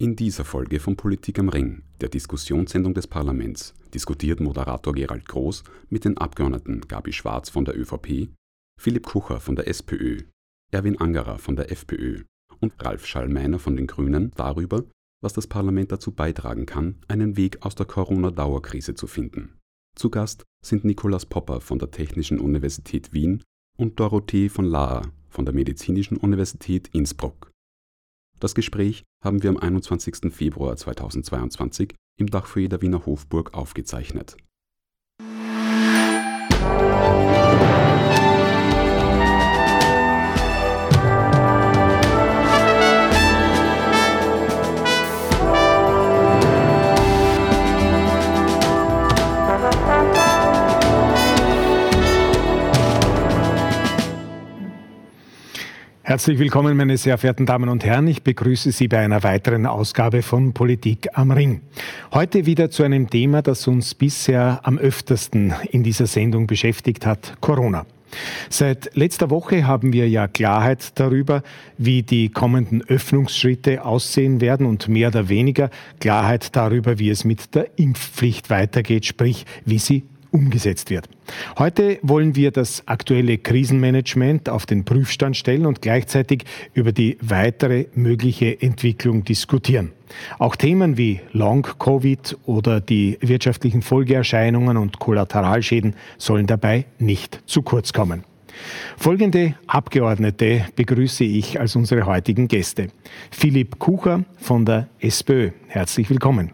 In dieser Folge von Politik am Ring, der Diskussionssendung des Parlaments, diskutiert Moderator Gerald Groß mit den Abgeordneten Gabi Schwarz von der ÖVP, Philipp Kucher von der SPÖ, Erwin Angerer von der FPÖ und Ralf Schallmeiner von den Grünen darüber, was das Parlament dazu beitragen kann, einen Weg aus der Corona-Dauerkrise zu finden. Zu Gast sind Nikolaus Popper von der Technischen Universität Wien und Dorothee von Laer von der Medizinischen Universität Innsbruck. Das Gespräch haben wir am 21. Februar 2022 im Dachfoyer der Wiener Hofburg aufgezeichnet. Herzlich willkommen, meine sehr verehrten Damen und Herren. Ich begrüße Sie bei einer weiteren Ausgabe von Politik am Ring. Heute wieder zu einem Thema, das uns bisher am öftersten in dieser Sendung beschäftigt hat: Corona. Seit letzter Woche haben wir ja Klarheit darüber, wie die kommenden Öffnungsschritte aussehen werden und mehr oder weniger Klarheit darüber, wie es mit der Impfpflicht weitergeht, sprich, wie sie umgesetzt wird. Heute wollen wir das aktuelle Krisenmanagement auf den Prüfstand stellen und gleichzeitig über die weitere mögliche Entwicklung diskutieren. Auch Themen wie Long-Covid oder die wirtschaftlichen Folgeerscheinungen und Kollateralschäden sollen dabei nicht zu kurz kommen. Folgende Abgeordnete begrüße ich als unsere heutigen Gäste. Philipp Kucher von der SPÖ. Herzlich willkommen.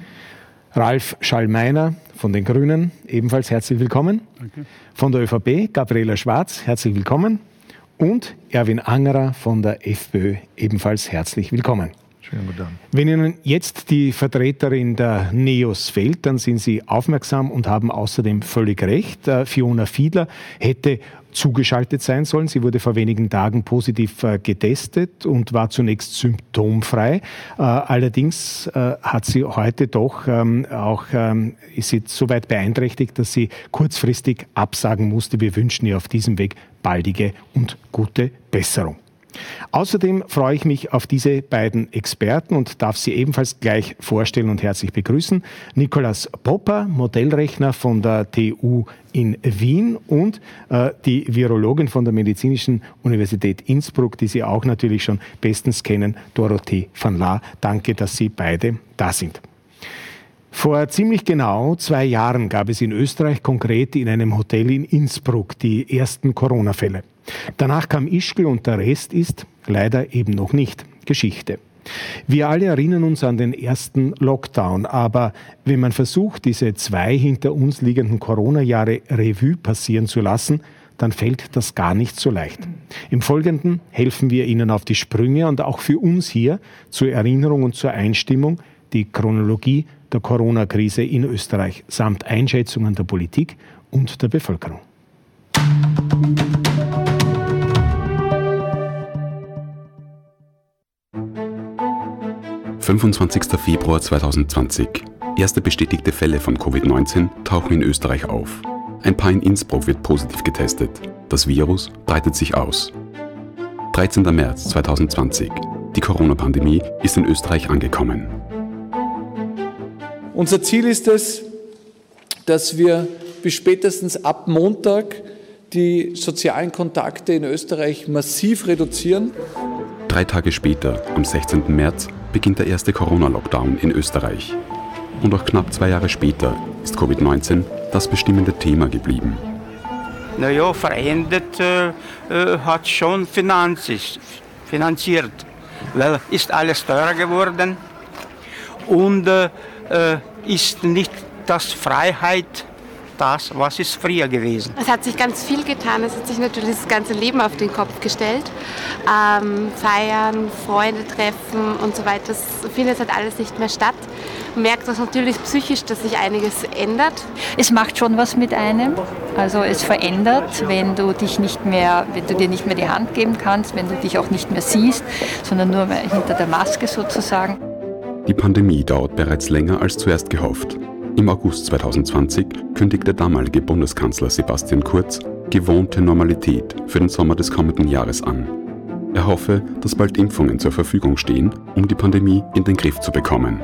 Ralf Schallmeiner von den Grünen, ebenfalls herzlich willkommen. Danke. Von der ÖVP, Gabriela Schwarz, herzlich willkommen. Und Erwin Angerer von der FPÖ, ebenfalls herzlich willkommen. Schönen guten Abend. Wenn Ihnen jetzt die Vertreterin der NEOS fehlt, dann sind Sie aufmerksam und haben außerdem völlig recht. Fiona Fiedler hätte zugeschaltet sein sollen. Sie wurde vor wenigen Tagen positiv getestet und war zunächst symptomfrei. Allerdings hat sie heute doch ist sie so weit beeinträchtigt, dass sie kurzfristig absagen musste. Wir wünschen ihr auf diesem Weg baldige und gute Besserung. Außerdem freue ich mich auf diese beiden Experten und darf sie ebenfalls gleich vorstellen und herzlich begrüßen. Nikolaus Popper, Modellrechner von der TU in Wien, und die Virologin von der Medizinischen Universität Innsbruck, die Sie auch natürlich schon bestens kennen, Dorothee von Laer. Danke, dass Sie beide da sind. Vor ziemlich genau 2 Jahren gab es in Österreich, konkret in einem Hotel in Innsbruck, die ersten Corona-Fälle. Danach kam Ischgl und der Rest ist leider eben noch nicht Geschichte. Wir alle erinnern uns an den ersten Lockdown, aber wenn man versucht, diese 2 hinter uns liegenden Corona-Jahre Revue passieren zu lassen, dann fällt das gar nicht so leicht. Im Folgenden helfen wir Ihnen auf die Sprünge und auch für uns hier zur Erinnerung und zur Einstimmung die Chronologie der Corona-Krise in Österreich samt Einschätzungen der Politik und der Bevölkerung. 25. Februar 2020. Erste bestätigte Fälle von Covid-19 tauchen in Österreich auf. Ein Paar in Innsbruck wird positiv getestet. Das Virus breitet sich aus. 13. März 2020. Die Corona-Pandemie ist in Österreich angekommen. Unser Ziel ist es, dass wir bis spätestens ab Montag die sozialen Kontakte in Österreich massiv reduzieren. 3 Tage später, am 16. März, beginnt der erste Corona-Lockdown in Österreich. Und auch knapp 2 Jahre später ist Covid-19 das bestimmende Thema geblieben. Naja, verändert hat schon finanziert, weil ist alles teurer geworden und ist nicht das Freiheit, das, was ist früher gewesen. Es hat sich ganz viel getan. Es hat sich natürlich das ganze Leben auf den Kopf gestellt. Feiern, Freunde treffen und so weiter. Das findet halt alles nicht mehr statt. Man merkt das natürlich psychisch, dass sich einiges ändert. Es macht schon was mit einem. Also es verändert, wenn du dir nicht mehr die Hand geben kannst, wenn du dich auch nicht mehr siehst, sondern nur hinter der Maske sozusagen. Die Pandemie dauert bereits länger als zuerst gehofft. Im August 2020 kündigt der damalige Bundeskanzler Sebastian Kurz gewohnte Normalität für den Sommer des kommenden Jahres an. Er hoffe, dass bald Impfungen zur Verfügung stehen, um die Pandemie in den Griff zu bekommen.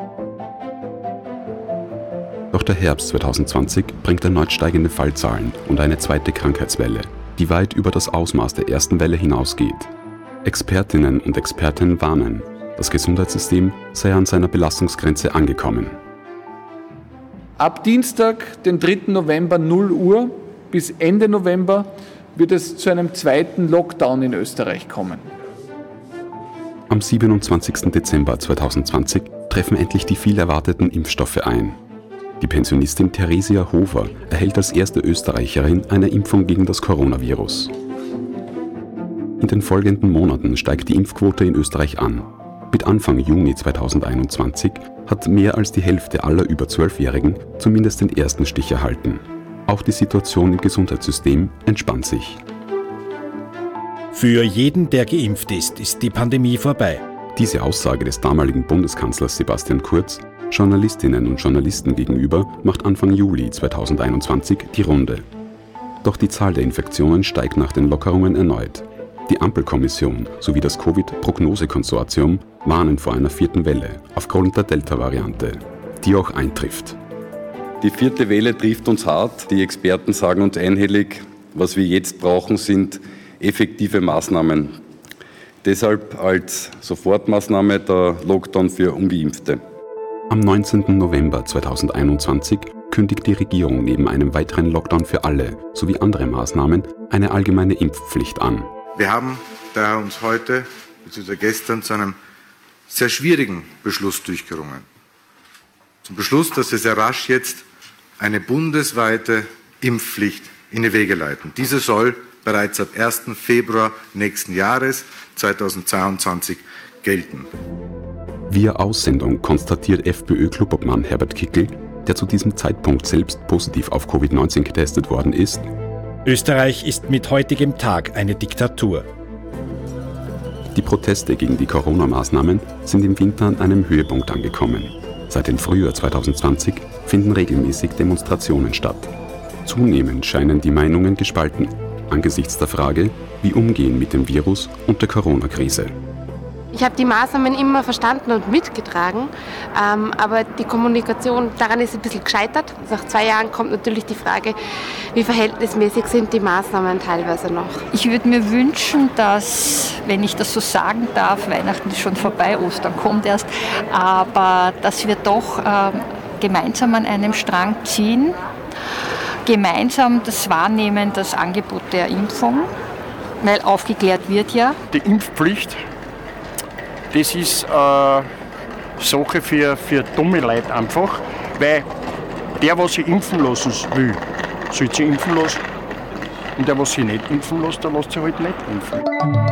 Doch der Herbst 2020 bringt erneut steigende Fallzahlen und eine zweite Krankheitswelle, die weit über das Ausmaß der ersten Welle hinausgeht. Expertinnen und Experten warnen, das Gesundheitssystem sei an seiner Belastungsgrenze angekommen. Ab Dienstag, den 3. November 0 Uhr bis Ende November wird es zu einem zweiten Lockdown in Österreich kommen. Am 27. Dezember 2020 treffen endlich die viel erwarteten Impfstoffe ein. Die Pensionistin Theresia Hofer erhält als erste Österreicherin eine Impfung gegen das Coronavirus. In den folgenden Monaten steigt die Impfquote in Österreich an. Mit Anfang Juni 2021 hat mehr als die Hälfte aller über 12-Jährigen zumindest den ersten Stich erhalten. Auch die Situation im Gesundheitssystem entspannt sich. Für jeden, der geimpft ist die Pandemie vorbei. Diese Aussage des damaligen Bundeskanzlers Sebastian Kurz Journalistinnen und Journalisten gegenüber macht Anfang Juli 2021 die Runde. Doch die Zahl der Infektionen steigt nach den Lockerungen erneut. Die Ampelkommission sowie das Covid-Prognosekonsortium warnen vor einer vierten Welle aufgrund der Delta-Variante, die auch eintrifft. Die vierte Welle trifft uns hart. Die Experten sagen uns einhellig, was wir jetzt brauchen, sind effektive Maßnahmen. Deshalb als Sofortmaßnahme der Lockdown für Ungeimpfte. Am 19. November 2021 kündigt die Regierung neben einem weiteren Lockdown für alle sowie andere Maßnahmen eine allgemeine Impfpflicht an. Wir haben daher uns heute bzw. gestern zu einem sehr schwierigen Beschluss durchgerungen. Zum Beschluss, dass wir sehr rasch jetzt eine bundesweite Impfpflicht in die Wege leiten. Diese soll bereits ab 1. Februar nächsten Jahres 2022 gelten. Via Aussendung konstatiert FPÖ-Clubobmann Herbert Kickl, der zu diesem Zeitpunkt selbst positiv auf Covid-19 getestet worden ist: Österreich ist mit heutigem Tag eine Diktatur. Die Proteste gegen die Corona-Maßnahmen sind im Winter an einem Höhepunkt angekommen. Seit dem Frühjahr 2020 finden regelmäßig Demonstrationen statt. Zunehmend scheinen die Meinungen gespalten, angesichts der Frage, wie umgehen mit dem Virus und der Corona-Krise. Ich habe die Maßnahmen immer verstanden und mitgetragen, aber die Kommunikation, daran ist ein bisschen gescheitert. Nach 2 Jahren kommt natürlich die Frage, wie verhältnismäßig sind die Maßnahmen teilweise noch. Ich würde mir wünschen, dass, wenn ich das so sagen darf, Weihnachten ist schon vorbei, Ostern kommt erst, aber dass wir doch gemeinsam an einem Strang ziehen, gemeinsam das Wahrnehmen, das Angebot der Impfung, weil aufgeklärt wird ja. Die Impfpflicht, das ist eine Sache für dumme Leute einfach, weil der, was sich impfen lassen will, soll sich impfen lassen. Und der, was sich nicht impfen lässt, der lässt sich halt nicht impfen.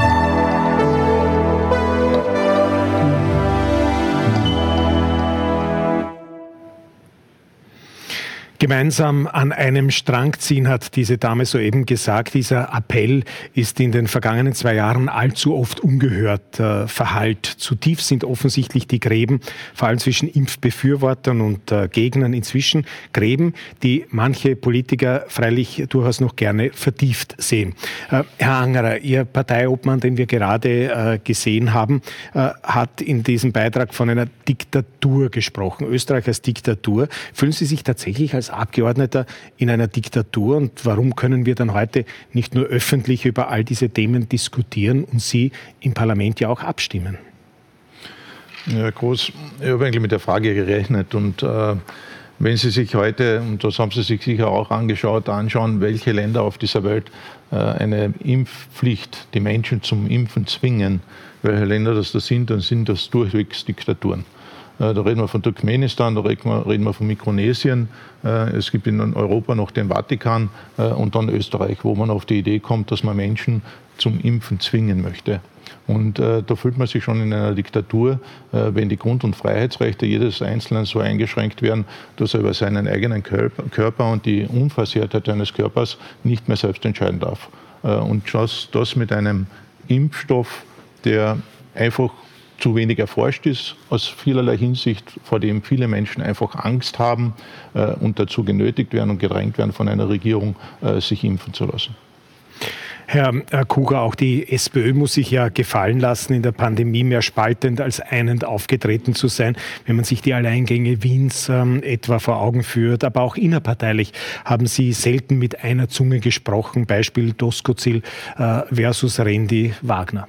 Gemeinsam an einem Strang ziehen, hat diese Dame soeben gesagt. Dieser Appell ist in den vergangenen 2 Jahren allzu oft ungehört verhallt. Zu tief sind offensichtlich die Gräben, vor allem zwischen Impfbefürwortern und Gegnern inzwischen. Gräben, die manche Politiker freilich durchaus noch gerne vertieft sehen. Herr Angerer, Ihr Parteiobmann, den wir gerade gesehen haben, hat in diesem Beitrag von einer Diktatur gesprochen. Österreich als Diktatur. Fühlen Sie sich tatsächlich als Abgeordneter in einer Diktatur, und warum können wir dann heute nicht nur öffentlich über all diese Themen diskutieren und Sie im Parlament ja auch abstimmen? Ja, Groß, ich habe eigentlich mit der Frage gerechnet, und wenn Sie sich heute, und das haben Sie sich sicher auch anschauen, welche Länder auf dieser Welt eine Impfpflicht, die Menschen zum Impfen zwingen, welche Länder das sind, dann sind das durchwegs Diktaturen. Da reden wir von Turkmenistan, da reden wir von Mikronesien. Es gibt in Europa noch den Vatikan und dann Österreich, wo man auf die Idee kommt, dass man Menschen zum Impfen zwingen möchte. Und da fühlt man sich schon in einer Diktatur, wenn die Grund- und Freiheitsrechte jedes Einzelnen so eingeschränkt werden, dass er über seinen eigenen Körper und die Unversehrtheit eines Körpers nicht mehr selbst entscheiden darf. Und das mit einem Impfstoff, der einfach zu wenig erforscht ist, aus vielerlei Hinsicht, vor dem viele Menschen einfach Angst haben und dazu genötigt werden und gedrängt werden von einer Regierung, sich impfen zu lassen. Herr Kucher, auch die SPÖ muss sich ja gefallen lassen, in der Pandemie mehr spaltend als einend aufgetreten zu sein. Wenn man sich die Alleingänge Wiens etwa vor Augen führt, aber auch innerparteilich haben Sie selten mit einer Zunge gesprochen. Beispiel Doskozil versus Randy Wagner.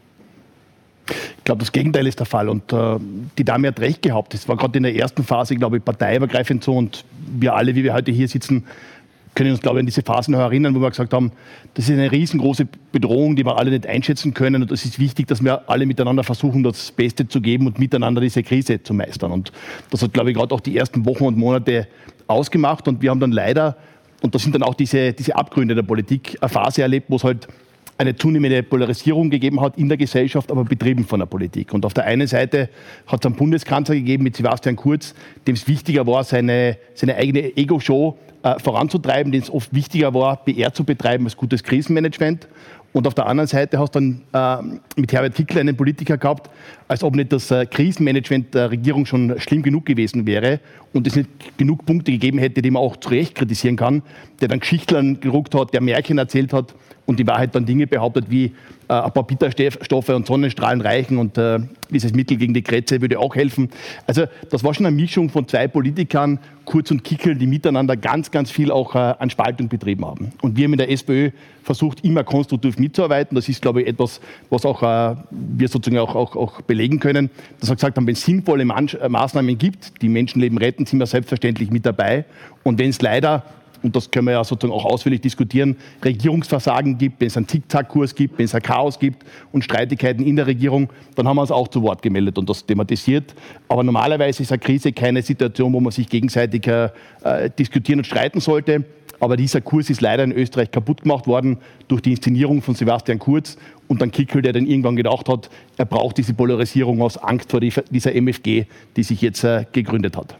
Ich glaube, das Gegenteil ist der Fall. Und die Dame hat recht gehabt. Es war gerade in der ersten Phase, glaube ich, parteiübergreifend so. Und wir alle, wie wir heute hier sitzen, können uns, glaube ich, an diese Phasen noch erinnern, wo wir gesagt haben, das ist eine riesengroße Bedrohung, die wir alle nicht einschätzen können. Und es ist wichtig, dass wir alle miteinander versuchen, das Beste zu geben und miteinander diese Krise zu meistern. Und das hat, glaube ich, gerade auch die ersten Wochen und Monate ausgemacht. Und wir haben dann leider, und das sind dann auch diese Abgründe der Politik, eine Phase erlebt, wo es halt eine zunehmende Polarisierung gegeben hat in der Gesellschaft, aber betrieben von der Politik. Und auf der einen Seite hat es einen Bundeskanzler gegeben mit Sebastian Kurz, dem es wichtiger war, seine eigene Ego-Show voranzutreiben, dem es oft wichtiger war, PR zu betreiben als gutes Krisenmanagement. Und auf der anderen Seite hast du dann mit Herbert Kickl einen Politiker gehabt, als ob nicht das Krisenmanagement der Regierung schon schlimm genug gewesen wäre und es nicht genug Punkte gegeben hätte, die man auch zu Recht kritisieren kann, der dann Geschichtlern gerückt hat, der Märchen erzählt hat und die Wahrheit dann Dinge behauptet wie ein paar Bitterstoffe und Sonnenstrahlen reichen und dieses Mittel gegen die Krätze würde auch helfen. Also das war schon eine Mischung von zwei Politikern, Kurz und Kickl, die miteinander ganz, ganz viel auch an Spaltung betrieben haben. Und wir haben in der SPÖ versucht, immer konstruktiv mitzuarbeiten. Das ist, glaube ich, etwas, was auch wir sozusagen auch belegen können. Dass wir gesagt haben, wenn es sinnvolle Maßnahmen gibt, die Menschenleben retten, sind wir selbstverständlich mit dabei. Und wenn es leider, und das können wir ja sozusagen auch ausführlich diskutieren, Regierungsversagen gibt, wenn es einen Zickzackkurs gibt, wenn es ein Chaos gibt und Streitigkeiten in der Regierung, dann haben wir uns auch zu Wort gemeldet und das thematisiert. Aber normalerweise ist eine Krise keine Situation, wo man sich gegenseitig diskutieren und streiten sollte. Aber dieser Kurs ist leider in Österreich kaputt gemacht worden durch die Inszenierung von Sebastian Kurz und dann Kickl, der dann irgendwann gedacht hat, er braucht diese Polarisierung aus Angst vor dieser MFG, die sich jetzt gegründet hat.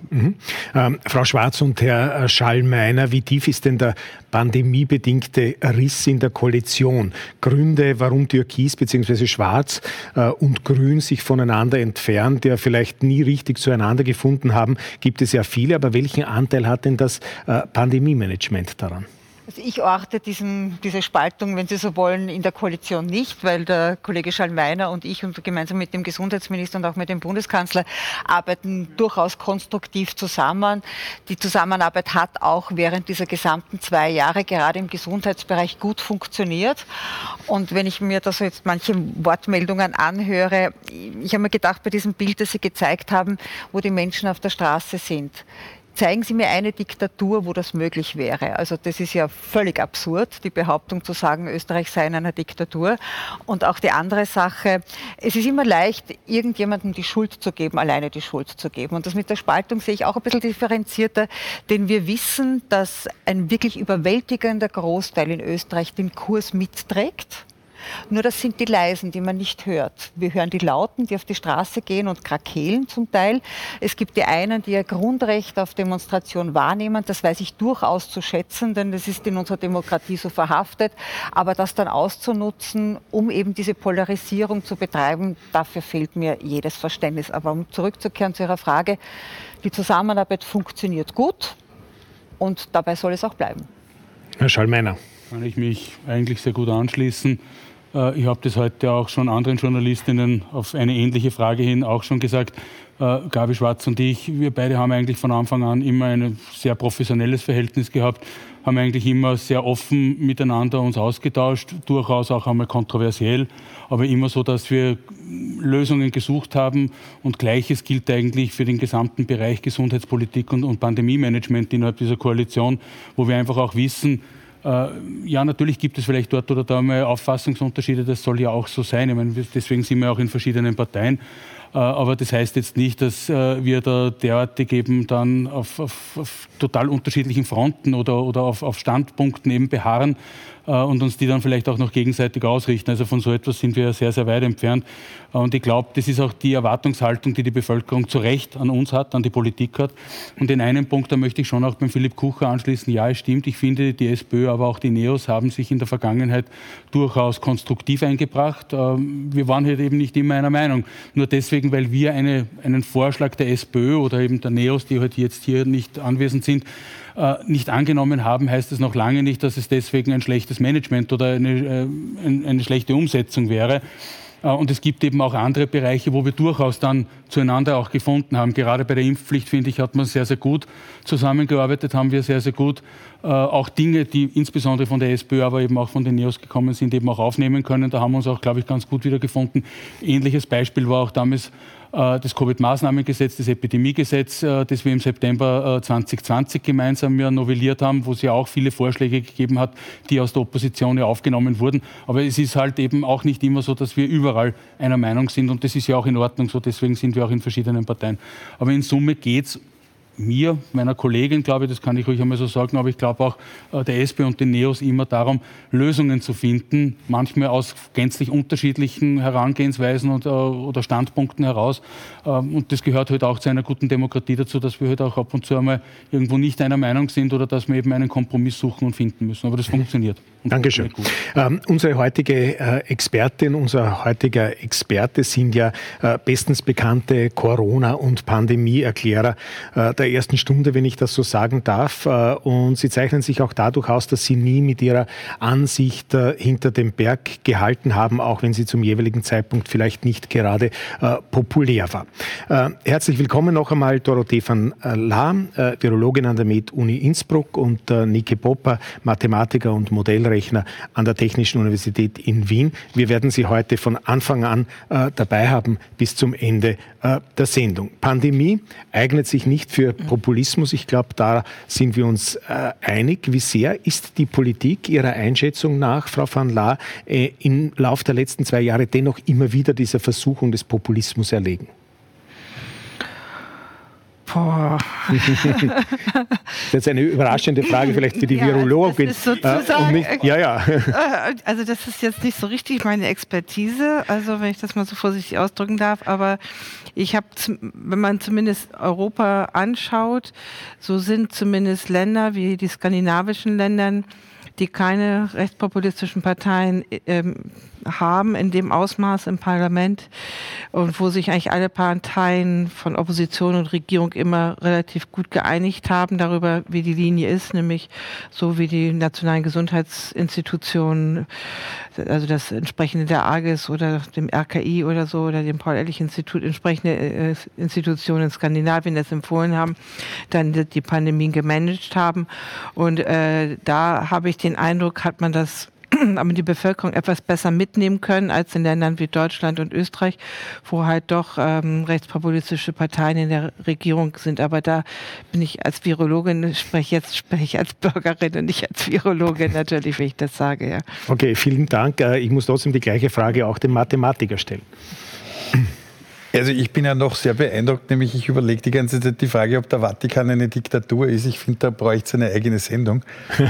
Frau Schwarz und Herr Schallmeiner, wie tief ist denn der pandemiebedingte Riss in der Koalition? Gründe, warum Türkis bzw. Schwarz und Grün sich voneinander entfernen, die ja vielleicht nie richtig zueinander gefunden haben, gibt es ja viele. Aber welchen Anteil hat denn das Pandemie-Management daran? Also ich orte diese Spaltung, wenn Sie so wollen, in der Koalition nicht, weil der Kollege Schallmeiner und ich und gemeinsam mit dem Gesundheitsminister und auch mit dem Bundeskanzler arbeiten durchaus konstruktiv zusammen. Die Zusammenarbeit hat auch während dieser gesamten 2 Jahre gerade im Gesundheitsbereich gut funktioniert. Und wenn ich mir da so jetzt manche Wortmeldungen anhöre, ich habe mir gedacht, bei diesem Bild, das Sie gezeigt haben, wo die Menschen auf der Straße sind, zeigen Sie mir eine Diktatur, wo das möglich wäre. Also das ist ja völlig absurd, die Behauptung zu sagen, Österreich sei in einer Diktatur. Und auch die andere Sache, es ist immer leicht, irgendjemandem die Schuld zu geben, alleine die Schuld zu geben. Und das mit der Spaltung sehe ich auch ein bisschen differenzierter, denn wir wissen, dass ein wirklich überwältigender Großteil in Österreich den Kurs mitträgt. Nur das sind die Leisen, die man nicht hört. Wir hören die Lauten, die auf die Straße gehen und krakehlen zum Teil. Es gibt die einen, die ihr Grundrecht auf Demonstration wahrnehmen. Das weiß ich durchaus zu schätzen, denn das ist in unserer Demokratie so verhaftet. Aber das dann auszunutzen, um eben diese Polarisierung zu betreiben, dafür fehlt mir jedes Verständnis. Aber um zurückzukehren zu Ihrer Frage, die Zusammenarbeit funktioniert gut und dabei soll es auch bleiben. Herr Schallmeiner. Kann ich mich eigentlich sehr gut anschließen. Ich habe das heute auch schon anderen Journalistinnen auf eine ähnliche Frage hin auch schon gesagt. Gabi Schwarz und ich, wir beide haben eigentlich von Anfang an immer ein sehr professionelles Verhältnis gehabt, haben eigentlich immer sehr offen miteinander uns ausgetauscht, durchaus auch einmal kontroversiell, aber immer so, dass wir Lösungen gesucht haben und Gleiches gilt eigentlich für den gesamten Bereich Gesundheitspolitik und Pandemiemanagement innerhalb dieser Koalition, wo wir einfach auch wissen, ja, natürlich gibt es vielleicht dort oder da mal Auffassungsunterschiede, das soll ja auch so sein. Ich meine, deswegen sind wir auch in verschiedenen Parteien. Aber das heißt jetzt nicht, dass wir da derartig eben dann auf total unterschiedlichen Fronten oder auf Standpunkten eben beharren und uns die dann vielleicht auch noch gegenseitig ausrichten. Also von so etwas sind wir ja sehr, sehr weit entfernt. Und ich glaube, das ist auch die Erwartungshaltung, die die Bevölkerung zu Recht an uns hat, an die Politik hat. Und in einem Punkt, da möchte ich schon auch beim Philipp Kucher anschließen. Ja, es stimmt. Ich finde, die SPÖ, aber auch die NEOS haben sich in der Vergangenheit durchaus konstruktiv eingebracht. Wir waren halt eben nicht immer einer Meinung. Nur deswegen deswegen, weil wir einen Vorschlag der SPÖ oder eben der NEOS, die halt jetzt hier nicht anwesend sind, nicht angenommen haben, heißt es noch lange nicht, dass es deswegen ein schlechtes Management oder eine schlechte Umsetzung wäre. Und es gibt eben auch andere Bereiche, wo wir durchaus dann zueinander auch gefunden haben. Gerade bei der Impfpflicht, finde ich, hat man sehr, sehr gut zusammengearbeitet, haben wir sehr, sehr gut auch Dinge, die insbesondere von der SPÖ, aber eben auch von den NEOS gekommen sind, eben auch aufnehmen können. Da haben wir uns auch, glaube ich, ganz gut wiedergefunden. Ähnliches Beispiel war auch damals das Covid-Maßnahmengesetz, das Epidemiegesetz, das wir im September 2020 gemeinsam novelliert haben, wo es ja auch viele Vorschläge gegeben hat, die aus der Opposition ja aufgenommen wurden. Aber es ist halt eben auch nicht immer so, dass wir überall einer Meinung sind und das ist ja auch in Ordnung so, deswegen sind wir auch in verschiedenen Parteien. Aber in Summe geht's mir, meiner Kollegin, glaube ich, das kann ich ruhig einmal so sagen, aber ich glaube auch der SP und den NEOS immer darum, Lösungen zu finden, manchmal aus gänzlich unterschiedlichen Herangehensweisen oder Standpunkten heraus. Und das gehört halt auch zu einer guten Demokratie dazu, dass wir halt auch ab und zu einmal irgendwo nicht einer Meinung sind oder dass wir eben einen Kompromiss suchen und finden müssen. Aber das funktioniert. Dankeschön. Unsere heutige Expertin, unser heutiger Experte sind ja bestens bekannte Corona- und Pandemieerklärer der ersten Stunde, wenn ich das so sagen darf. Und sie zeichnen sich auch dadurch aus, dass sie nie mit ihrer Ansicht hinter dem Berg gehalten haben, auch wenn sie zum jeweiligen Zeitpunkt vielleicht nicht gerade populär war. Herzlich willkommen noch einmal Dorothee van Laar, Virologin an der Med-Uni Innsbruck und Niki Popper, Mathematiker und Modellrechner an der Technischen Universität in Wien. Wir werden Sie heute von Anfang an dabei haben bis zum Ende der Sendung. Pandemie eignet sich nicht für Populismus. Ich glaube, da sind wir uns einig. Wie sehr ist die Politik Ihrer Einschätzung nach, Frau van Laar, im Lauf der letzten 2 Jahre dennoch immer wieder dieser Versuchung des Populismus erlegen? Boah. Das ist jetzt eine überraschende Frage vielleicht für die Virologin. Das ist sozusagen, ja. Also das ist jetzt nicht so richtig meine Expertise, also wenn ich das mal so vorsichtig ausdrücken darf, aber ich habe, wenn man zumindest Europa anschaut, so sind zumindest Länder wie die skandinavischen Länder, die keine rechtspopulistischen Parteien haben in dem Ausmaß im Parlament und wo sich eigentlich alle Parteien von Opposition und Regierung immer relativ gut geeinigt haben darüber, wie die Linie ist, nämlich so wie die nationalen Gesundheitsinstitutionen, also das entsprechende der AGES oder dem RKI oder so oder dem Paul-Ehrlich-Institut, entsprechende Institutionen in Skandinavien das empfohlen haben, dann die Pandemien gemanagt haben. Und da habe ich den Eindruck, hat man das aber die Bevölkerung etwas besser mitnehmen können als in Ländern wie Deutschland und Österreich, wo halt doch rechtspopulistische Parteien in der Regierung sind. Aber da bin ich als Virologin, spreche ich als Bürgerin und nicht als Virologin natürlich, wenn ich das sage. Ja. Okay, vielen Dank. Ich muss trotzdem die gleiche Frage auch dem Mathematiker stellen. Also ich bin ja noch sehr beeindruckt, nämlich ich überlege die ganze Zeit die Frage, ob der Vatikan eine Diktatur ist. Ich finde, da bräuchte es eine eigene Sendung.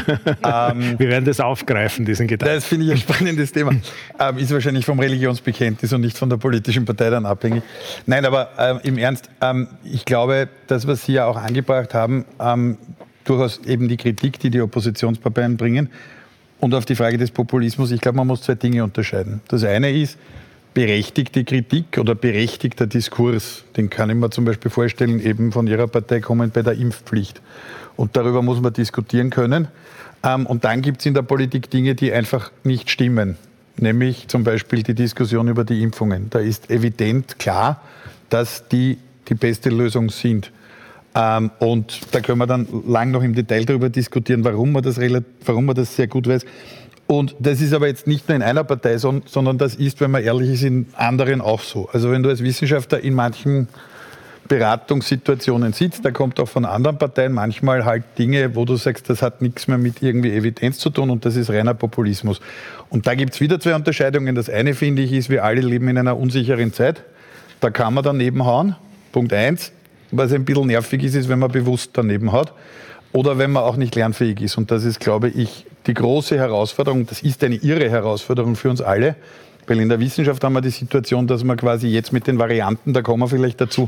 Wir werden das aufgreifen, diesen Gedanken. Das finde ich ein spannendes Thema. Ist wahrscheinlich vom Religionsbekenntnis und nicht von der politischen Partei dann abhängig. Nein, aber im Ernst, ich glaube, das, was Sie ja auch angebracht haben, durchaus eben die Kritik, die die Oppositionsparteien bringen und auf die Frage des Populismus, ich glaube, man muss 2 Dinge unterscheiden. Das eine ist, berechtigte Kritik oder berechtigter Diskurs, den kann ich mir zum Beispiel vorstellen, eben von Ihrer Partei kommend bei der Impfpflicht. Und darüber muss man diskutieren können. Und dann gibt es in der Politik Dinge, die einfach nicht stimmen. Nämlich zum Beispiel die Diskussion über die Impfungen. Da ist evident klar, dass die beste Lösung sind. Und da können wir dann lang noch im Detail darüber diskutieren, warum man das sehr gut weiß. Und das ist aber jetzt nicht nur in einer Partei, sondern das ist, wenn man ehrlich ist, in anderen auch so. Also wenn du als Wissenschaftler in manchen Beratungssituationen sitzt, da kommt auch von anderen Parteien manchmal halt Dinge, wo du sagst, das hat nichts mehr mit irgendwie Evidenz zu tun und das ist reiner Populismus. Und da gibt es wieder 2 Unterscheidungen. Das eine, finde ich, ist, wir alle leben in einer unsicheren Zeit. Da kann man daneben hauen. Punkt 1. Was ein bisschen nervig ist, wenn man bewusst daneben haut. Oder wenn man auch nicht lernfähig ist. Und das ist, glaube ich, die große Herausforderung. Das ist eine irre Herausforderung für uns alle. Weil in der Wissenschaft haben wir die Situation, dass man quasi jetzt mit den Varianten, da kommen wir vielleicht dazu,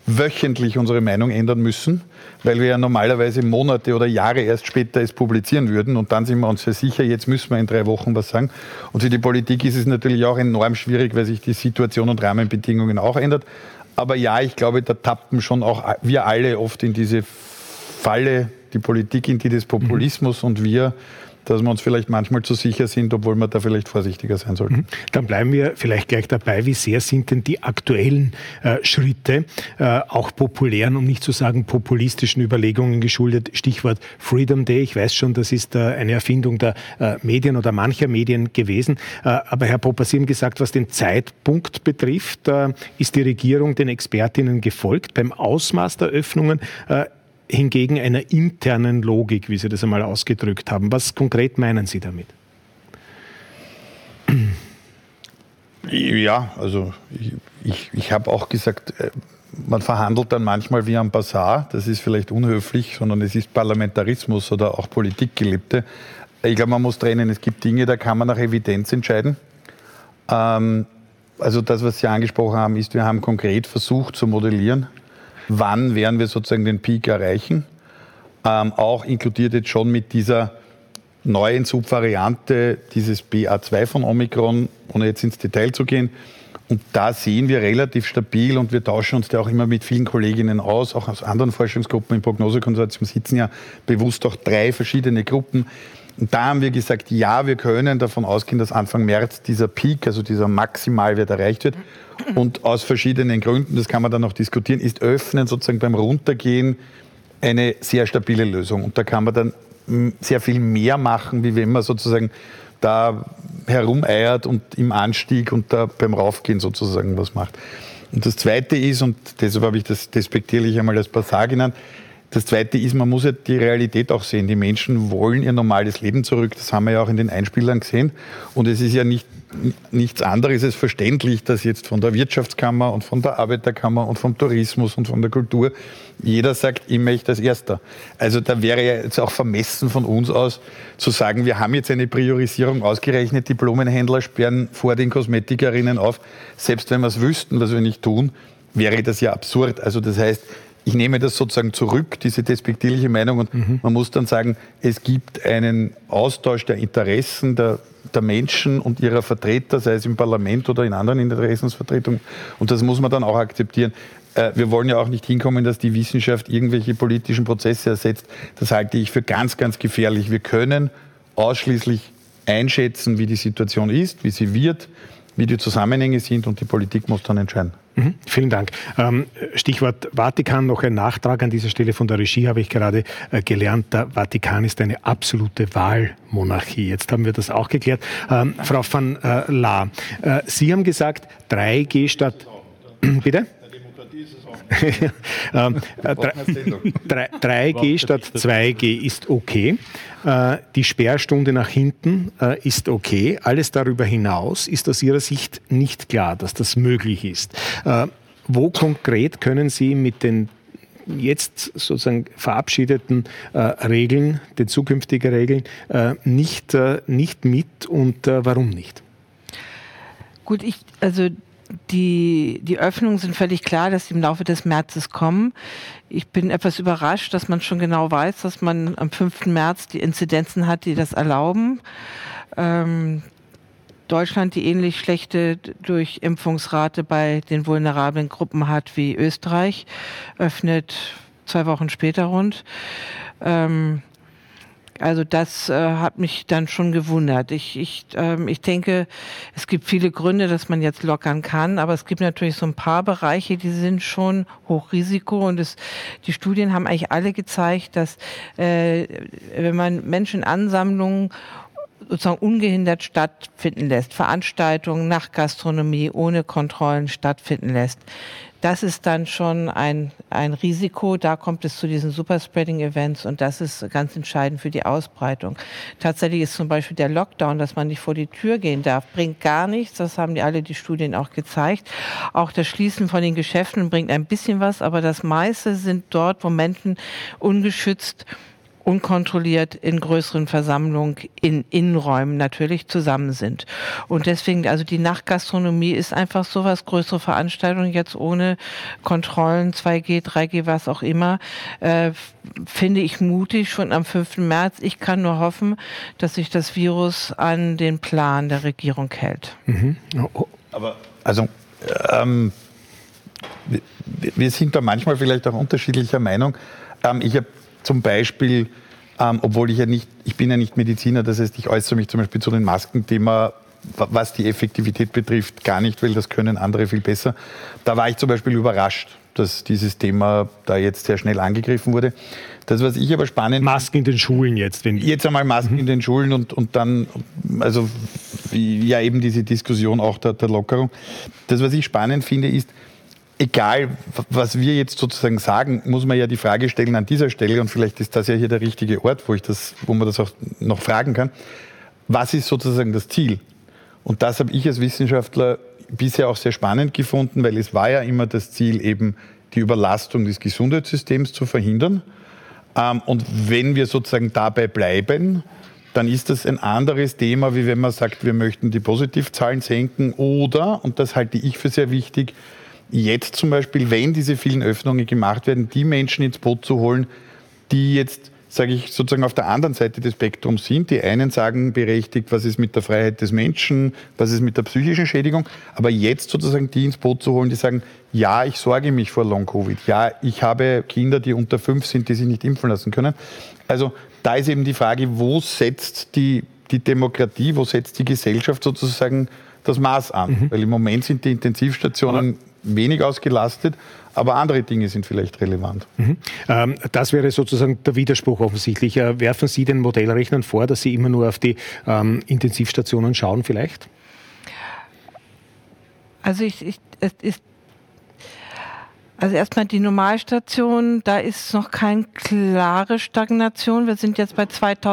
wöchentlich unsere Meinung ändern müssen, weil wir ja normalerweise Monate oder Jahre erst später es publizieren würden und dann sind wir uns sehr sicher, jetzt müssen wir in 3 Wochen was sagen. Und für die Politik ist es natürlich auch enorm schwierig, weil sich die Situation und Rahmenbedingungen auch ändert. Aber ja, ich glaube, da tappen schon auch wir alle oft in diese Falle, die Politik in die des Populismus und wir, dass wir uns vielleicht manchmal zu sicher sind, obwohl wir da vielleicht vorsichtiger sein sollten. Dann bleiben wir vielleicht gleich dabei. Wie sehr sind denn die aktuellen Schritte auch populären, um nicht zu sagen populistischen Überlegungen geschuldet? Stichwort Freedom Day. Ich weiß schon, das ist eine Erfindung der Medien oder mancher Medien gewesen. Aber Herr Popper, Sie haben gesagt, was den Zeitpunkt betrifft, ist die Regierung den Expertinnen gefolgt. Beim Ausmaß der Öffnungen hingegen einer internen Logik, wie Sie das einmal ausgedrückt haben. Was konkret meinen Sie damit? Ja, also ich habe auch gesagt, man verhandelt dann manchmal wie am Basar. Das ist vielleicht unhöflich, sondern es ist Parlamentarismus oder auch Politikgelebte. Ich glaube, man muss trennen. Es gibt Dinge, da kann man nach Evidenz entscheiden. Also das, was Sie angesprochen haben, ist, wir haben konkret versucht zu modellieren, wann werden wir sozusagen den Peak erreichen? Auch inkludiert jetzt schon mit dieser neuen Subvariante dieses BA2 von Omikron, ohne jetzt ins Detail zu gehen. Und da sehen wir relativ stabil und wir tauschen uns da auch immer mit vielen Kolleginnen aus, auch aus anderen Forschungsgruppen. Im Prognosekonsortium sitzen ja bewusst auch 3 verschiedene Gruppen. Und da haben wir gesagt, ja, wir können davon ausgehen, dass Anfang März dieser Peak, also dieser Maximalwert erreicht wird. Und aus verschiedenen Gründen, das kann man dann noch diskutieren, ist Öffnen sozusagen beim Runtergehen eine sehr stabile Lösung. Und da kann man dann sehr viel mehr machen, wie wenn man sozusagen da herumeiert und im Anstieg und da beim Raufgehen sozusagen was macht. Und das Zweite ist, und deshalb habe ich das despektierlich einmal als Basar genannt, das Zweite ist, man muss ja die Realität auch sehen. Die Menschen wollen ihr normales Leben zurück. Das haben wir ja auch in den Einspielern gesehen. Und es ist ja nichts anderes als verständlich, dass jetzt von der Wirtschaftskammer und von der Arbeiterkammer und vom Tourismus und von der Kultur jeder sagt, ich möchte als Erster. Also da wäre ja jetzt auch vermessen von uns aus zu sagen, wir haben jetzt eine Priorisierung ausgerechnet, die Blumenhändler sperren vor den Kosmetikerinnen auf. Selbst wenn wir es wüssten, was wir nicht tun, wäre das ja absurd. Also das heißt, ich nehme das sozusagen zurück, diese despektierliche Meinung, und man muss dann sagen, es gibt einen Austausch der Interessen der Menschen und ihrer Vertreter, sei es im Parlament oder in anderen Interessensvertretungen, und das muss man dann auch akzeptieren. Wir wollen ja auch nicht hinkommen, dass die Wissenschaft irgendwelche politischen Prozesse ersetzt. Das halte ich für ganz, ganz gefährlich. Wir können ausschließlich einschätzen, wie die Situation ist, wie sie wird, wie die Zusammenhänge sind, und die Politik muss dann entscheiden. Vielen Dank. Stichwort Vatikan, noch ein Nachtrag an dieser Stelle von der Regie, habe ich gerade gelernt. Der Vatikan ist eine absolute Wahlmonarchie. Jetzt haben wir das auch geklärt. Frau van Laar, Sie haben gesagt, 3G statt... Bitte? 3G statt 2G ist okay. Die Sperrstunde nach hinten ist okay. Alles darüber hinaus ist aus Ihrer Sicht nicht klar, dass das möglich ist. Wo konkret können Sie mit den jetzt sozusagen verabschiedeten Regeln, den zukünftigen Regeln, nicht mit, und warum nicht? Gut, die Öffnungen sind völlig klar, dass sie im Laufe des Märzes kommen. Ich bin etwas überrascht, dass man schon genau weiß, dass man am 5. März die Inzidenzen hat, die das erlauben. Deutschland die ähnlich schlechte Durchimpfungsrate bei den vulnerablen Gruppen hat wie Österreich, öffnet 2 Wochen später rund. Also das hat mich dann schon gewundert. Ich denke, es gibt viele Gründe, dass man jetzt lockern kann, aber es gibt natürlich so ein paar Bereiche, die sind schon Hochrisiko, und die Studien haben eigentlich alle gezeigt, dass wenn man Menschenansammlungen sozusagen ungehindert stattfinden lässt, Veranstaltungen nach Gastronomie ohne Kontrollen stattfinden lässt, das ist dann schon ein Risiko. Da kommt es zu diesen Superspreading-Events, und das ist ganz entscheidend für die Ausbreitung. Tatsächlich ist zum Beispiel der Lockdown, dass man nicht vor die Tür gehen darf, bringt gar nichts. Das haben die Studien auch gezeigt. Auch das Schließen von den Geschäften bringt ein bisschen was, aber das meiste sind dort, wo Menschen ungeschützt unkontrolliert in größeren Versammlungen, in Innenräumen natürlich zusammen sind. Und deswegen, also die Nachtgastronomie ist einfach sowas, größere Veranstaltungen jetzt ohne Kontrollen, 2G, 3G, was auch immer, finde ich mutig schon am 5. März. Ich kann nur hoffen, dass sich das Virus an den Plan der Regierung hält. Mhm. Aber also wir sind da manchmal vielleicht auch unterschiedlicher Meinung. Ich habe zum Beispiel, obwohl ich bin ja nicht Mediziner, das heißt, ich äußere mich zum Beispiel zu dem Maskenthema, was die Effektivität betrifft, gar nicht, weil das können andere viel besser. Da war ich zum Beispiel überrascht, dass dieses Thema da jetzt sehr schnell angegriffen wurde. Das, was ich aber spannend... Masken in den Schulen jetzt. Jetzt einmal Masken in den Schulen und dann, also ja eben diese Diskussion auch der Lockerung. Das, was ich spannend finde, ist, egal, was wir jetzt sozusagen sagen, muss man ja die Frage stellen an dieser Stelle, und vielleicht ist das ja hier der richtige Ort, wo man das auch noch fragen kann. Was ist sozusagen das Ziel? Und das habe ich als Wissenschaftler bisher auch sehr spannend gefunden, weil es war ja immer das Ziel, eben die Überlastung des Gesundheitssystems zu verhindern. Und wenn wir sozusagen dabei bleiben, dann ist das ein anderes Thema, wie wenn man sagt, wir möchten die Positivzahlen senken oder, und das halte ich für sehr wichtig, jetzt zum Beispiel, wenn diese vielen Öffnungen gemacht werden, die Menschen ins Boot zu holen, die jetzt, sage ich, sozusagen auf der anderen Seite des Spektrums sind. Die einen sagen berechtigt, was ist mit der Freiheit des Menschen, was ist mit der psychischen Schädigung, aber jetzt sozusagen die ins Boot zu holen, die sagen, ja, ich sorge mich vor Long-Covid, ja, ich habe Kinder, die unter 5 sind, die sich nicht impfen lassen können. Also da ist eben die Frage, wo setzt die Demokratie, wo setzt die Gesellschaft sozusagen das Maß an? Weil im Moment sind die Intensivstationen wenig ausgelastet, aber andere Dinge sind vielleicht relevant. Das wäre sozusagen der Widerspruch offensichtlich. Werfen Sie den Modellrechnern vor, dass sie immer nur auf die Intensivstationen schauen vielleicht? Also erstmal die Normalstation, da ist noch keine klare Stagnation. Wir sind jetzt bei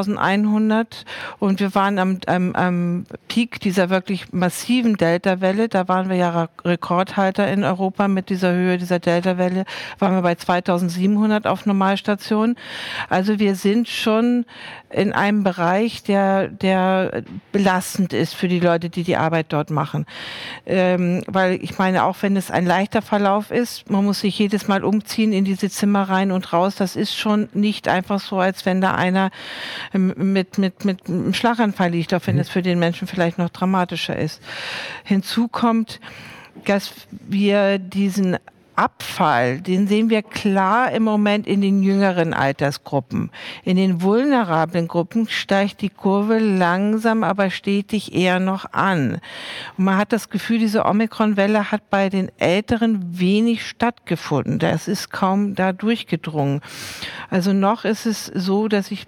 2100 und wir waren am Peak dieser wirklich massiven Delta-Welle. Da waren wir ja Rekordhalter in Europa mit dieser Höhe dieser Delta-Welle. Waren wir bei 2700 auf Normalstation. Also wir sind schon in einem Bereich, der belastend ist für die Leute, die die Arbeit dort machen. Weil ich meine, auch wenn es ein leichter Verlauf ist, man muss sich jedes Mal umziehen in diese Zimmer rein und raus. Das ist schon nicht einfach so, als wenn da einer mit einem Schlaganfall liegt, auch wenn es für den Menschen vielleicht noch dramatischer ist. Hinzu kommt, dass wir diesen Abfall, den sehen wir klar im Moment in den jüngeren Altersgruppen. In den vulnerablen Gruppen steigt die Kurve langsam, aber stetig eher noch an. Und man hat das Gefühl, diese Omikron-Welle hat bei den Älteren wenig stattgefunden. Das ist kaum da durchgedrungen. Also noch ist es so, dass ich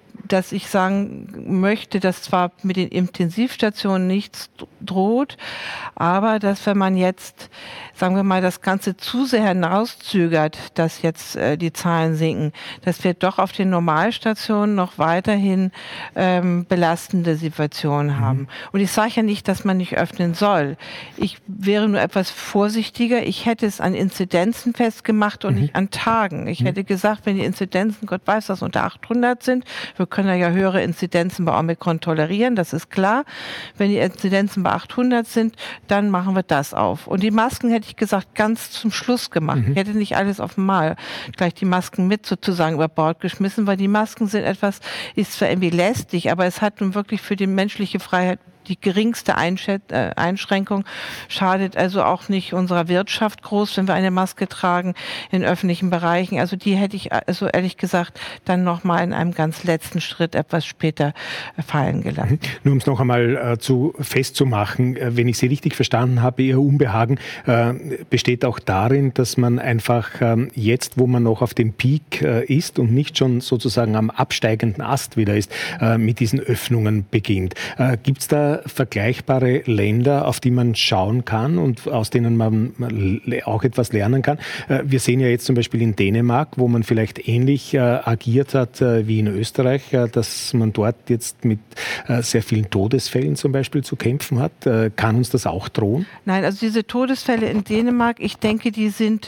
sagen möchte, dass zwar mit den Intensivstationen nichts droht, aber dass wenn man jetzt, sagen wir mal, das Ganze zu sehr hinauszögert, dass jetzt die Zahlen sinken, dass wir doch auf den Normalstationen noch weiterhin belastende Situationen haben. Und ich sage ja nicht, dass man nicht öffnen soll. Ich wäre nur etwas vorsichtiger. Ich hätte es an Inzidenzen festgemacht und nicht an Tagen. Ich hätte gesagt, wenn die Inzidenzen, Gott weiß, was unter 800 sind, wir können ja höhere Inzidenzen bei Omikron tolerieren, das ist klar. Wenn die Inzidenzen bei 800 sind, dann machen wir das auf. Und die Masken hätte ich gesagt, ganz zum Schluss gemacht. Ich hätte nicht alles auf einmal gleich die Masken mit sozusagen über Bord geschmissen, weil die Masken sind etwas, ist zwar irgendwie lästig, aber es hat nun wirklich für die menschliche Freiheit die geringste Einschränkung, schadet also auch nicht unserer Wirtschaft groß, wenn wir eine Maske tragen in öffentlichen Bereichen. Also die hätte ich also ehrlich gesagt dann nochmal in einem ganz letzten Schritt etwas später fallen gelassen. Nur um es noch einmal festzumachen, wenn ich Sie richtig verstanden habe, Ihr Unbehagen besteht auch darin, dass man einfach jetzt, wo man noch auf dem Peak ist und nicht schon sozusagen am absteigenden Ast wieder ist, mit diesen Öffnungen beginnt. Gibt es da vergleichbare Länder, auf die man schauen kann und aus denen man auch etwas lernen kann? Wir sehen ja jetzt zum Beispiel in Dänemark, wo man vielleicht ähnlich agiert hat wie in Österreich, dass man dort jetzt mit sehr vielen Todesfällen zum Beispiel zu kämpfen hat. Kann uns das auch drohen? Nein, also diese Todesfälle in Dänemark, ich denke, die sind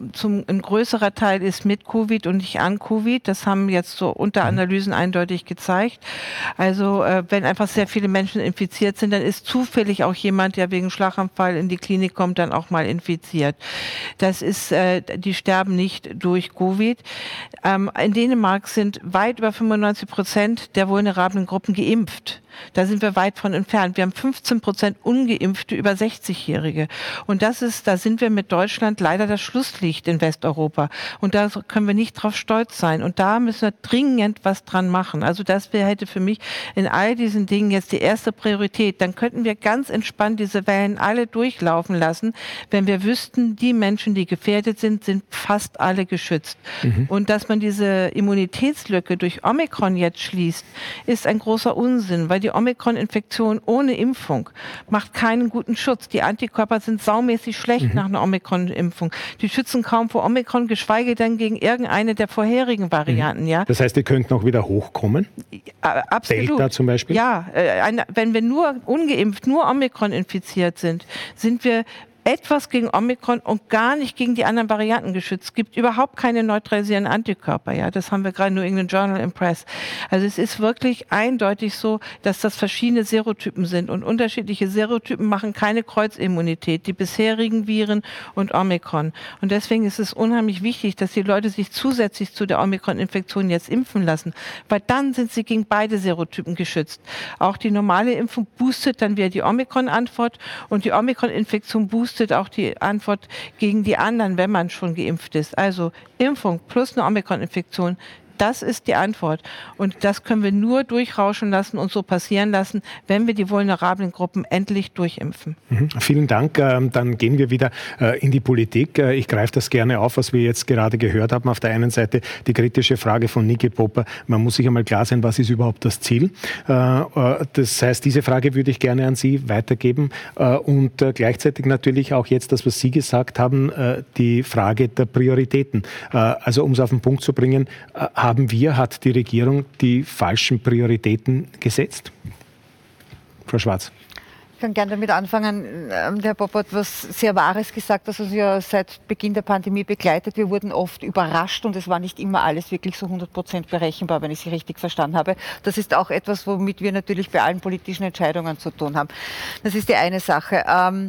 ein größerer Teil ist mit Covid und nicht an Covid. Das haben jetzt so Unteranalysen eindeutig gezeigt. Also wenn einfach sehr viele Menschen infiziert sind, dann ist zufällig auch jemand, der wegen Schlaganfall in die Klinik kommt, dann auch mal infiziert. Das ist, die sterben nicht durch Covid. In Dänemark sind weit über 95% der vulnerablen Gruppen geimpft. Da sind wir weit von entfernt. Wir haben 15% Ungeimpfte über 60-Jährige. Und da sind wir mit Deutschland leider das Schlusslicht in Westeuropa. Und da können wir nicht drauf stolz sein. Und da müssen wir dringend was dran machen. Also das hätte für mich in all diesen Dingen jetzt die erste Priorität. Dann könnten wir ganz entspannt diese Wellen alle durchlaufen lassen, wenn wir wüssten, die Menschen, die gefährdet sind, sind fast alle geschützt. Und dass man diese Immunitätslücke durch Omikron jetzt schließt, ist ein großer Unsinn, weil die Omikron-Infektion ohne Impfung macht keinen guten Schutz. Die Antikörper sind saumäßig schlecht nach einer Omikron-Impfung. Die schützen kaum vor Omikron, geschweige denn gegen irgendeine der vorherigen Varianten. Ja? Das heißt, die könnten auch wieder hochkommen? Absolut. Delta zum Beispiel? Ja, wenn wir nur ungeimpft, nur Omikron infiziert sind wir etwas gegen Omikron und gar nicht gegen die anderen Varianten geschützt. Es gibt überhaupt keine neutralisierenden Antikörper. Ja, das haben wir gerade nur in New England Journal and Press. Also es ist wirklich eindeutig so, dass das verschiedene Serotypen sind und unterschiedliche Serotypen machen keine Kreuzimmunität, die bisherigen Viren und Omikron. Und deswegen ist es unheimlich wichtig, dass die Leute sich zusätzlich zu der Omikron-Infektion jetzt impfen lassen, weil dann sind sie gegen beide Serotypen geschützt. Auch die normale Impfung boostet dann wieder die Omikron-Antwort und die Omikron-Infektion boostet auch die Antwort gegen die anderen, wenn man schon geimpft ist. Also Impfung plus eine Omikron-Infektion, das ist die Antwort. Und das können wir nur durchrauschen lassen und so passieren lassen, wenn wir die vulnerablen Gruppen endlich durchimpfen. Vielen Dank. Dann gehen wir wieder in die Politik. Ich greife das gerne auf, was wir jetzt gerade gehört haben. Auf der einen Seite die kritische Frage von Niki Popper. Man muss sich einmal klar sein, was ist überhaupt das Ziel? Das heißt, diese Frage würde ich gerne an Sie weitergeben. Und gleichzeitig natürlich auch jetzt das, was Sie gesagt haben, die Frage der Prioritäten. Also um es auf den Punkt zu bringen, hat die Regierung die falschen Prioritäten gesetzt? Frau Schwarz. Ich kann gerne damit anfangen. Der Herr Popper hat was sehr Wahres gesagt, das uns ja seit Beginn der Pandemie begleitet. Wir wurden oft überrascht und es war nicht immer alles wirklich so 100% berechenbar, wenn ich Sie richtig verstanden habe. Das ist auch etwas, womit wir natürlich bei allen politischen Entscheidungen zu tun haben. Das ist die eine Sache.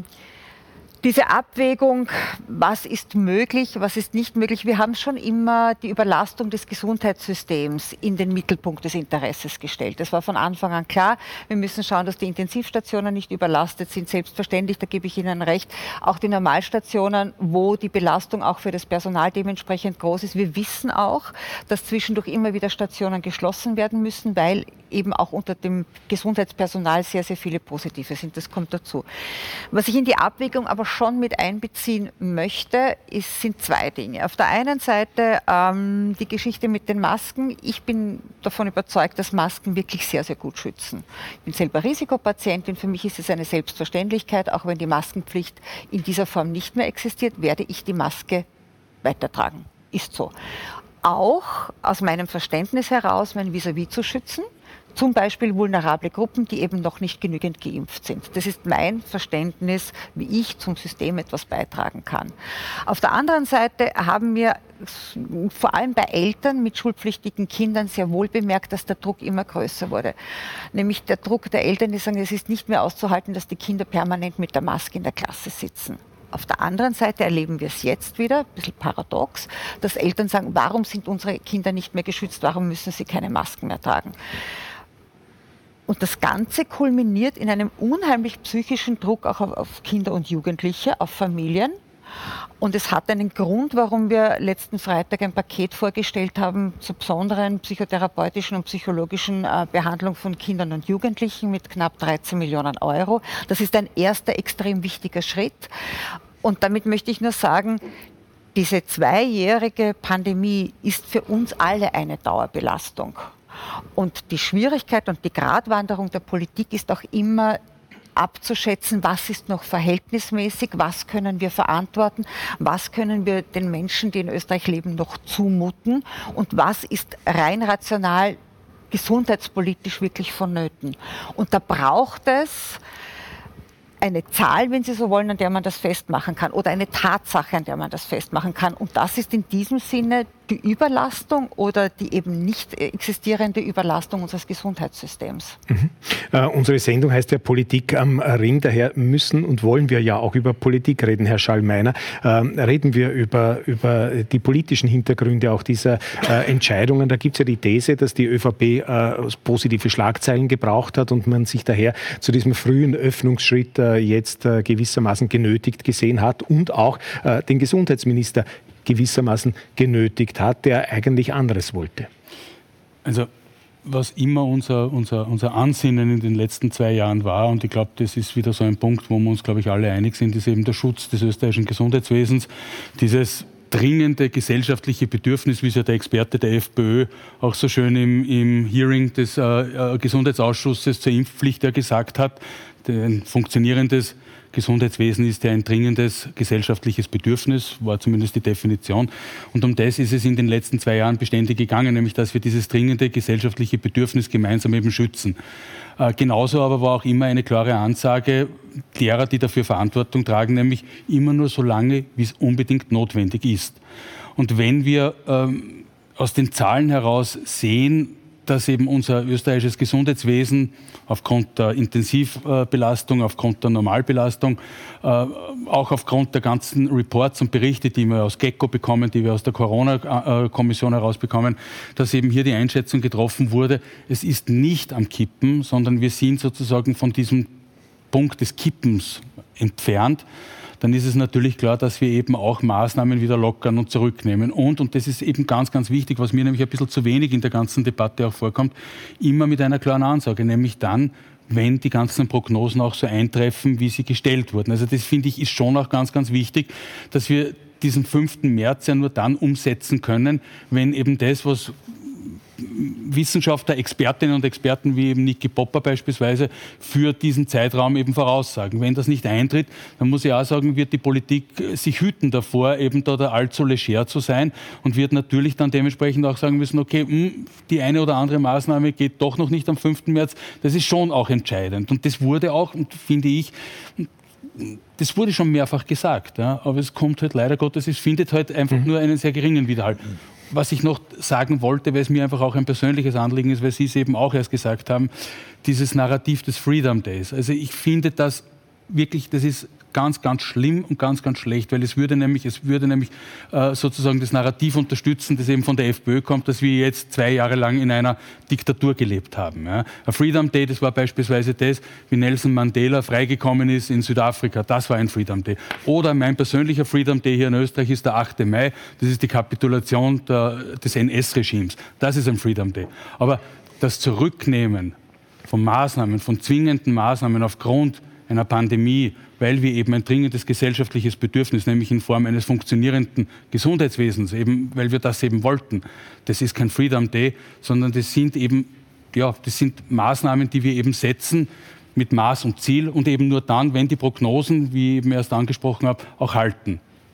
Diese Abwägung, was ist möglich, was ist nicht möglich, wir haben schon immer die Überlastung des Gesundheitssystems in den Mittelpunkt des Interesses gestellt. Das war von Anfang an klar. Wir müssen schauen, dass die Intensivstationen nicht überlastet sind. Selbstverständlich, da gebe ich Ihnen recht, auch die Normalstationen, wo die Belastung auch für das Personal dementsprechend groß ist. Wir wissen auch, dass zwischendurch immer wieder Stationen geschlossen werden müssen, weil eben auch unter dem Gesundheitspersonal sehr, sehr viele Positive sind. Das kommt dazu. Was ich in die Abwägung aber schon mit einbeziehen möchte, sind zwei Dinge. Auf der einen Seite die Geschichte mit den Masken. Ich bin davon überzeugt, dass Masken wirklich sehr, sehr gut schützen. Ich bin selber Risikopatientin. Für mich ist es eine Selbstverständlichkeit. Auch wenn die Maskenpflicht in dieser Form nicht mehr existiert, werde ich die Maske weitertragen. Ist so. Auch aus meinem Verständnis heraus, mein Vis-à-vis zu schützen. Zum Beispiel vulnerable Gruppen, die eben noch nicht genügend geimpft sind. Das ist mein Verständnis, wie ich zum System etwas beitragen kann. Auf der anderen Seite haben wir vor allem bei Eltern mit schulpflichtigen Kindern sehr wohl bemerkt, dass der Druck immer größer wurde. Nämlich der Druck der Eltern, die sagen, es ist nicht mehr auszuhalten, dass die Kinder permanent mit der Maske in der Klasse sitzen. Auf der anderen Seite erleben wir es jetzt wieder, ein bisschen paradox, dass Eltern sagen, warum sind unsere Kinder nicht mehr geschützt, warum müssen sie keine Masken mehr tragen? Und das Ganze kulminiert in einem unheimlich psychischen Druck auch auf Kinder und Jugendliche, auf Familien. Und es hat einen Grund, warum wir letzten Freitag ein Paket vorgestellt haben zur besonderen psychotherapeutischen und psychologischen Behandlung von Kindern und Jugendlichen mit knapp 13 Millionen Euro. Das ist ein erster extrem wichtiger Schritt. Und damit möchte ich nur sagen, diese 2-jährige Pandemie ist für uns alle eine Dauerbelastung. Und die Schwierigkeit und die Gratwanderung der Politik ist auch immer abzuschätzen, was ist noch verhältnismäßig, was können wir verantworten, was können wir den Menschen, die in Österreich leben, noch zumuten und was ist rein rational gesundheitspolitisch wirklich vonnöten. Und da braucht es eine Zahl, wenn Sie so wollen, an der man das festmachen kann oder eine Tatsache, an der man das festmachen kann. Und das ist in diesem Sinne die Überlastung oder die eben nicht existierende Überlastung unseres Gesundheitssystems. Unsere Sendung heißt ja Politik am Ring, daher müssen und wollen wir ja auch über Politik reden, Herr Schallmeiner. Reden wir über die politischen Hintergründe auch dieser Entscheidungen. Da gibt es ja die These, dass die ÖVP positive Schlagzeilen gebraucht hat und man sich daher zu diesem frühen Öffnungsschritt jetzt gewissermaßen genötigt gesehen hat und auch den Gesundheitsminister gewissermaßen genötigt hat, der eigentlich anderes wollte. Also was immer unser Ansinnen in den letzten 2 Jahren war, und ich glaube, das ist wieder so ein Punkt, wo wir uns, glaube ich, alle einig sind, ist eben der Schutz des österreichischen Gesundheitswesens, dieses dringende gesellschaftliche Bedürfnis, wie es ja der Experte der FPÖ auch so schön im Hearing des Gesundheitsausschusses zur Impfpflicht ja gesagt hat, ein funktionierendes Gesundheitswesen ist ja ein dringendes gesellschaftliches Bedürfnis, war zumindest die Definition. Und um das ist es in den letzten 2 Jahren beständig gegangen, nämlich dass wir dieses dringende gesellschaftliche Bedürfnis gemeinsam eben schützen. Genauso aber war auch immer eine klare Ansage derer, die dafür Verantwortung tragen, nämlich immer nur so lange, wie es unbedingt notwendig ist. Und wenn wir aus den Zahlen heraus sehen, dass eben unser österreichisches Gesundheitswesen aufgrund der Intensivbelastung, aufgrund der Normalbelastung, auch aufgrund der ganzen Reports und Berichte, die wir aus GECO bekommen, die wir aus der Corona-Kommission herausbekommen, dass eben hier die Einschätzung getroffen wurde, es ist nicht am Kippen, sondern wir sind sozusagen von diesem Punkt des Kippens entfernt. Dann ist es natürlich klar, dass wir eben auch Maßnahmen wieder lockern und zurücknehmen. Und das ist eben ganz, ganz wichtig, was mir nämlich ein bisschen zu wenig in der ganzen Debatte auch vorkommt, immer mit einer klaren Ansage, nämlich dann, wenn die ganzen Prognosen auch so eintreffen, wie sie gestellt wurden. Also das, finde ich, ist schon auch ganz, ganz wichtig, dass wir diesen 5. März ja nur dann umsetzen können, wenn eben das, was Wissenschaftler, Expertinnen und Experten wie eben Niki Popper beispielsweise für diesen Zeitraum eben voraussagen. Wenn das nicht eintritt, dann muss ich auch sagen, wird die Politik sich hüten davor, eben da allzu leger zu sein und wird natürlich dann dementsprechend auch sagen müssen, okay, die eine oder andere Maßnahme geht doch noch nicht am 5. März. Das ist schon auch entscheidend. Und das wurde auch, finde ich, das wurde schon mehrfach gesagt, ja, aber es kommt halt leider Gottes, es findet halt einfach nur einen sehr geringen Widerhall. Was ich noch sagen wollte, weil es mir einfach auch ein persönliches Anliegen ist, weil Sie es eben auch erst gesagt haben, dieses Narrativ des Freedom Days. Also ich finde das wirklich, das ist ganz, ganz schlimm und ganz, ganz schlecht, weil es würde nämlich sozusagen das Narrativ unterstützen, das eben von der FPÖ kommt, dass wir jetzt 2 Jahre lang in einer Diktatur gelebt haben. Ja. Ein Freedom Day, das war beispielsweise das, wie Nelson Mandela freigekommen ist in Südafrika, das war ein Freedom Day. Oder mein persönlicher Freedom Day hier in Österreich ist der 8. Mai, das ist die Kapitulation des NS-Regimes. Das ist ein Freedom Day. Aber das Zurücknehmen von Maßnahmen, von zwingenden Maßnahmen aufgrund einer Pandemie, weil wir eben ein dringendes gesellschaftliches Bedürfnis, nämlich in Form eines funktionierenden Gesundheitswesens, eben, weil wir das eben wollten. Das ist kein Freedom Day, sondern das sind eben, ja, das sind Maßnahmen, die wir eben setzen mit Maß und Ziel und eben nur dann, wenn die Prognosen, wie ich eben erst angesprochen habe, auch halten.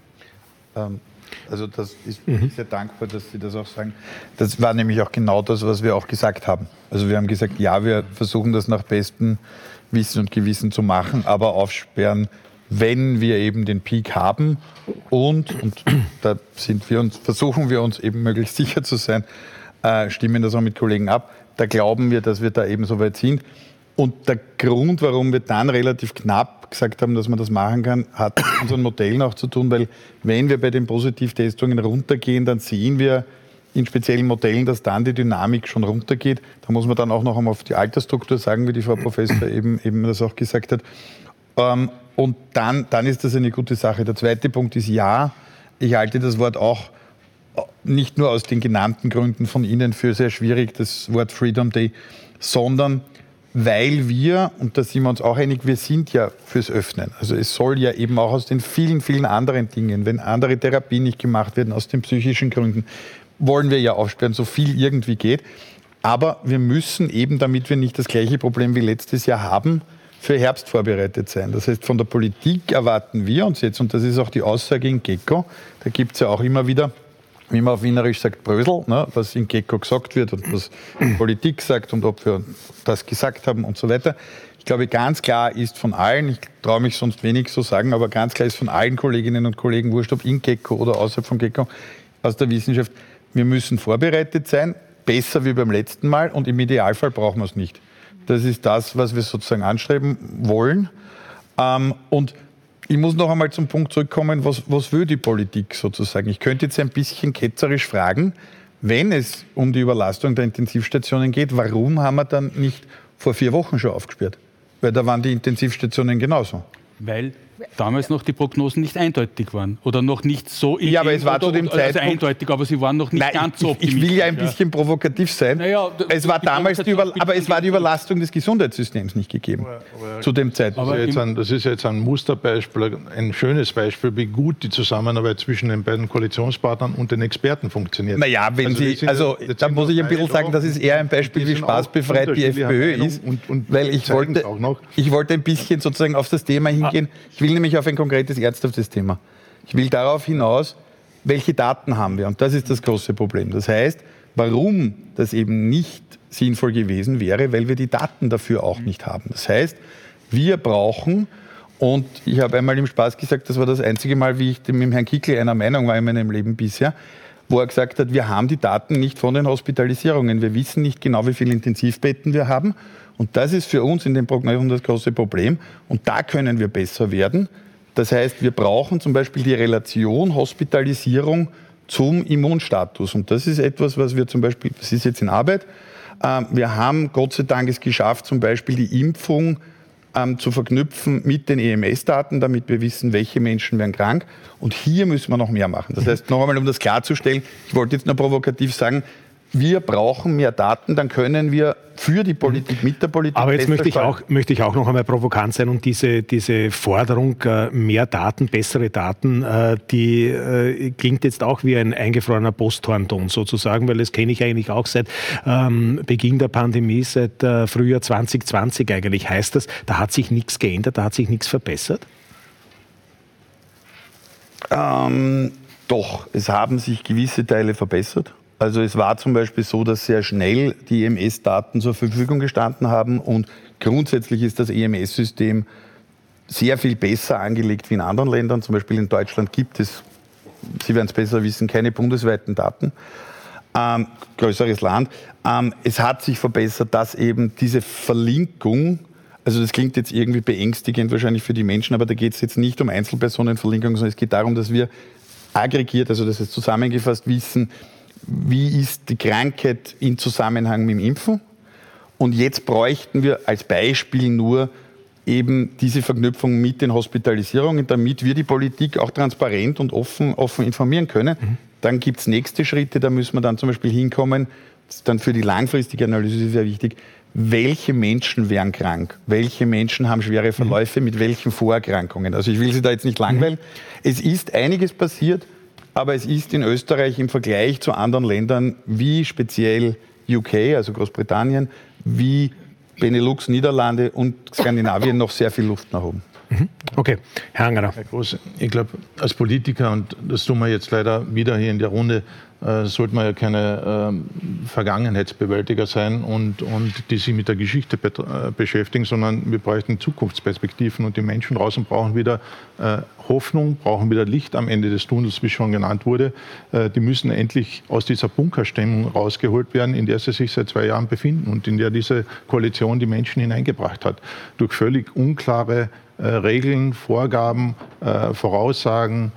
Also das ist bin ich sehr dankbar, dass Sie das auch sagen. Das war nämlich auch genau das, was wir auch gesagt haben. Also wir haben gesagt, ja, wir versuchen das nach bestem Wissen und Gewissen zu machen, aber aufsperren, wenn wir eben den Peak haben und da versuchen wir uns eben möglichst sicher zu sein, stimmen das auch mit Kollegen ab, da glauben wir, dass wir da eben so weit sind. Und der Grund, warum wir dann relativ knapp gesagt haben, dass man das machen kann, hat mit unseren Modellen auch zu tun, weil wenn wir bei den Positivtestungen runtergehen, dann sehen wir in speziellen Modellen, dass dann die Dynamik schon runtergeht. Da muss man dann auch noch einmal auf die Altersstruktur sagen, wie die Frau Professor eben das auch gesagt hat. Und dann ist das eine gute Sache. Der zweite Punkt ist ja, ich halte das Wort auch nicht nur aus den genannten Gründen von Ihnen für sehr schwierig, das Wort Freedom Day, sondern weil wir, und da sind wir uns auch einig, wir sind ja fürs Öffnen. Also es soll ja eben auch aus den vielen, vielen anderen Dingen, wenn andere Therapien nicht gemacht werden, aus den psychischen Gründen, wollen wir ja aufsperren, so viel irgendwie geht. Aber wir müssen eben, damit wir nicht das gleiche Problem wie letztes Jahr haben, für Herbst vorbereitet sein. Das heißt, von der Politik erwarten wir uns jetzt, und das ist auch die Aussage in GECO, da gibt es ja auch immer wieder, wie man auf Wienerisch sagt, Brösel, ne, was in GECO gesagt wird und was die Politik sagt und ob wir das gesagt haben und so weiter. Ich glaube, ganz klar ist von allen, ich traue mich sonst wenig so sagen, aber ganz klar ist von allen Kolleginnen und Kollegen, wurscht ob in GECO oder außerhalb von GECO, aus der Wissenschaft, wir müssen vorbereitet sein, besser wie beim letzten Mal, und im Idealfall brauchen wir es nicht. Das ist das, was wir sozusagen anstreben wollen. Und ich muss noch einmal zum Punkt zurückkommen, was will die Politik sozusagen? Ich könnte jetzt ein bisschen ketzerisch fragen, wenn es um die Überlastung der Intensivstationen geht, warum haben wir dann nicht vor 4 Wochen schon aufgesperrt? Weil da waren die Intensivstationen genauso. Weil damals noch die Prognosen nicht eindeutig waren oder noch nicht so ja, aber es war zu dem Zeitpunkt eindeutig, aber sie waren noch nicht ganz so optimistisch. Ich will ja ein bisschen provokativ sein. Naja, es war damals die Überlastung des Gesundheitssystems nicht gegeben zu dem Zeitpunkt. Das ist jetzt ein Musterbeispiel, ein schönes Beispiel, wie gut die Zusammenarbeit zwischen den beiden Koalitionspartnern und den Experten funktioniert. Naja, da muss ich ein bisschen sagen, das ist eher ein Beispiel, wie spaßbefreit die FPÖ ist, weil ich wollte ein bisschen sozusagen auf das Thema hingehen. Ich will nämlich auf ein konkretes, ernsthaftes Thema. Ich will darauf hinaus, welche Daten haben wir? Und das ist das große Problem. Das heißt, warum das eben nicht sinnvoll gewesen wäre, weil wir die Daten dafür auch nicht haben. Das heißt, wir brauchen, und ich habe einmal im Spaß gesagt, das war das einzige Mal, wie ich mit dem Herrn Kickl einer Meinung war in meinem Leben bisher, wo er gesagt hat, wir haben die Daten nicht von den Hospitalisierungen. Wir wissen nicht genau, wie viele Intensivbetten wir haben. Und das ist für uns in den Prognosen das große Problem. Und da können wir besser werden. Das heißt, wir brauchen zum Beispiel die Relation Hospitalisierung zum Immunstatus. Und das ist etwas, was wir zum Beispiel, das ist jetzt in Arbeit, wir haben Gott sei Dank es geschafft, zum Beispiel die Impfung zu verknüpfen mit den EMS-Daten, damit wir wissen, welche Menschen werden krank. Und hier müssen wir noch mehr machen. Das heißt, noch einmal, um das klarzustellen, ich wollte jetzt nur provokativ sagen, wir brauchen mehr Daten, dann können wir für die Politik, mit der Politik... Aber jetzt möchte ich auch noch einmal provokant sein und diese Forderung, mehr Daten, bessere Daten, die klingt jetzt auch wie ein eingefrorener Posthornton sozusagen, weil das kenne ich eigentlich auch seit Beginn der Pandemie, seit Frühjahr 2020 eigentlich. Heißt das, da hat sich nichts geändert, da hat sich nichts verbessert? Doch, es haben sich gewisse Teile verbessert. Also es war zum Beispiel so, dass sehr schnell die EMS-Daten zur Verfügung gestanden haben und grundsätzlich ist das EMS-System sehr viel besser angelegt wie in anderen Ländern. Zum Beispiel in Deutschland gibt es, Sie werden es besser wissen, keine bundesweiten Daten. Größeres Land. Es hat sich verbessert, dass eben diese Verlinkung, also das klingt jetzt irgendwie beängstigend wahrscheinlich für die Menschen, aber da geht es jetzt nicht um Einzelpersonenverlinkung, sondern es geht darum, dass wir aggregiert, also das heißt zusammengefasst wissen, wie ist die Krankheit in Zusammenhang mit dem Impfen? Und jetzt bräuchten wir als Beispiel nur eben diese Verknüpfung mit den Hospitalisierungen, damit wir die Politik auch transparent und offen informieren können. Dann gibt es nächste Schritte, da müssen wir dann zum Beispiel hinkommen, das ist dann für die langfristige Analyse sehr wichtig, welche Menschen werden krank, welche Menschen haben schwere Verläufe, mit welchen Vorerkrankungen. Also ich will Sie da jetzt nicht langweilen. Es ist einiges passiert, aber es ist in Österreich im Vergleich zu anderen Ländern, wie speziell UK, also Großbritannien, wie Benelux, Niederlande und Skandinavien noch sehr viel Luft nach oben. Okay, Herr Angerer. Herr Groß, ich glaube, als Politiker, und das tun wir jetzt leider wieder hier in der Runde, sollte man ja keine Vergangenheitsbewältiger sein und die sich mit der Geschichte beschäftigen, sondern wir bräuchten Zukunftsperspektiven und die Menschen draußen brauchen wieder Hoffnung, brauchen wieder Licht am Ende des Tunnels, wie schon genannt wurde. Die müssen endlich aus dieser Bunkerstimmung rausgeholt werden, in der sie sich seit 2 Jahren befinden und in der diese Koalition die Menschen hineingebracht hat. Durch völlig unklare Regeln, Vorgaben, Voraussagen,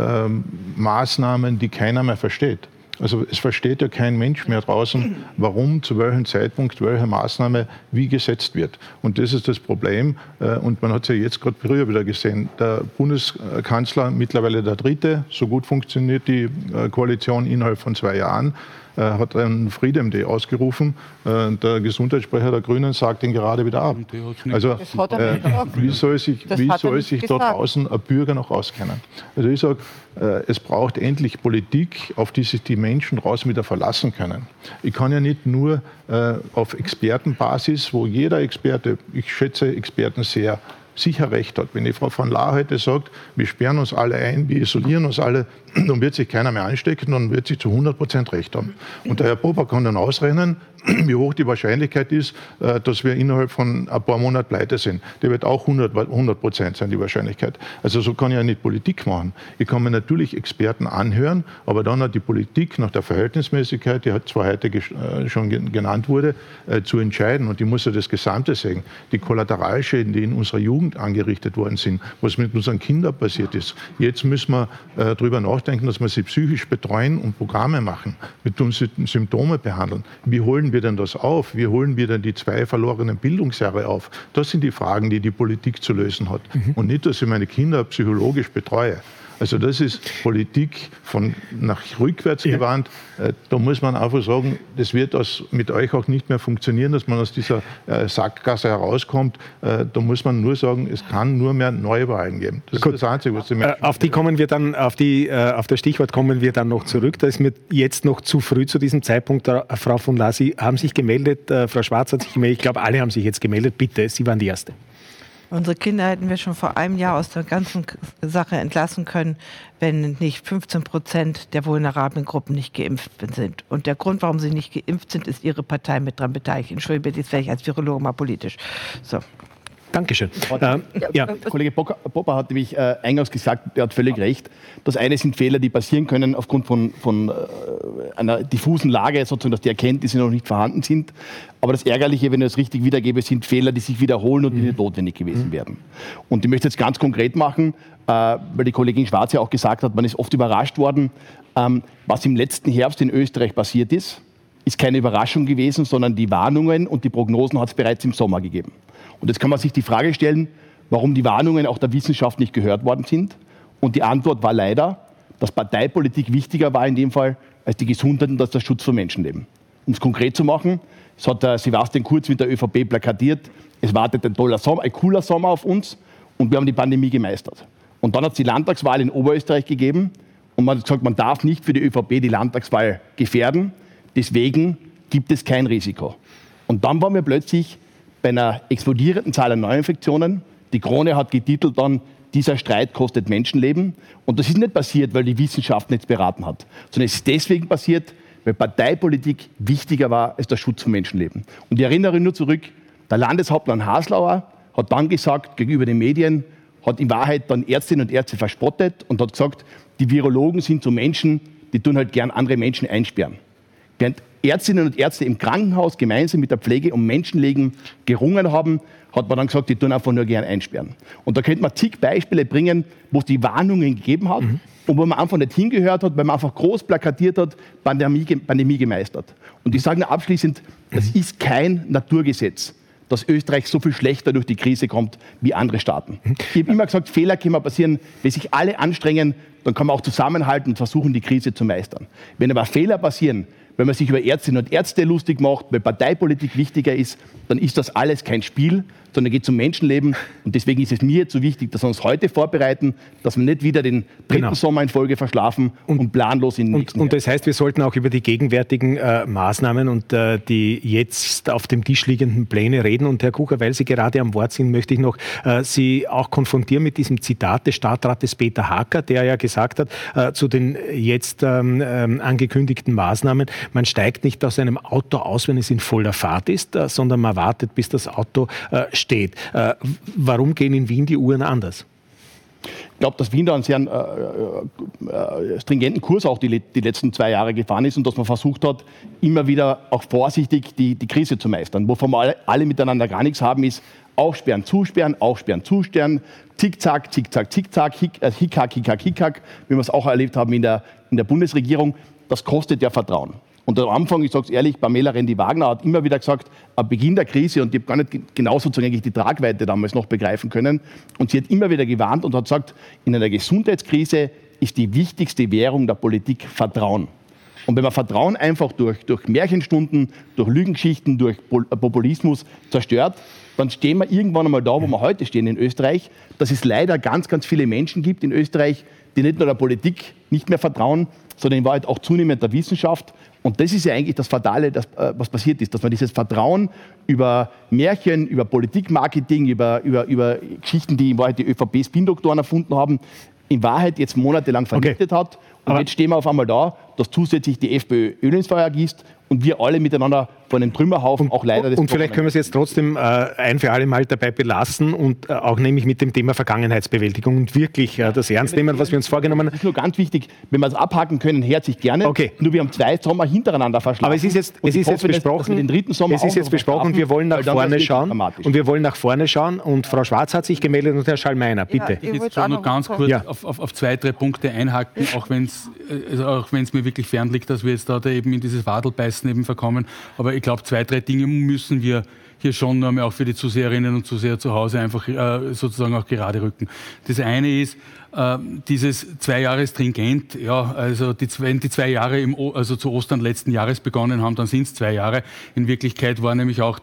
Maßnahmen, die keiner mehr versteht. Also es versteht ja kein Mensch mehr draußen, warum, zu welchem Zeitpunkt, welche Maßnahme wie gesetzt wird. Und das ist das Problem. Und man hat es ja jetzt gerade früher wieder gesehen. Der Bundeskanzler, mittlerweile der dritte, so gut funktioniert die Koalition innerhalb von 2 Jahren, hat einen Freedom Day ausgerufen. Der Gesundheitssprecher der Grünen sagt ihn gerade wieder ab. Also wie soll sich dort draußen ein Bürger noch auskennen? Also ich sage, es braucht endlich Politik, auf die sich die Menschen draußen wieder verlassen können. Ich kann ja nicht nur auf Expertenbasis, wo jeder Experte, ich schätze Experten sehr, sicher recht hat. Wenn die Frau von Lahr heute sagt, wir sperren uns alle ein, wir isolieren uns alle, dann wird sich keiner mehr anstecken, dann wird sie zu 100% recht haben. Und der Herr Popper kann dann ausrechnen, wie hoch die Wahrscheinlichkeit ist, dass wir innerhalb von ein paar Monaten pleite sind. Die wird auch 100% sein, die Wahrscheinlichkeit. Also so kann ich ja nicht Politik machen. Ich kann mir natürlich Experten anhören, aber dann hat die Politik nach der Verhältnismäßigkeit, die hat zwar heute schon genannt wurde, zu entscheiden. Und die muss ja das Gesamte sehen. Die Kollateralschäden, die in unserer Jugend angerichtet worden sind, was mit unseren Kindern passiert ist. Jetzt müssen wir darüber nachdenken, dass wir sie psychisch betreuen und Programme machen, mit uns Symptome behandeln. Wie holen wir denn das auf? Wie holen wir denn die 2 verlorenen Bildungsjahre auf? Das sind die Fragen, die die Politik zu lösen hat. Und nicht, dass ich meine Kinder psychologisch betreue. Also das ist Politik von nach rückwärts gewandt. Da muss man einfach sagen, das wird mit euch auch nicht mehr funktionieren, dass man aus dieser Sackgasse herauskommt. Da muss man nur sagen, es kann nur mehr Neuwahlen geben. Das ist das Einzige, was die Menschen auf die kommen wir dann, auf das Stichwort kommen wir dann noch zurück. Da ist mir jetzt noch zu früh zu diesem Zeitpunkt. Frau von Lahr, Sie haben sich gemeldet, Frau Schwarz hat sich gemeldet, ich glaube, alle haben sich jetzt gemeldet. Bitte, Sie waren die Erste. Unsere Kinder hätten wir schon vor einem Jahr aus der ganzen Sache entlassen können, wenn nicht 15% der vulnerablen Gruppen nicht geimpft sind. Und der Grund, warum sie nicht geimpft sind, ist Ihre Partei mit dran beteiligt. Entschuldigung, jetzt werde ich als Virologe mal politisch. So. Dankeschön. Kollege Popper hat nämlich eingangs gesagt, er hat völlig recht. Das eine sind Fehler, die passieren können aufgrund von einer diffusen Lage, sozusagen, dass die Erkenntnisse noch nicht vorhanden sind. Aber das Ärgerliche, wenn ich das richtig wiedergebe, sind Fehler, die sich wiederholen und die nicht notwendig gewesen wären. Und ich möchte jetzt ganz konkret machen, weil die Kollegin Schwarz ja auch gesagt hat, man ist oft überrascht worden, was im letzten Herbst in Österreich passiert ist keine Überraschung gewesen, sondern die Warnungen und die Prognosen hat es bereits im Sommer gegeben. Und jetzt kann man sich die Frage stellen, warum die Warnungen auch der Wissenschaft nicht gehört worden sind. Und die Antwort war leider, dass Parteipolitik wichtiger war in dem Fall als die Gesundheit und als der Schutz von Menschenleben. Um es konkret zu machen, es hat Sebastian Kurz mit der ÖVP plakatiert, es wartet ein toller Sommer, ein cooler Sommer auf uns und wir haben die Pandemie gemeistert. Und dann hat es die Landtagswahl in Oberösterreich gegeben und man hat gesagt, man darf nicht für die ÖVP die Landtagswahl gefährden, deswegen gibt es kein Risiko. Und dann waren wir plötzlich bei einer explodierenden Zahl an Neuinfektionen. Die Krone hat getitelt dann, dieser Streit kostet Menschenleben. Und das ist nicht passiert, weil die Wissenschaft nicht beraten hat, sondern es ist deswegen passiert, weil Parteipolitik wichtiger war als der Schutz von Menschenleben. Und ich erinnere nur zurück, der Landeshauptmann Haslauer hat dann gesagt, gegenüber den Medien, hat in Wahrheit dann Ärztinnen und Ärzte verspottet und hat gesagt, die Virologen sind so Menschen, die tun halt gern andere Menschen einsperren. Während Ärztinnen und Ärzte im Krankenhaus gemeinsam mit der Pflege um Menschenleben gerungen haben, hat man dann gesagt, die tun einfach nur gern einsperren. Und da könnte man zig Beispiele bringen, wo es die Warnungen gegeben hat und wo man einfach nicht hingehört hat, weil man einfach groß plakatiert hat, Pandemie gemeistert. Und ich sage nur abschließend, das ist kein Naturgesetz, dass Österreich so viel schlechter durch die Krise kommt wie andere Staaten. Ich habe immer gesagt, Fehler können passieren, wenn sich alle anstrengen, dann kann man auch zusammenhalten und versuchen, die Krise zu meistern. Wenn aber Fehler passieren, wenn man sich über Ärztinnen und Ärzte lustig macht, weil Parteipolitik wichtiger ist, dann ist das alles kein Spiel, sondern geht um Menschenleben. Und deswegen ist es mir jetzt so wichtig, dass wir uns heute vorbereiten, dass wir nicht wieder den dritten Sommer in Folge verschlafen und planlos in den nächsten Und das heißt, wir sollten auch über die gegenwärtigen Maßnahmen und die jetzt auf dem Tisch liegenden Pläne reden. Und Herr Kucher, weil Sie gerade am Wort sind, möchte ich noch Sie auch konfrontieren mit diesem Zitat des Stadtrates Peter Hacker, der ja gesagt hat, zu den jetzt angekündigten Maßnahmen, man steigt nicht aus einem Auto aus, wenn es in voller Fahrt ist, sondern man wartet, bis das Auto steht. Warum gehen in Wien die Uhren anders? Ich glaube, dass Wien da einen sehr stringenten Kurs auch die letzten 2 Jahre gefahren ist und dass man versucht hat, immer wieder auch vorsichtig die Krise zu meistern. Wovon wir alle miteinander gar nichts haben, ist aufsperren, zusperren, zickzack, zickzack, zickzack, Hickhack, Hickhack, Hickhack, wie wir es auch erlebt haben in der Bundesregierung. Das kostet ja Vertrauen. Und am Anfang, ich sage es ehrlich, Pamela Rendi-Wagner hat immer wieder gesagt, am Beginn der Krise, und ich habe gar nicht genau sozusagen eigentlich die Tragweite damals noch begreifen können, und sie hat immer wieder gewarnt und hat gesagt, in einer Gesundheitskrise ist die wichtigste Währung der Politik Vertrauen. Und wenn man Vertrauen einfach durch Märchenstunden, durch Lügengeschichten, durch Populismus zerstört, dann stehen wir irgendwann einmal da, wo wir heute stehen in Österreich, dass es leider ganz, ganz viele Menschen gibt in Österreich, die nicht nur der Politik nicht mehr vertrauen, sondern in Wahrheit auch zunehmend der Wissenschaft. Und das ist ja eigentlich das Fatale, was passiert ist, dass man dieses Vertrauen über Märchen, über Politikmarketing, über Geschichten, die in Wahrheit die ÖVP-Spin-Doktoren erfunden haben, in Wahrheit jetzt monatelang vernichtet hat. Und jetzt stehen wir auf einmal da, dass zusätzlich die FPÖ Öl ins Feuer gießt und wir alle miteinander von einem Trümmerhaufen auch leider das. Und vielleicht können wir es jetzt trotzdem ein für alle Mal dabei belassen und auch nämlich mit dem Thema Vergangenheitsbewältigung und wirklich das ernst nehmen, was wir uns vorgenommen haben. Das ist nur ganz wichtig, wenn wir es abhaken können, herzlich gerne. Okay. Nur wir haben 2 Sommer hintereinander verschlafen. Aber es ist jetzt besprochen, den dritten Sommer und wir wollen nach vorne schauen. Und wir wollen nach vorne schauen. Und Frau Schwarz hat sich gemeldet und Herr Schallmeiner, bitte. Ich will jetzt schon noch ganz kurz auf 2, 3 Punkte einhaken, auch wenn es mir wirklich fern liegt, dass wir jetzt da eben in dieses Wadelbeißen eben verkommen. Aber ich glaube, 2, 3 Dinge müssen wir hier schon auch für die Zuseherinnen und Zuseher zu Hause einfach sozusagen auch gerade rücken. Das eine ist, dieses 2 Jahre stringent, ja, also wenn die 2 Jahre also zu Ostern letzten Jahres begonnen haben, dann sind es 2 Jahre. In Wirklichkeit war nämlich auch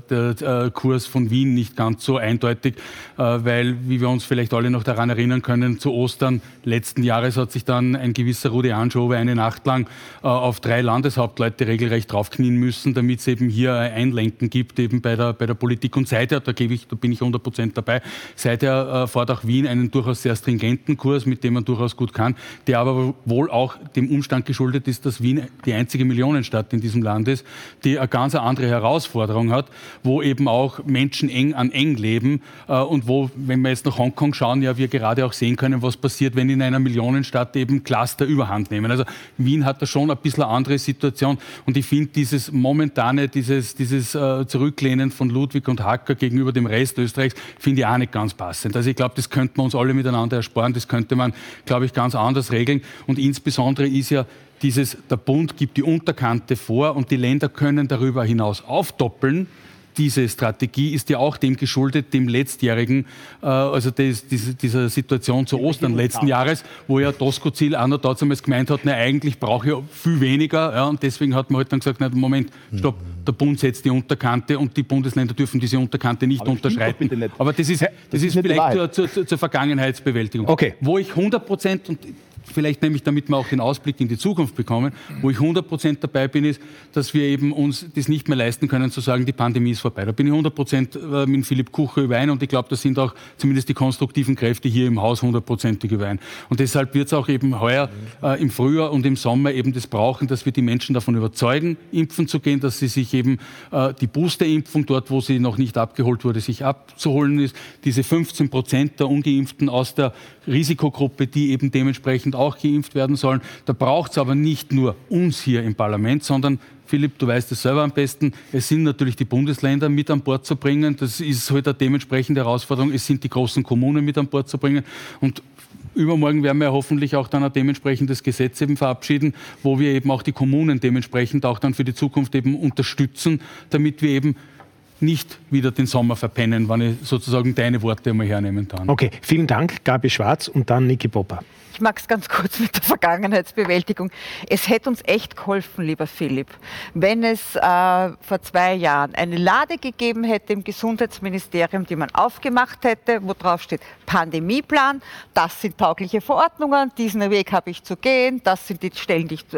der Kurs von Wien nicht ganz so eindeutig, weil, wie wir uns vielleicht alle noch daran erinnern können, zu Ostern letzten Jahres hat sich dann ein gewisser Rudi Anschober eine Nacht lang auf 3 Landeshauptleute regelrecht draufknien müssen, damit es eben hier ein Einlenken gibt, eben bei der Politik. Und seither, da bin ich 100% dabei, seither fährt auch Wien einen durchaus sehr stringenten Kurs, mit dem man durchaus gut kann, der aber wohl auch dem Umstand geschuldet ist, dass Wien die einzige Millionenstadt in diesem Land ist, die eine ganz andere Herausforderung hat, wo eben auch Menschen eng an eng leben und wo, wenn wir jetzt nach Hongkong schauen, ja wir gerade auch sehen können, was passiert, wenn in einer Millionenstadt eben Cluster überhand nehmen. Also Wien hat da schon ein bisschen eine andere Situation und ich finde dieses momentane, dieses Zurücklehnen von Ludwig und Hacker gegenüber dem Rest Österreichs, finde ich auch nicht ganz passend. Also ich glaube, das könnten wir uns alle miteinander ersparen. Das könnte man, glaube ich, ganz anders regeln. Und insbesondere ist ja der Bund gibt die Unterkante vor und die Länder können darüber hinaus aufdoppeln. Diese Strategie ist ja auch dem geschuldet, dem letztjährigen, also dieser Situation zu Ostern letzten Jahres, wo ja Doskozil auch noch damals gemeint hat, eigentlich brauche ich viel weniger. Ja, und deswegen hat man halt dann gesagt, Moment, stopp, der Bund setzt die Unterkante und die Bundesländer dürfen diese Unterkante nicht unterschreiten. Aber das ist vielleicht zur Vergangenheitsbewältigung. Okay. Wo ich 100% und vielleicht nämlich, damit wir auch den Ausblick in die Zukunft bekommen, wo ich 100% dabei bin, ist, dass wir eben uns das nicht mehr leisten können, zu sagen, die Pandemie ist vorbei. Da bin ich 100% mit Philipp Kucher überein und ich glaube, da sind auch zumindest die konstruktiven Kräfte hier im Haus 100%ig überein. Und deshalb wird es auch eben heuer im Frühjahr und im Sommer eben das brauchen, dass wir die Menschen davon überzeugen, impfen zu gehen, dass sie sich eben die Boosterimpfung dort, wo sie noch nicht abgeholt wurde, sich abzuholen ist. Diese 15% der Ungeimpften aus der Risikogruppe, die eben dementsprechend auch geimpft werden sollen. Da braucht es aber nicht nur uns hier im Parlament, sondern, Philipp, du weißt es selber am besten, es sind natürlich die Bundesländer mit an Bord zu bringen. Das ist halt eine dementsprechende Herausforderung. Es sind die großen Kommunen mit an Bord zu bringen. Und übermorgen werden wir ja hoffentlich auch dann ein dementsprechendes Gesetz eben verabschieden, wo wir eben auch die Kommunen dementsprechend auch dann für die Zukunft eben unterstützen, damit wir eben nicht wieder den Sommer verpennen, wenn ich sozusagen deine Worte einmal hernehmen kann. Okay, vielen Dank, Gabi Schwarz und dann Niki Popper. Ich mag es ganz kurz mit der Vergangenheitsbewältigung. Es hätte uns echt geholfen, lieber Philipp, wenn es vor 2 Jahren eine Lade gegeben hätte im Gesundheitsministerium, die man aufgemacht hätte, wo drauf steht Pandemieplan, das sind taugliche Verordnungen, diesen Weg habe ich zu gehen, das sind die Stellen, die ich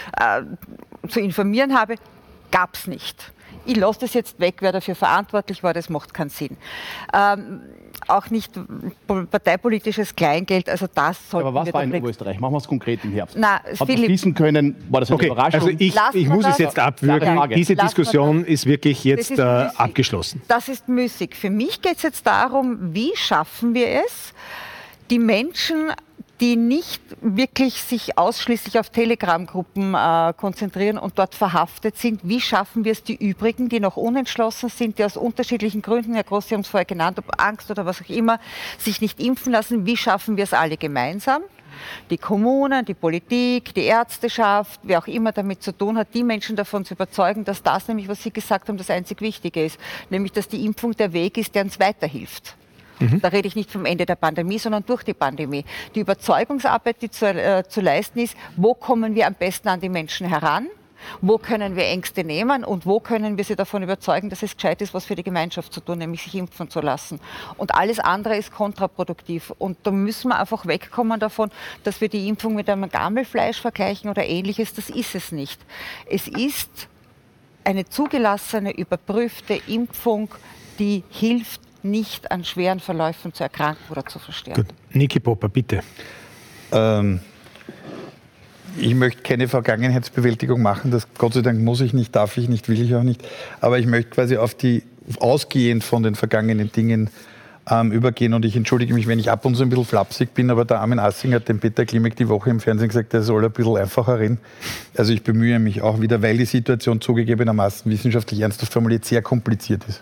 zu informieren habe. Gab es nicht. Ich lasse das jetzt weg, wer dafür verantwortlich war, das macht keinen Sinn. Auch nicht parteipolitisches Kleingeld, also das sollten wir... Aber was war in Oberösterreich? Machen wir es konkret im Herbst. Na, hat man schließen können? War das eine Überraschung? Also ich muss es jetzt abwürgen. Diese Diskussion ist wirklich jetzt abgeschlossen. Das ist müßig. Für mich geht es jetzt darum, wie schaffen wir es, die Menschen, die nicht wirklich sich ausschließlich auf Telegram-Gruppen konzentrieren und dort verhaftet sind. Wie schaffen wir es, die übrigen, die noch unentschlossen sind, die aus unterschiedlichen Gründen, Herr Groß, Sie haben es vorher genannt, ob Angst oder was auch immer, sich nicht impfen lassen, wie schaffen wir es alle gemeinsam? Die Kommunen, die Politik, die Ärzteschaft, wer auch immer damit zu tun hat, die Menschen davon zu überzeugen, dass das nämlich, was Sie gesagt haben, das einzig Wichtige ist. Nämlich, dass die Impfung der Weg ist, der uns weiterhilft. Da rede ich nicht vom Ende der Pandemie, sondern durch die Pandemie. Die Überzeugungsarbeit, die zu leisten ist, wo kommen wir am besten an die Menschen heran? Wo können wir Ängste nehmen und wo können wir sie davon überzeugen, dass es gescheit ist, was für die Gemeinschaft zu tun, nämlich sich impfen zu lassen. Und alles andere ist kontraproduktiv. Und da müssen wir einfach wegkommen davon, dass wir die Impfung mit einem Gammelfleisch vergleichen oder Ähnliches. Das ist es nicht. Es ist eine zugelassene, überprüfte Impfung, die hilft, nicht an schweren Verläufen zu erkranken oder zu versterben. Gut. Niki Popper, bitte. Ich möchte keine Vergangenheitsbewältigung machen, das Gott sei Dank muss ich nicht, darf ich nicht, will ich auch nicht. Aber ich möchte quasi ausgehend von den vergangenen Dingen übergehen. Und ich entschuldige mich, wenn ich ab und zu ein bisschen flapsig bin, aber der Armin Assing hat dem Peter Klimek die Woche im Fernsehen gesagt, er soll ein bisschen einfacher reden. Also ich bemühe mich auch wieder, weil die Situation zugegebenermaßen wissenschaftlich ernsthaft formuliert sehr kompliziert ist.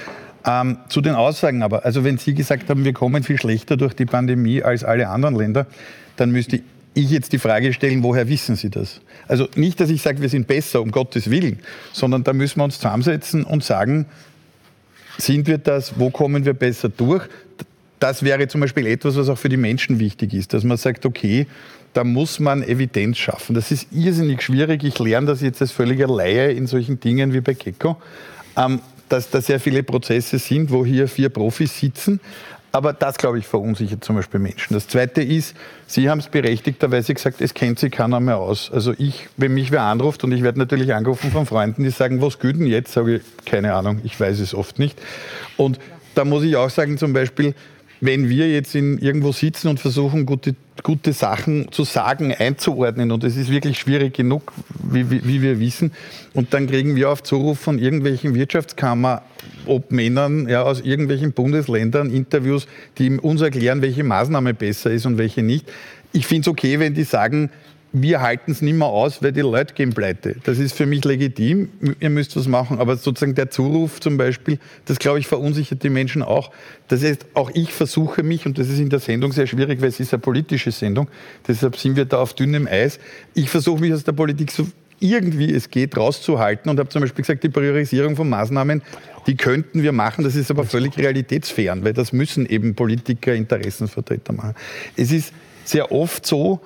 Zu den Aussagen aber, also wenn Sie gesagt haben, wir kommen viel schlechter durch die Pandemie als alle anderen Länder, dann müsste ich jetzt die Frage stellen, woher wissen Sie das? Also nicht, dass ich sage, wir sind besser, um Gottes Willen, sondern da müssen wir uns zusammensetzen und sagen, sind wir das, wo kommen wir besser durch? Das wäre zum Beispiel etwas, was auch für die Menschen wichtig ist, dass man sagt, okay, da muss man Evidenz schaffen. Das ist irrsinnig schwierig. Ich lerne das jetzt als völliger Laie in solchen Dingen wie bei Gecko, dass da sehr viele Prozesse sind, wo hier 4 Profis sitzen. Aber das, glaube ich, verunsichert zum Beispiel Menschen. Das Zweite ist, Sie haben es berechtigterweise gesagt, es kennt sich keiner mehr aus. Also wenn mich wer anruft, und ich werde natürlich angerufen von Freunden, die sagen, was gilt denn jetzt? Sage ich, keine Ahnung, ich weiß es oft nicht. Und da muss ich auch sagen, zum Beispiel, wenn wir jetzt irgendwo sitzen und versuchen, gute Sachen zu sagen, einzuordnen, und es ist wirklich schwierig genug, wie wir wissen, und dann kriegen wir auf Zuruf von irgendwelchen Wirtschaftskammer-Obmännern aus irgendwelchen Bundesländern Interviews, die uns erklären, welche Maßnahme besser ist und welche nicht. Ich finde es okay, wenn die sagen, wir halten es nicht mehr aus, weil die Leute gehen pleite. Das ist für mich legitim, ihr müsst was machen. Aber sozusagen der Zuruf zum Beispiel, das glaube ich verunsichert die Menschen auch. Das heißt, auch ich versuche mich, und das ist in der Sendung sehr schwierig, weil es ist eine politische Sendung, deshalb sind wir da auf dünnem Eis. Ich versuche mich aus der Politik so irgendwie es geht rauszuhalten und habe zum Beispiel gesagt, die Priorisierung von Maßnahmen, die könnten wir machen, das ist aber völlig realitätsfern, weil das müssen eben Politiker, Interessenvertreter machen. Es ist sehr oft so,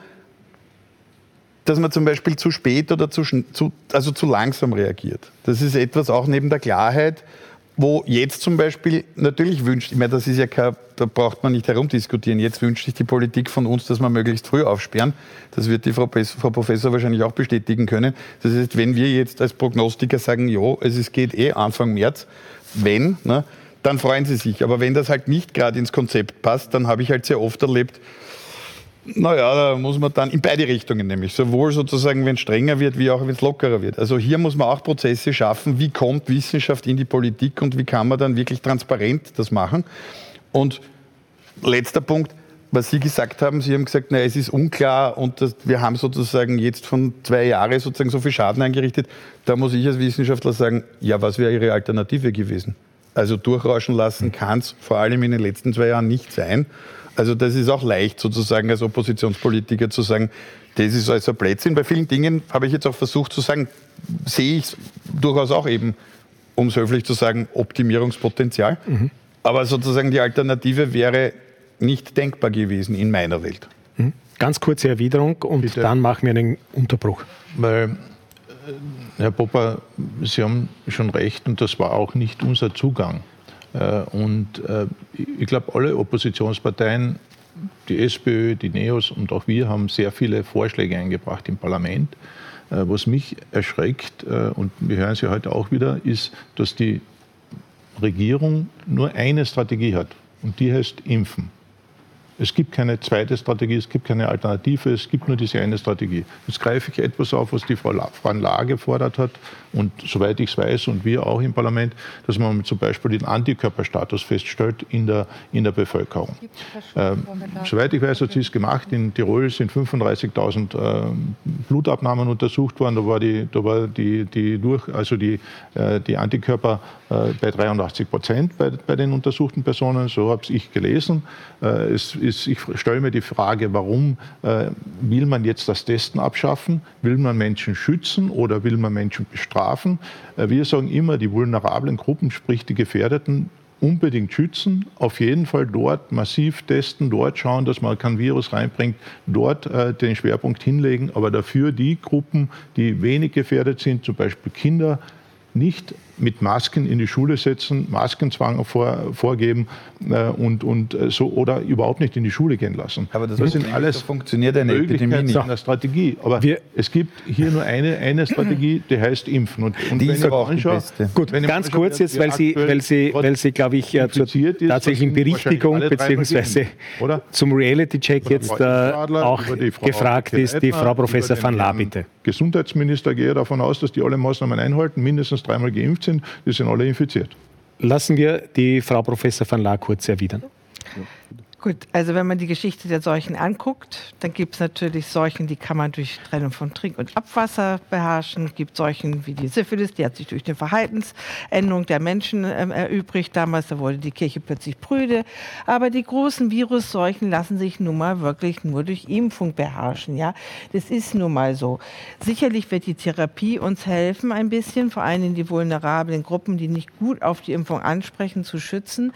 dass man zum Beispiel zu spät oder zu langsam reagiert. Das ist etwas auch neben der Klarheit, wo jetzt zum Beispiel natürlich wünscht, ich meine, das ist ja da braucht man nicht herumdiskutieren, jetzt wünscht sich die Politik von uns, dass wir möglichst früh aufsperren. Das wird die Frau Professor wahrscheinlich auch bestätigen können. Das heißt, wenn wir jetzt als Prognostiker sagen, ja, es geht Anfang März, dann freuen sie sich. Aber wenn das halt nicht gerade ins Konzept passt, dann habe ich halt sehr oft erlebt, da muss man dann in beide Richtungen nämlich, sowohl sozusagen, wenn es strenger wird, wie auch wenn es lockerer wird. Also hier muss man auch Prozesse schaffen, wie kommt Wissenschaft in die Politik und wie kann man dann wirklich transparent das machen. Und letzter Punkt, was Sie gesagt haben, Sie haben gesagt, es ist unklar und wir haben sozusagen jetzt von 2 Jahren sozusagen so viel Schaden angerichtet. Da muss ich als Wissenschaftler sagen, ja, was wäre Ihre Alternative gewesen? Also durchrauschen lassen kann es vor allem in den letzten 2 Jahren nicht sein. Also das ist auch leicht sozusagen als Oppositionspolitiker zu sagen, das ist also ein Blödsinn. Bei vielen Dingen habe ich jetzt auch versucht zu sagen, sehe ich es durchaus auch eben, um es höflich zu sagen, Optimierungspotenzial. Mhm. Aber sozusagen die Alternative wäre nicht denkbar gewesen in meiner Welt. Mhm. Ganz kurze Erwiderung und bitte. Dann machen wir einen Unterbruch. Weil, Herr Popper, Sie haben schon recht und das war auch nicht unser Zugang. Und ich glaube, alle Oppositionsparteien, die SPÖ, die NEOS und auch wir haben sehr viele Vorschläge eingebracht im Parlament. Was mich erschreckt, und wir hören es ja heute auch wieder, ist, dass die Regierung nur eine Strategie hat und die heißt Impfen. Es gibt keine zweite Strategie, es gibt keine Alternative, es gibt nur diese eine Strategie. Jetzt greife ich etwas auf, was die Frau Lahr gefordert hat und soweit ich es weiß und wir auch im Parlament, dass man zum Beispiel den Antikörperstatus feststellt in der Bevölkerung. Soweit ich weiß, hat sie es gemacht. In Tirol sind 35.000 Blutabnahmen untersucht worden. Da war die Antikörper bei 83% bei den untersuchten Personen. So habe ich gelesen. Ich stelle mir die Frage, warum will man jetzt das Testen abschaffen? Will man Menschen schützen oder will man Menschen bestrafen? Wir sagen immer, die vulnerablen Gruppen, sprich die Gefährdeten, unbedingt schützen, auf jeden Fall dort massiv testen, dort schauen, dass man kein Virus reinbringt, dort den Schwerpunkt hinlegen, aber dafür die Gruppen, die wenig gefährdet sind, zum Beispiel Kinder, nicht mit Masken in die Schule setzen, Maskenzwang vorgeben und so oder überhaupt nicht in die Schule gehen lassen. Aber das sind alles funktioniert eine Epidemie nicht. Einer Strategie. Aber es gibt hier nur eine Strategie, die heißt Impfen. Und die ist aber auch die beste. Gut, ganz kurz jetzt, weil Sie, glaube ich, zur tatsächlichen Berichtigung bzw. zum Reality-Check jetzt auch gefragt ist, die Frau Professor van Laar, bitte. Gesundheitsminister, gehe davon aus, dass die alle Maßnahmen einhalten, mindestens 3-mal geimpft sind, die sind alle infiziert. Lassen wir die Frau Professor van Laar kurz erwidern. Gut, also wenn man die Geschichte der Seuchen anguckt, dann gibt es natürlich Seuchen, die kann man durch Trennung von Trink- und Abwasser beherrschen. Es gibt Seuchen wie die Syphilis, die hat sich durch eine Verhaltensänderung der Menschen erübrigt. Damals, da wurde die Kirche plötzlich prüde. Aber die großen Virusseuchen lassen sich nun mal wirklich nur durch Impfung beherrschen. Ja? Das ist nun mal so. Sicherlich wird die Therapie uns helfen, ein bisschen, vor allem die vulnerablen Gruppen, die nicht gut auf die Impfung ansprechen, zu schützen,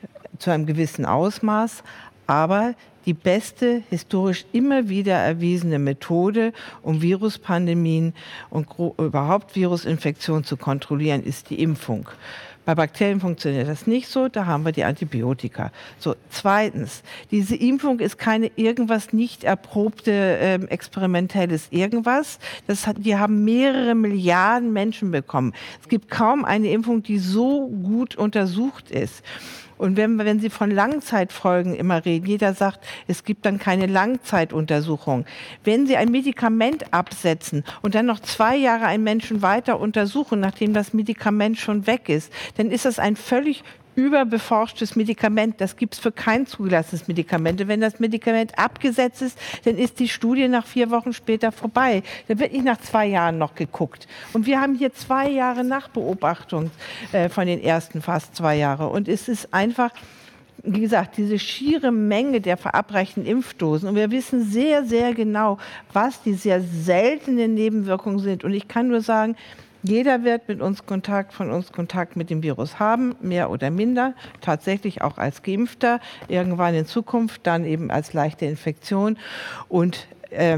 zu einem gewissen Ausmaß, aber die beste, historisch immer wieder erwiesene Methode, um Viruspandemien und überhaupt Virusinfektionen zu kontrollieren, ist die Impfung. Bei Bakterien funktioniert das nicht so, da haben wir die Antibiotika. So, zweitens, diese Impfung ist keine irgendwas nicht erprobte experimentelles irgendwas. Die haben mehrere Milliarden Menschen bekommen. Es gibt kaum eine Impfung, die so gut untersucht ist. Und wenn Sie von Langzeitfolgen immer reden, jeder sagt, es gibt dann keine Langzeituntersuchung. Wenn Sie ein Medikament absetzen und dann noch 2 Jahre einen Menschen weiter untersuchen, nachdem das Medikament schon weg ist, dann ist das ein völlig überbeforschtes Medikament. Das gibt es für kein zugelassenes Medikament. Wenn das Medikament abgesetzt ist, dann ist die Studie nach 4 Wochen später vorbei. Da wird nicht nach 2 Jahren noch geguckt. Und wir haben hier 2 Jahre Nachbeobachtung von den ersten fast 2 Jahren. Und es ist einfach, wie gesagt, diese schiere Menge der verabreichten Impfdosen. Und wir wissen sehr, sehr genau, was die sehr seltenen Nebenwirkungen sind. Und ich kann nur sagen, jeder wird von uns Kontakt mit dem Virus haben, mehr oder minder, tatsächlich auch als Geimpfter, irgendwann in Zukunft dann eben als leichte Infektion. Und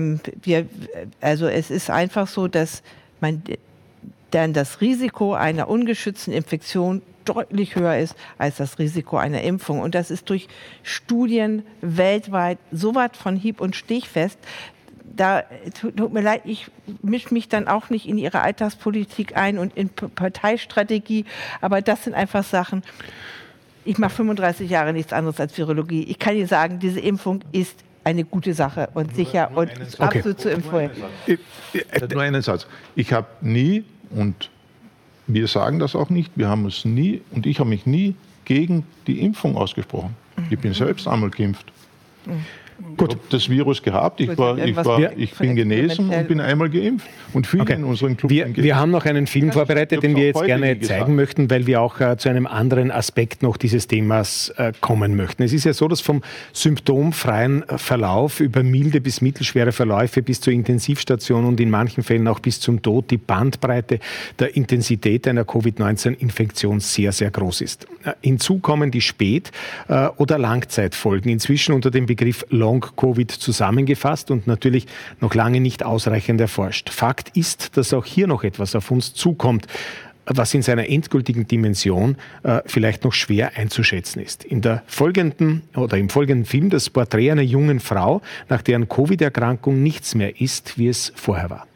es ist einfach so, dass dann das Risiko einer ungeschützten Infektion deutlich höher ist als das Risiko einer Impfung. Und das ist durch Studien weltweit so weit von hieb- und stichfest. Da tut mir leid, ich mische mich dann auch nicht in Ihre Alltagspolitik ein und in Parteistrategie, aber das sind einfach Sachen. Ich mache 35 Jahre nichts anderes als Virologie. Ich kann Ihnen sagen, diese Impfung ist eine gute Sache und sicher und absolut zu empfehlen. Nur einen Satz. Ich habe nie, und wir sagen das auch nicht, wir haben es nie, und ich habe mich nie gegen die Impfung ausgesprochen. Ich bin selbst einmal geimpft. Gut. Ich habe das Virus gehabt, ich bin genesen und bin einmal geimpft. Und viele in unserem Club wir haben noch einen Film vorbereitet, den wir jetzt gerne zeigen möchten, weil wir auch zu einem anderen Aspekt noch dieses Themas kommen möchten. Es ist ja so, dass vom symptomfreien Verlauf über milde bis mittelschwere Verläufe bis zur Intensivstation und in manchen Fällen auch bis zum Tod die Bandbreite der Intensität einer Covid-19-Infektion sehr, sehr groß ist. Hinzu kommen die Spät- oder Langzeitfolgen, inzwischen unter dem Begriff Long-Covid zusammengefasst und natürlich noch lange nicht ausreichend erforscht. Fakt ist, dass auch hier noch etwas auf uns zukommt, was in seiner endgültigen Dimension vielleicht noch schwer einzuschätzen ist. Im folgenden Film das Porträt einer jungen Frau, nach deren Covid-Erkrankung nichts mehr ist, wie es vorher war.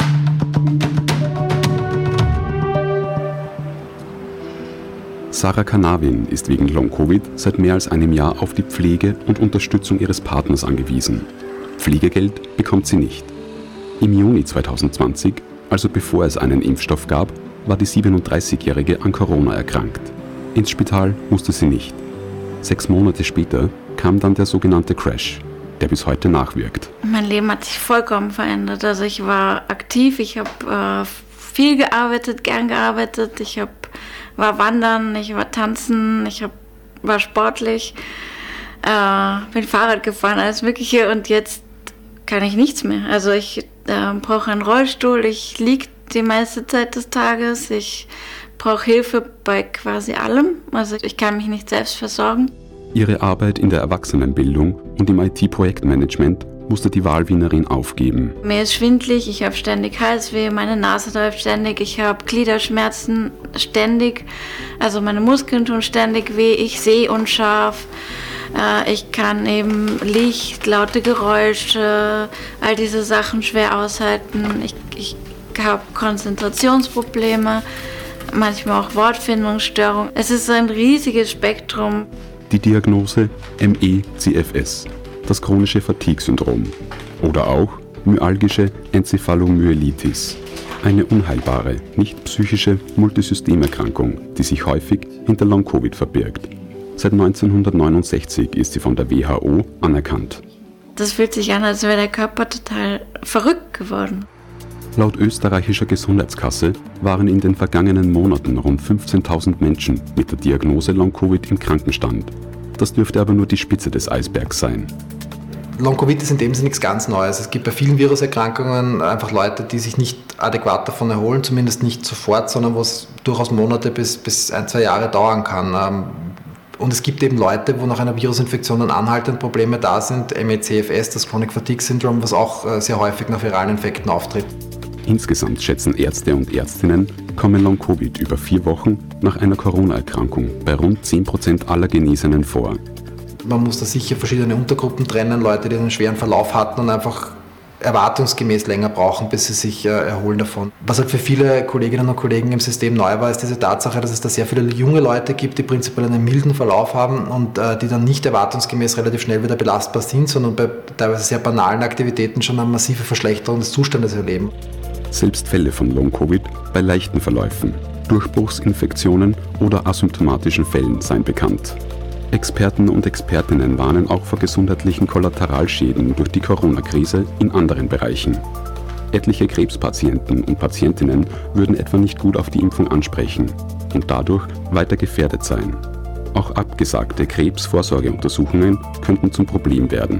Sarah Kanawin ist wegen Long-Covid seit mehr als einem Jahr auf die Pflege und Unterstützung ihres Partners angewiesen. Pflegegeld bekommt sie nicht. Im Juni 2020, also bevor es einen Impfstoff gab, war die 37-Jährige an Corona erkrankt. Ins Spital musste sie nicht. 6 Monate später kam dann der sogenannte Crash, der bis heute nachwirkt. Mein Leben hat sich vollkommen verändert. Also ich war aktiv, ich habe viel gearbeitet, gern gearbeitet, war wandern, ich war tanzen, war sportlich, bin Fahrrad gefahren, alles Mögliche und jetzt kann ich nichts mehr. Also ich brauche einen Rollstuhl, ich liege die meiste Zeit des Tages. Ich brauche Hilfe bei quasi allem. Also ich kann mich nicht selbst versorgen. Ihre Arbeit in der Erwachsenenbildung und im IT-Projektmanagement musste die Wahlwienerin aufgeben. Mir ist schwindelig, ich habe ständig Halsweh, meine Nase läuft ständig, ich habe Gliederschmerzen ständig, also meine Muskeln tun ständig weh, ich sehe unscharf, ich kann eben Licht, laute Geräusche, all diese Sachen schwer aushalten. Ich habe Konzentrationsprobleme, manchmal auch Wortfindungsstörungen. Es ist ein riesiges Spektrum. Die Diagnose ME/CFS, das chronische Fatigue-Syndrom oder auch myalgische Enzephalomyelitis, eine unheilbare, nicht psychische Multisystemerkrankung, die sich häufig hinter Long-Covid verbirgt. Seit 1969 ist sie von der WHO anerkannt. Das fühlt sich an, als wäre der Körper total verrückt geworden. Laut österreichischer Gesundheitskasse waren in den vergangenen Monaten rund 15.000 Menschen mit der Diagnose Long-Covid im Krankenstand. Das dürfte aber nur die Spitze des Eisbergs sein. Long-Covid ist in dem Sinne nichts ganz Neues. Es gibt bei vielen Viruserkrankungen einfach Leute, die sich nicht adäquat davon erholen, zumindest nicht sofort, sondern wo es durchaus Monate bis 1-2 Jahre dauern kann. Und es gibt eben Leute, wo nach einer Virusinfektion dann anhaltend Probleme da sind, ME/CFS, das Chronic Fatigue Syndrome, was auch sehr häufig nach viralen Infekten auftritt. Insgesamt schätzen Ärzte und Ärztinnen, komme Long-Covid über 4 Wochen nach einer Corona-Erkrankung bei rund 10% aller Genesenen vor. Man muss da sicher verschiedene Untergruppen trennen, Leute, die einen schweren Verlauf hatten und einfach erwartungsgemäß länger brauchen, bis sie sich erholen davon. Was halt für viele Kolleginnen und Kollegen im System neu war, ist diese Tatsache, dass es da sehr viele junge Leute gibt, die prinzipiell einen milden Verlauf haben und die dann nicht erwartungsgemäß relativ schnell wieder belastbar sind, sondern bei teilweise sehr banalen Aktivitäten schon eine massive Verschlechterung des Zustandes erleben. Selbst Fälle von Long-Covid bei leichten Verläufen, Durchbruchsinfektionen oder asymptomatischen Fällen seien bekannt. Experten und Expertinnen warnen auch vor gesundheitlichen Kollateralschäden durch die Corona-Krise in anderen Bereichen. Etliche Krebspatienten und Patientinnen würden etwa nicht gut auf die Impfung ansprechen und dadurch weiter gefährdet sein. Auch abgesagte Krebsvorsorgeuntersuchungen könnten zum Problem werden.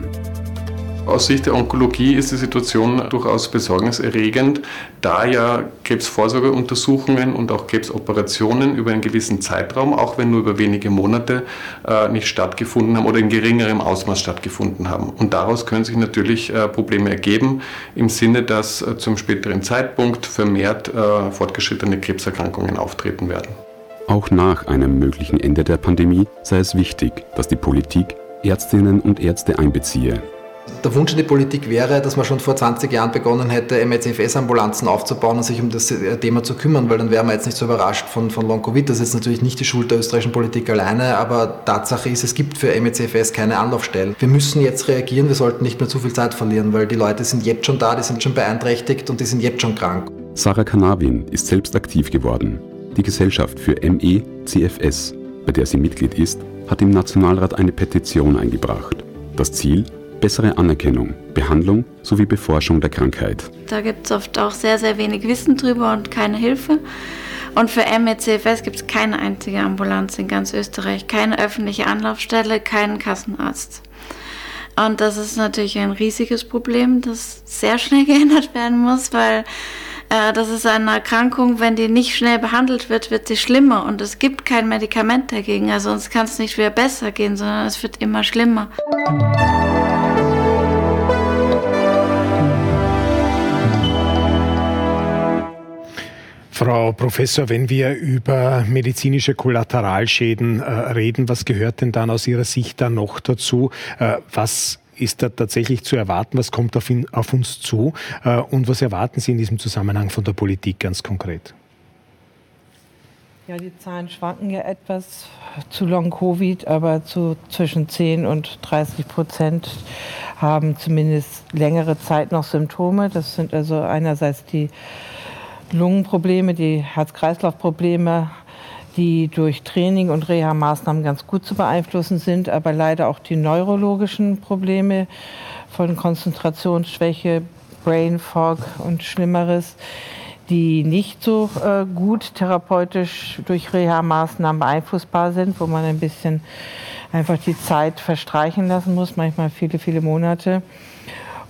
Aus Sicht der Onkologie ist die Situation durchaus besorgniserregend, da ja Krebsvorsorgeuntersuchungen und auch Krebsoperationen über einen gewissen Zeitraum, auch wenn nur über wenige Monate, nicht stattgefunden haben oder in geringerem Ausmaß stattgefunden haben. Und daraus können sich natürlich Probleme ergeben, im Sinne, dass zum späteren Zeitpunkt vermehrt fortgeschrittene Krebserkrankungen auftreten werden. Auch nach einem möglichen Ende der Pandemie sei es wichtig, dass die Politik Ärztinnen und Ärzte einbeziehe. Der Wunsch in die Politik wäre, dass man schon vor 20 Jahren begonnen hätte, ME/CFS-Ambulanzen aufzubauen und sich um das Thema zu kümmern, weil dann wären wir jetzt nicht so überrascht von Long-Covid. Das ist jetzt natürlich nicht die Schuld der österreichischen Politik alleine, aber Tatsache ist, es gibt für ME/CFS keine Anlaufstellen. Wir müssen jetzt reagieren, wir sollten nicht mehr zu viel Zeit verlieren, weil die Leute sind jetzt schon da, die sind schon beeinträchtigt und die sind jetzt schon krank. Sarah Kanawin ist selbst aktiv geworden. Die Gesellschaft für ME/CFS, bei der sie Mitglied ist, hat im Nationalrat eine Petition eingebracht. Das Ziel? Bessere Anerkennung, Behandlung sowie Beforschung der Krankheit. Da gibt es oft auch sehr, sehr wenig Wissen drüber und keine Hilfe. Und für ME/CFS gibt es keine einzige Ambulanz in ganz Österreich, keine öffentliche Anlaufstelle, keinen Kassenarzt. Und das ist natürlich ein riesiges Problem, das sehr schnell geändert werden muss, weil das ist eine Erkrankung, wenn die nicht schnell behandelt wird, wird sie schlimmer und es gibt kein Medikament dagegen. Also uns kann es nicht wieder besser gehen, sondern es wird immer schlimmer. Frau Professor, wenn wir über medizinische Kollateralschäden reden, was gehört denn dann aus Ihrer Sicht da noch dazu? Was ist da tatsächlich zu erwarten? Was kommt auf uns zu? Und was erwarten Sie in diesem Zusammenhang von der Politik ganz konkret? Ja, die Zahlen schwanken ja etwas zu Long-Covid, aber zwischen 10 und 30% haben zumindest längere Zeit noch Symptome. Das sind also einerseits die Lungenprobleme, die Herz-Kreislauf-Probleme, die durch Training und Reha-Maßnahmen ganz gut zu beeinflussen sind, aber leider auch die neurologischen Probleme von Konzentrationsschwäche, Brain Fog und Schlimmeres, die nicht so gut therapeutisch durch Reha-Maßnahmen beeinflussbar sind, wo man ein bisschen einfach die Zeit verstreichen lassen muss, manchmal viele, viele Monate.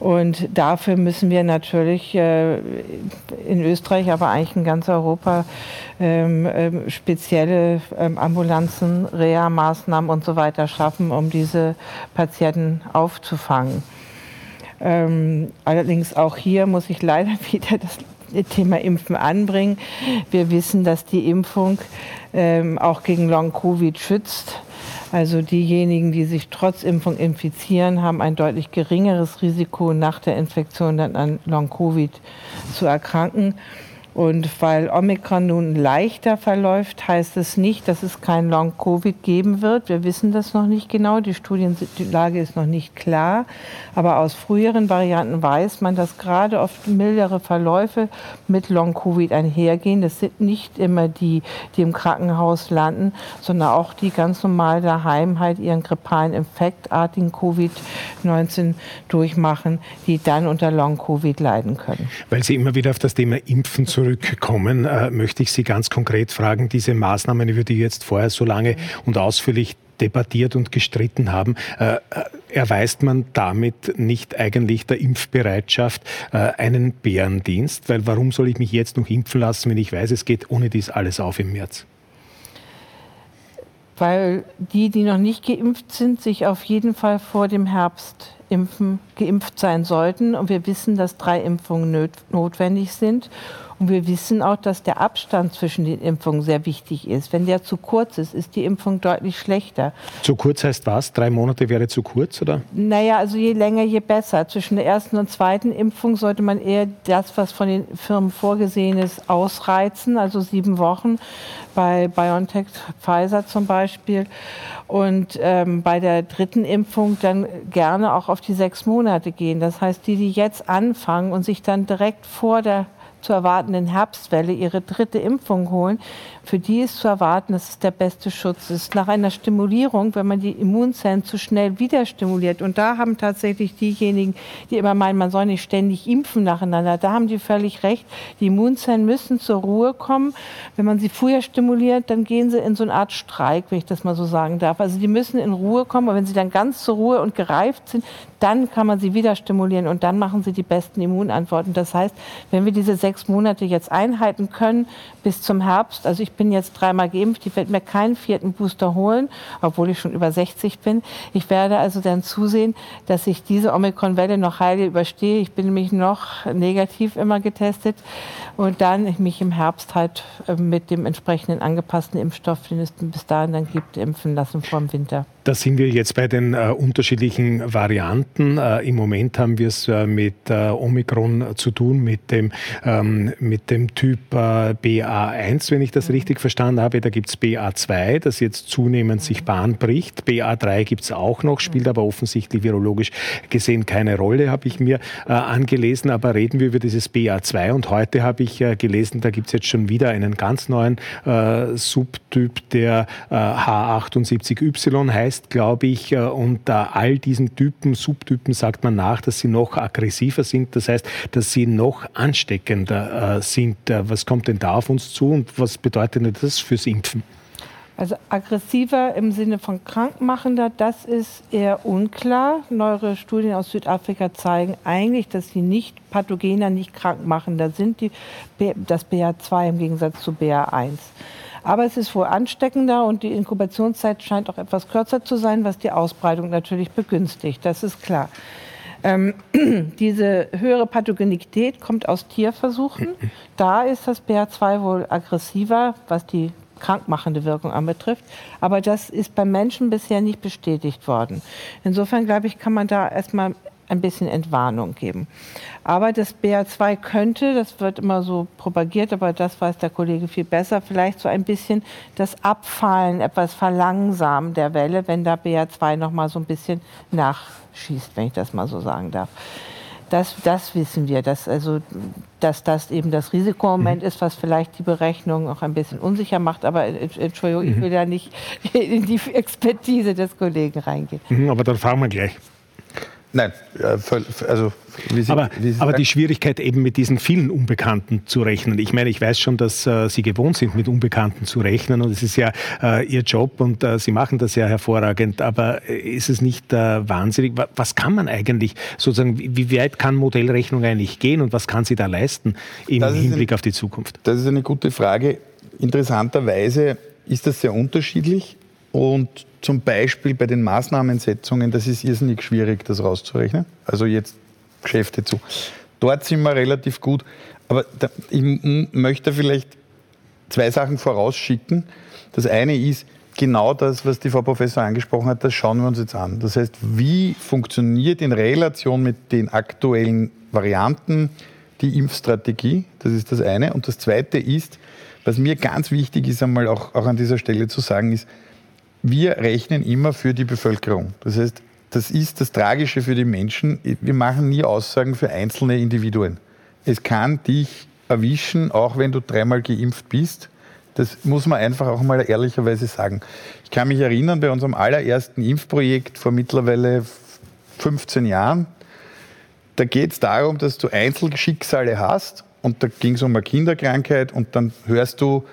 Und dafür müssen wir natürlich in Österreich, aber eigentlich in ganz Europa spezielle Ambulanzen, Reha-Maßnahmen und so weiter schaffen, um diese Patienten aufzufangen. Allerdings auch hier muss ich leider wieder das Thema Impfen anbringen. Wir wissen, dass die Impfung auch gegen Long-Covid schützt. Also diejenigen, die sich trotz Impfung infizieren, haben ein deutlich geringeres Risiko, nach der Infektion dann an Long-Covid zu erkranken. Und weil Omikron nun leichter verläuft, heißt es nicht, dass es kein Long-Covid geben wird. Wir wissen das noch nicht genau, die Studienlage ist noch nicht klar. Aber aus früheren Varianten weiß man, dass gerade oft mildere Verläufe mit Long-Covid einhergehen. Das sind nicht immer die, die im Krankenhaus landen, sondern auch die ganz normal daheim halt ihren grippalen infektartigen Covid-19 durchmachen, die dann unter Long-Covid leiden können. Weil Sie immer wieder auf das Thema Impfen zurückkommen, möchte ich Sie ganz konkret fragen, diese Maßnahmen, über die wir jetzt vorher so lange und ausführlich debattiert und gestritten haben, erweist man damit nicht eigentlich der Impfbereitschaft einen Bärendienst? Weil warum soll ich mich jetzt noch impfen lassen, wenn ich weiß, es geht ohne dies alles auf im März? Weil die noch nicht geimpft sind, sich auf jeden Fall vor dem Herbst geimpft sein sollten. Und wir wissen, dass 3 Impfungen notwendig sind. Und wir wissen auch, dass der Abstand zwischen den Impfungen sehr wichtig ist. Wenn der zu kurz ist, ist die Impfung deutlich schlechter. Zu kurz heißt was? 3 Monate wäre zu kurz, oder? Naja, also je länger, je besser. Zwischen der ersten und zweiten Impfung sollte man eher das, was von den Firmen vorgesehen ist, ausreizen. Also 7 Wochen bei BioNTech, Pfizer zum Beispiel. Und bei der 3. Impfung dann gerne auch auf die 6 Monate gehen. Das heißt, die jetzt anfangen und sich dann direkt vor der zu erwartenden Herbstwelle ihre 3. Impfung holen, für die ist zu erwarten, dass es der beste Schutz ist. Nach einer Stimulierung, wenn man die Immunzellen zu schnell wieder stimuliert, und da haben tatsächlich diejenigen, die immer meinen, man soll nicht ständig impfen nacheinander, da haben die völlig recht. Die Immunzellen müssen zur Ruhe kommen. Wenn man sie früher stimuliert, dann gehen sie in so eine Art Streik, wenn ich das mal so sagen darf. Also die müssen in Ruhe kommen, aber wenn sie dann ganz zur Ruhe und gereift sind, dann kann man sie wieder stimulieren und dann machen sie die besten Immunantworten. Das heißt, wenn wir diese 6 Monate jetzt einhalten können bis zum Herbst, also ich bin jetzt 3-mal geimpft, ich werde mir keinen 4. Booster holen, obwohl ich schon über 60 bin. Ich werde also dann zusehen, dass ich diese Omikron-Welle noch heil überstehe. Ich bin nämlich noch negativ immer getestet und dann mich im Herbst halt mit dem entsprechenden angepassten Impfstoff, den es bis dahin dann gibt, impfen lassen vor dem Winter. Da sind wir jetzt bei den unterschiedlichen Varianten. Im Moment haben wir es mit Omikron zu tun, mit dem Typ BA1, wenn ich das richtig verstanden habe. Da gibt es BA2, das jetzt zunehmend sich Bahn bricht. BA3 gibt es auch noch, spielt aber offensichtlich virologisch gesehen keine Rolle, habe ich mir angelesen. Aber reden wir über dieses BA2 und heute habe ich gelesen, da gibt es jetzt schon wieder einen ganz neuen Subtyp, der H78Y heißt, glaube ich, und all diesen Typen, Subtypen sagt man nach, dass sie noch aggressiver sind, das heißt, dass sie noch ansteckender sind. Was kommt denn da auf uns zu und was bedeutet denn das fürs Impfen? Also aggressiver im Sinne von krankmachender, das ist eher unklar. Neuere Studien aus Südafrika zeigen eigentlich, dass sie nicht pathogener, nicht krankmachender sind, das BA2 im Gegensatz zu BA1. Aber es ist wohl ansteckender und die Inkubationszeit scheint auch etwas kürzer zu sein, was die Ausbreitung natürlich begünstigt. Das ist klar. Diese höhere Pathogenität kommt aus Tierversuchen. Da ist das BA2 wohl aggressiver, was die krankmachende Wirkung anbetrifft. Aber das ist beim Menschen bisher nicht bestätigt worden. Insofern, glaube ich, kann man da erstmal ein bisschen Entwarnung geben. Aber das BA2 könnte, das wird immer so propagiert, aber das weiß der Kollege viel besser, vielleicht so ein bisschen das Abfallen, etwas verlangsamen der Welle, wenn da BA2 noch mal so ein bisschen nachschießt, wenn ich das mal so sagen darf. Das wissen wir, dass das eben das Risikomoment ist, was vielleicht die Berechnung auch ein bisschen unsicher macht. Aber Entschuldigung, ich will ja nicht in die Expertise des Kollegen reingehen. Aber dann fragen wir gleich. Nein, also aber die Schwierigkeit eben mit diesen vielen Unbekannten zu rechnen. Ich meine, ich weiß schon, dass Sie gewohnt sind, mit Unbekannten zu rechnen und es ist ja Ihr Job und Sie machen das ja hervorragend, aber ist es nicht wahnsinnig? Was kann man eigentlich sozusagen, wie weit kann Modellrechnung eigentlich gehen und was kann sie da leisten im Hinblick auf die Zukunft? Das ist eine gute Frage. Interessanterweise ist das sehr unterschiedlich und zum Beispiel bei den Maßnahmensetzungen, das ist irrsinnig schwierig, das rauszurechnen. Also jetzt Geschäfte zu. Dort sind wir relativ gut. Aber ich möchte vielleicht 2 Sachen vorausschicken. Das eine ist genau das, was die Frau Professor angesprochen hat, das schauen wir uns jetzt an. Das heißt, wie funktioniert in Relation mit den aktuellen Varianten die Impfstrategie? Das ist das eine. Und das zweite ist, was mir ganz wichtig ist, einmal auch an dieser Stelle zu sagen, ist, wir rechnen immer für die Bevölkerung. Das heißt, das ist das Tragische für die Menschen. Wir machen nie Aussagen für einzelne Individuen. Es kann dich erwischen, auch wenn du 3-mal geimpft bist. Das muss man einfach auch mal ehrlicherweise sagen. Ich kann mich erinnern, bei unserem allerersten Impfprojekt vor mittlerweile 15 Jahren, da geht es darum, dass du Einzelschicksale hast und da ging es um eine Kinderkrankheit und dann hörst du,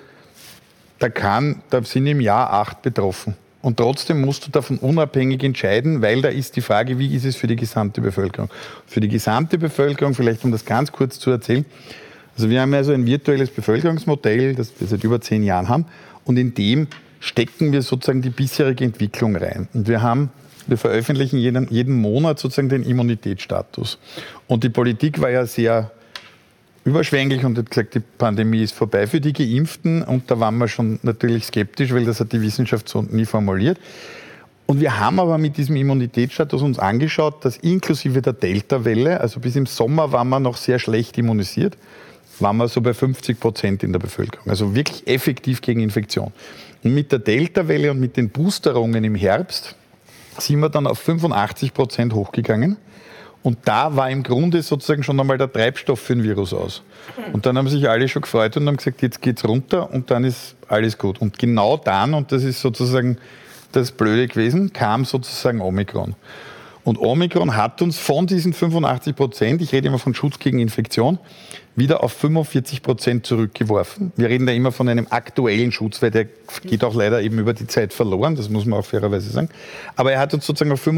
da sind im Jahr 8 betroffen. Und trotzdem musst du davon unabhängig entscheiden, weil da ist die Frage, wie ist es für die gesamte Bevölkerung? Für die gesamte Bevölkerung, vielleicht um das ganz kurz zu erzählen, also wir haben ja so ein virtuelles Bevölkerungsmodell, das wir seit über 10 Jahren haben und in dem stecken wir sozusagen die bisherige Entwicklung rein. Und wir veröffentlichen jeden Monat sozusagen den Immunitätsstatus. Und die Politik war ja sehr überschwänglich und hat gesagt, die Pandemie ist vorbei für die Geimpften und da waren wir schon natürlich skeptisch, weil das hat die Wissenschaft so nie formuliert. Und wir haben aber mit diesem Immunitätsstatus uns angeschaut, dass inklusive der Delta-Welle, also bis im Sommer waren wir noch sehr schlecht immunisiert, waren wir so bei 50% in der Bevölkerung, also wirklich effektiv gegen Infektion. Und mit der Delta-Welle und mit den Boosterungen im Herbst sind wir dann auf 85% hochgegangen. Und da war im Grunde sozusagen schon einmal der Treibstoff für ein Virus aus. Und dann haben sich alle schon gefreut und haben gesagt, jetzt geht's runter und dann ist alles gut. Und genau dann, und das ist sozusagen das Blöde gewesen, kam sozusagen Omikron. Und Omikron hat uns von diesen 85%, ich rede immer von Schutz gegen Infektion, wieder auf 45% zurückgeworfen. Wir reden da immer von einem aktuellen Schutz, weil der geht auch leider eben über die Zeit verloren, das muss man auch fairerweise sagen. Aber er hat uns sozusagen auf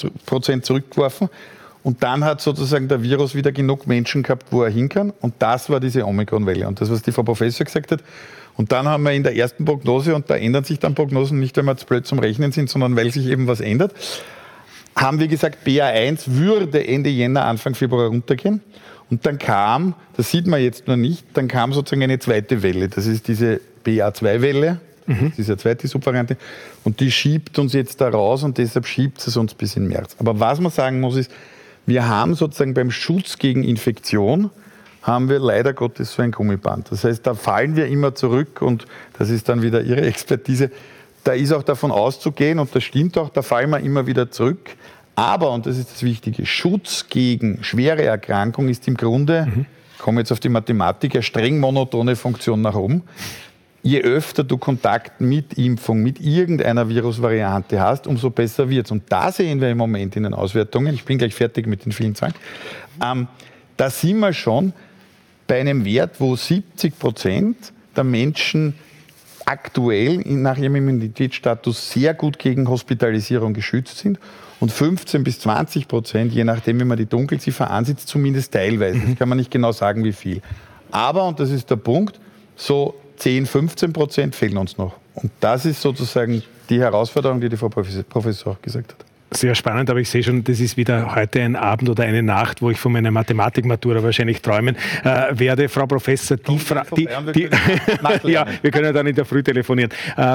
45% zurückgeworfen. Und dann hat sozusagen der Virus wieder genug Menschen gehabt, wo er hin kann. Und das war diese Omikron-Welle. Und das, was die Frau Professor gesagt hat. Und dann haben wir in der ersten Prognose, und da ändern sich dann Prognosen, nicht weil wir jetzt blöd zum Rechnen sind, sondern weil sich eben was ändert, haben wir gesagt, BA1 würde Ende Jänner, Anfang Februar runtergehen. Und dann kam, das sieht man jetzt noch nicht, dann kam sozusagen eine zweite Welle. Das ist diese BA2-Welle. Das ist eine zweite Subvariante. Und die schiebt uns jetzt da raus und deshalb schiebt es uns bis in März. Aber was man sagen muss ist, wir haben sozusagen beim Schutz gegen Infektion, haben wir leider Gottes so ein Gummiband. Das heißt, da fallen wir immer zurück und das ist dann wieder Ihre Expertise. Da ist auch davon auszugehen und das stimmt auch, da fallen wir immer wieder zurück. Aber, und das ist das Wichtige, Schutz gegen schwere Erkrankung ist im Grunde, ich komme jetzt auf die Mathematik, eine streng monotone Funktion nach oben. Je öfter du Kontakt mit Impfung, mit irgendeiner Virusvariante hast, umso besser wird es. Und da sehen wir im Moment in den Auswertungen, ich bin gleich fertig mit den vielen Zahlen, da sind wir schon bei einem Wert, wo 70% der Menschen aktuell nach ihrem Immunitätsstatus sehr gut gegen Hospitalisierung geschützt sind und 15-20%, je nachdem, wie man die Dunkelziffer ansieht, zumindest teilweise. Das kann man nicht genau sagen, wie viel. Aber, und das ist der Punkt, so 10-15% fehlen uns noch. Und das ist sozusagen die Herausforderung, die die Frau Professor auch gesagt hat. Sehr spannend, aber ich sehe schon, das ist wieder heute ein Abend oder eine Nacht, wo ich von meiner Mathematikmatura wahrscheinlich träumen werde. Frau Professor, ja, wir können dann in der Früh telefonieren.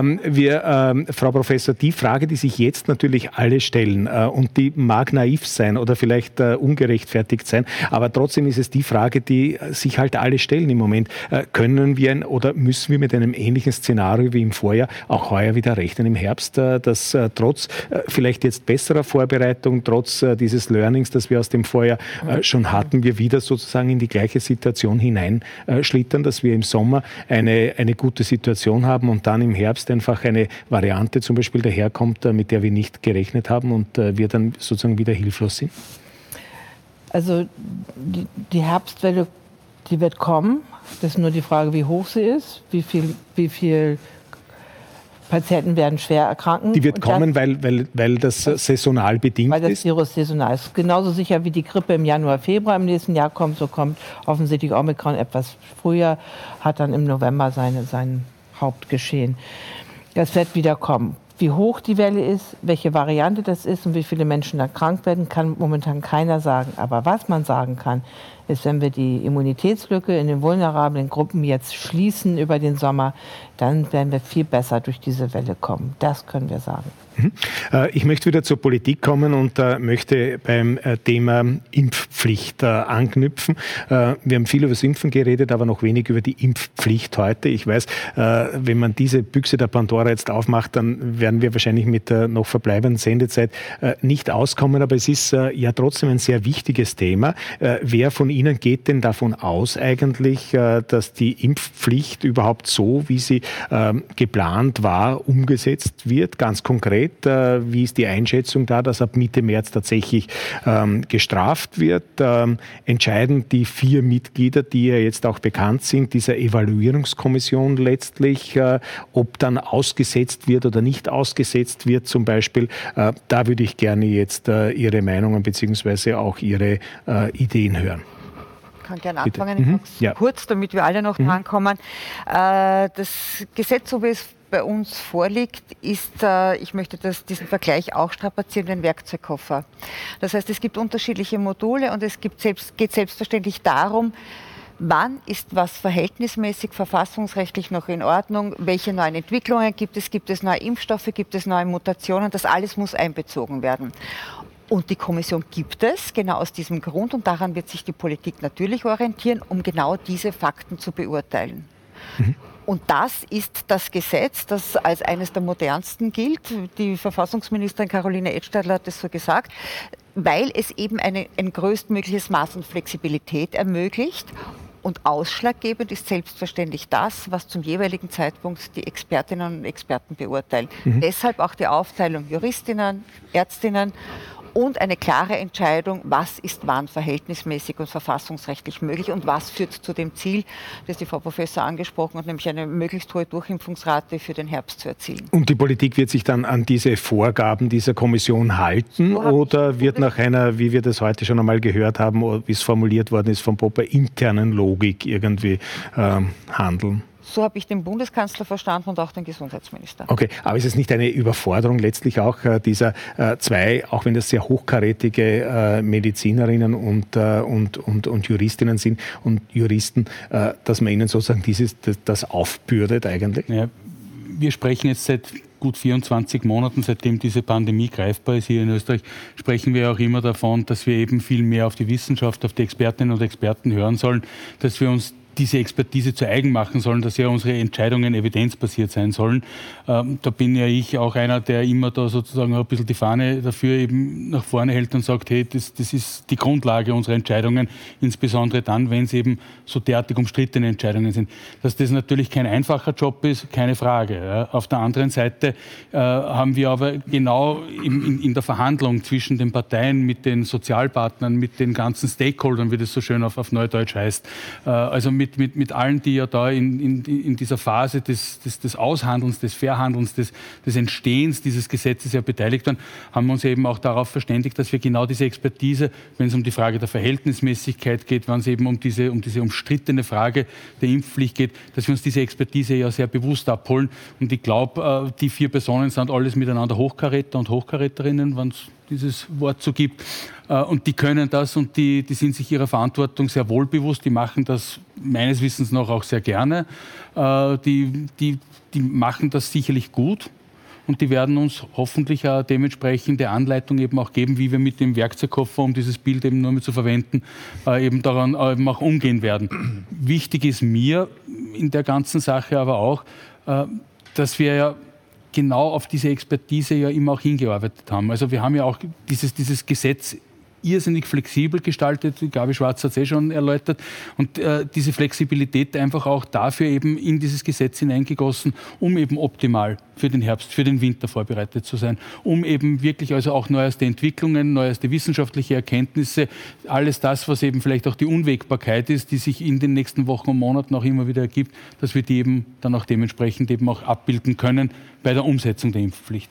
Frau Professor, die Frage, die sich jetzt natürlich alle stellen und die mag naiv sein oder vielleicht ungerechtfertigt sein, aber trotzdem ist es die Frage, die sich halt alle stellen im Moment. Können wir oder müssen wir mit einem ähnlichen Szenario wie im Vorjahr auch heuer wieder rechnen im Herbst, dass trotz vielleicht jetzt besser besserer Vorbereitung, trotz dieses Learnings, das wir aus dem Vorjahr schon hatten, wir wieder sozusagen in die gleiche Situation hineinschlittern, dass wir im Sommer eine gute Situation haben und dann im Herbst einfach eine Variante zum Beispiel daherkommt, mit der wir nicht gerechnet haben und wir dann sozusagen wieder hilflos sind? Also die Herbstwelle, die wird kommen. Das ist nur die Frage, wie hoch sie ist, wie viel Patienten werden schwer erkranken. Die wird kommen, weil das saisonal bedingt ist? Weil das Virus saisonal ist. Genauso sicher wie die Grippe im Januar, Februar im nächsten Jahr kommt, so kommt offensichtlich Omikron etwas früher, hat dann im November sein Hauptgeschehen. Das wird wieder kommen. Wie hoch die Welle ist, welche Variante das ist und wie viele Menschen erkrankt werden, kann momentan keiner sagen. Aber was man sagen kann, ist, wenn wir die Immunitätslücke in den vulnerablen Gruppen jetzt schließen über den Sommer, dann werden wir viel besser durch diese Welle kommen. Das können wir sagen. Ich möchte wieder zur Politik kommen und möchte beim Thema Impfpflicht anknüpfen. Wir haben viel über das Impfen geredet, aber noch wenig über die Impfpflicht heute. Ich weiß, wenn man diese Büchse der Pandora jetzt aufmacht, dann werden wir wahrscheinlich mit der noch verbleibenden Sendezeit nicht auskommen. Aber es ist ja trotzdem ein sehr wichtiges Thema. Wer von Ihnen geht denn davon aus eigentlich, dass die Impfpflicht überhaupt so, wie sie geplant war, umgesetzt wird? Ganz konkret, wie ist die Einschätzung da, dass ab Mitte März tatsächlich gestraft wird? Entscheiden die 4 Mitglieder, die ja jetzt auch bekannt sind, dieser Evaluierungskommission letztlich, ob dann ausgesetzt wird oder nicht ausgesetzt wird zum Beispiel? Da würde ich gerne jetzt Ihre Meinungen bzw. auch Ihre Ideen hören. Ich kann gerne anfangen, kurz, damit wir alle noch drankommen. Das Gesetz, so wie es bei uns vorliegt, ist, ich möchte diesen Vergleich auch strapazieren, den Werkzeugkoffer. Das heißt, es gibt unterschiedliche Module und es geht selbstverständlich darum, wann ist was verhältnismäßig, verfassungsrechtlich noch in Ordnung, welche neuen Entwicklungen gibt es neue Impfstoffe, gibt es neue Mutationen, das alles muss einbezogen werden. Und die Kommission gibt es, genau aus diesem Grund, und daran wird sich die Politik natürlich orientieren, um genau diese Fakten zu beurteilen. Und das ist das Gesetz, das als eines der modernsten gilt. Die Verfassungsministerin Caroline Edstadler hat es so gesagt, weil es eben ein größtmögliches Maß an Flexibilität ermöglicht. Und ausschlaggebend ist selbstverständlich das, was zum jeweiligen Zeitpunkt die Expertinnen und Experten beurteilen. Deshalb auch die Aufteilung Juristinnen, Ärztinnen und eine klare Entscheidung, was ist wann verhältnismäßig und verfassungsrechtlich möglich und was führt zu dem Ziel, das die Frau Professor angesprochen hat, nämlich eine möglichst hohe Durchimpfungsrate für den Herbst zu erzielen. Und die Politik wird sich dann an diese Vorgaben dieser Kommission halten oder wird nach einer, wie wir das heute schon einmal gehört haben, wie es formuliert worden ist vom Popper, internen Logik irgendwie handeln? So habe ich den Bundeskanzler verstanden und auch den Gesundheitsminister. Okay, aber ist es nicht eine Überforderung letztlich auch dieser 2, auch wenn das sehr hochkarätige Medizinerinnen und Juristinnen sind und Juristen, dass man ihnen sozusagen das aufbürdet eigentlich? Ja, wir sprechen jetzt seit gut 24 Monaten, seitdem diese Pandemie greifbar ist hier in Österreich, sprechen wir auch immer davon, dass wir eben viel mehr auf die Wissenschaft, auf die Expertinnen und Experten hören sollen, dass wir uns diese Expertise zu eigen machen sollen, dass ja unsere Entscheidungen evidenzbasiert sein sollen. Da bin ja ich auch einer, der immer da sozusagen ein bisschen die Fahne dafür eben nach vorne hält und sagt, hey, das ist die Grundlage unserer Entscheidungen, insbesondere dann, wenn es eben so derartig umstrittene Entscheidungen sind. Dass das natürlich kein einfacher Job ist, keine Frage. Ja. Auf der anderen Seite haben wir aber genau in der Verhandlung zwischen den Parteien, mit den Sozialpartnern, mit den ganzen Stakeholdern, wie das so schön auf Neudeutsch heißt, also mit allen, die ja da in dieser Phase des Aushandelns, des Verhandelns, des Entstehens dieses Gesetzes ja beteiligt waren, haben wir uns eben auch darauf verständigt, dass wir genau diese Expertise, wenn es um die Frage der Verhältnismäßigkeit geht, wenn es eben um diese umstrittene Frage der Impfpflicht geht, dass wir uns diese Expertise ja sehr bewusst abholen. Und ich glaube, die 4 Personen sind alles miteinander Hochkaräter und Hochkaräterinnen, wenn es dieses Wort so gibt. Und die können das und die sind sich ihrer Verantwortung sehr wohl bewusst. Die machen das meines Wissens nach auch sehr gerne. Die machen das sicherlich gut. Und die werden uns hoffentlich auch dementsprechende Anleitung eben auch geben, wie wir mit dem Werkzeugkoffer, um dieses Bild eben nur mehr zu verwenden, eben daran eben auch umgehen werden. Wichtig ist mir in der ganzen Sache aber auch, dass wir ja genau auf diese Expertise ja immer auch hingearbeitet haben. Also wir haben ja auch dieses Gesetz irrsinnig flexibel gestaltet, wie Gabi Schwarz hat es schon erläutert, und diese Flexibilität einfach auch dafür eben in dieses Gesetz hineingegossen, um eben optimal für den Herbst, für den Winter vorbereitet zu sein, um eben wirklich also auch neueste Entwicklungen, neueste wissenschaftliche Erkenntnisse, alles das, was eben vielleicht auch die Unwägbarkeit ist, die sich in den nächsten Wochen und Monaten auch immer wieder ergibt, dass wir die eben dann auch dementsprechend eben auch abbilden können bei der Umsetzung der Impfpflicht.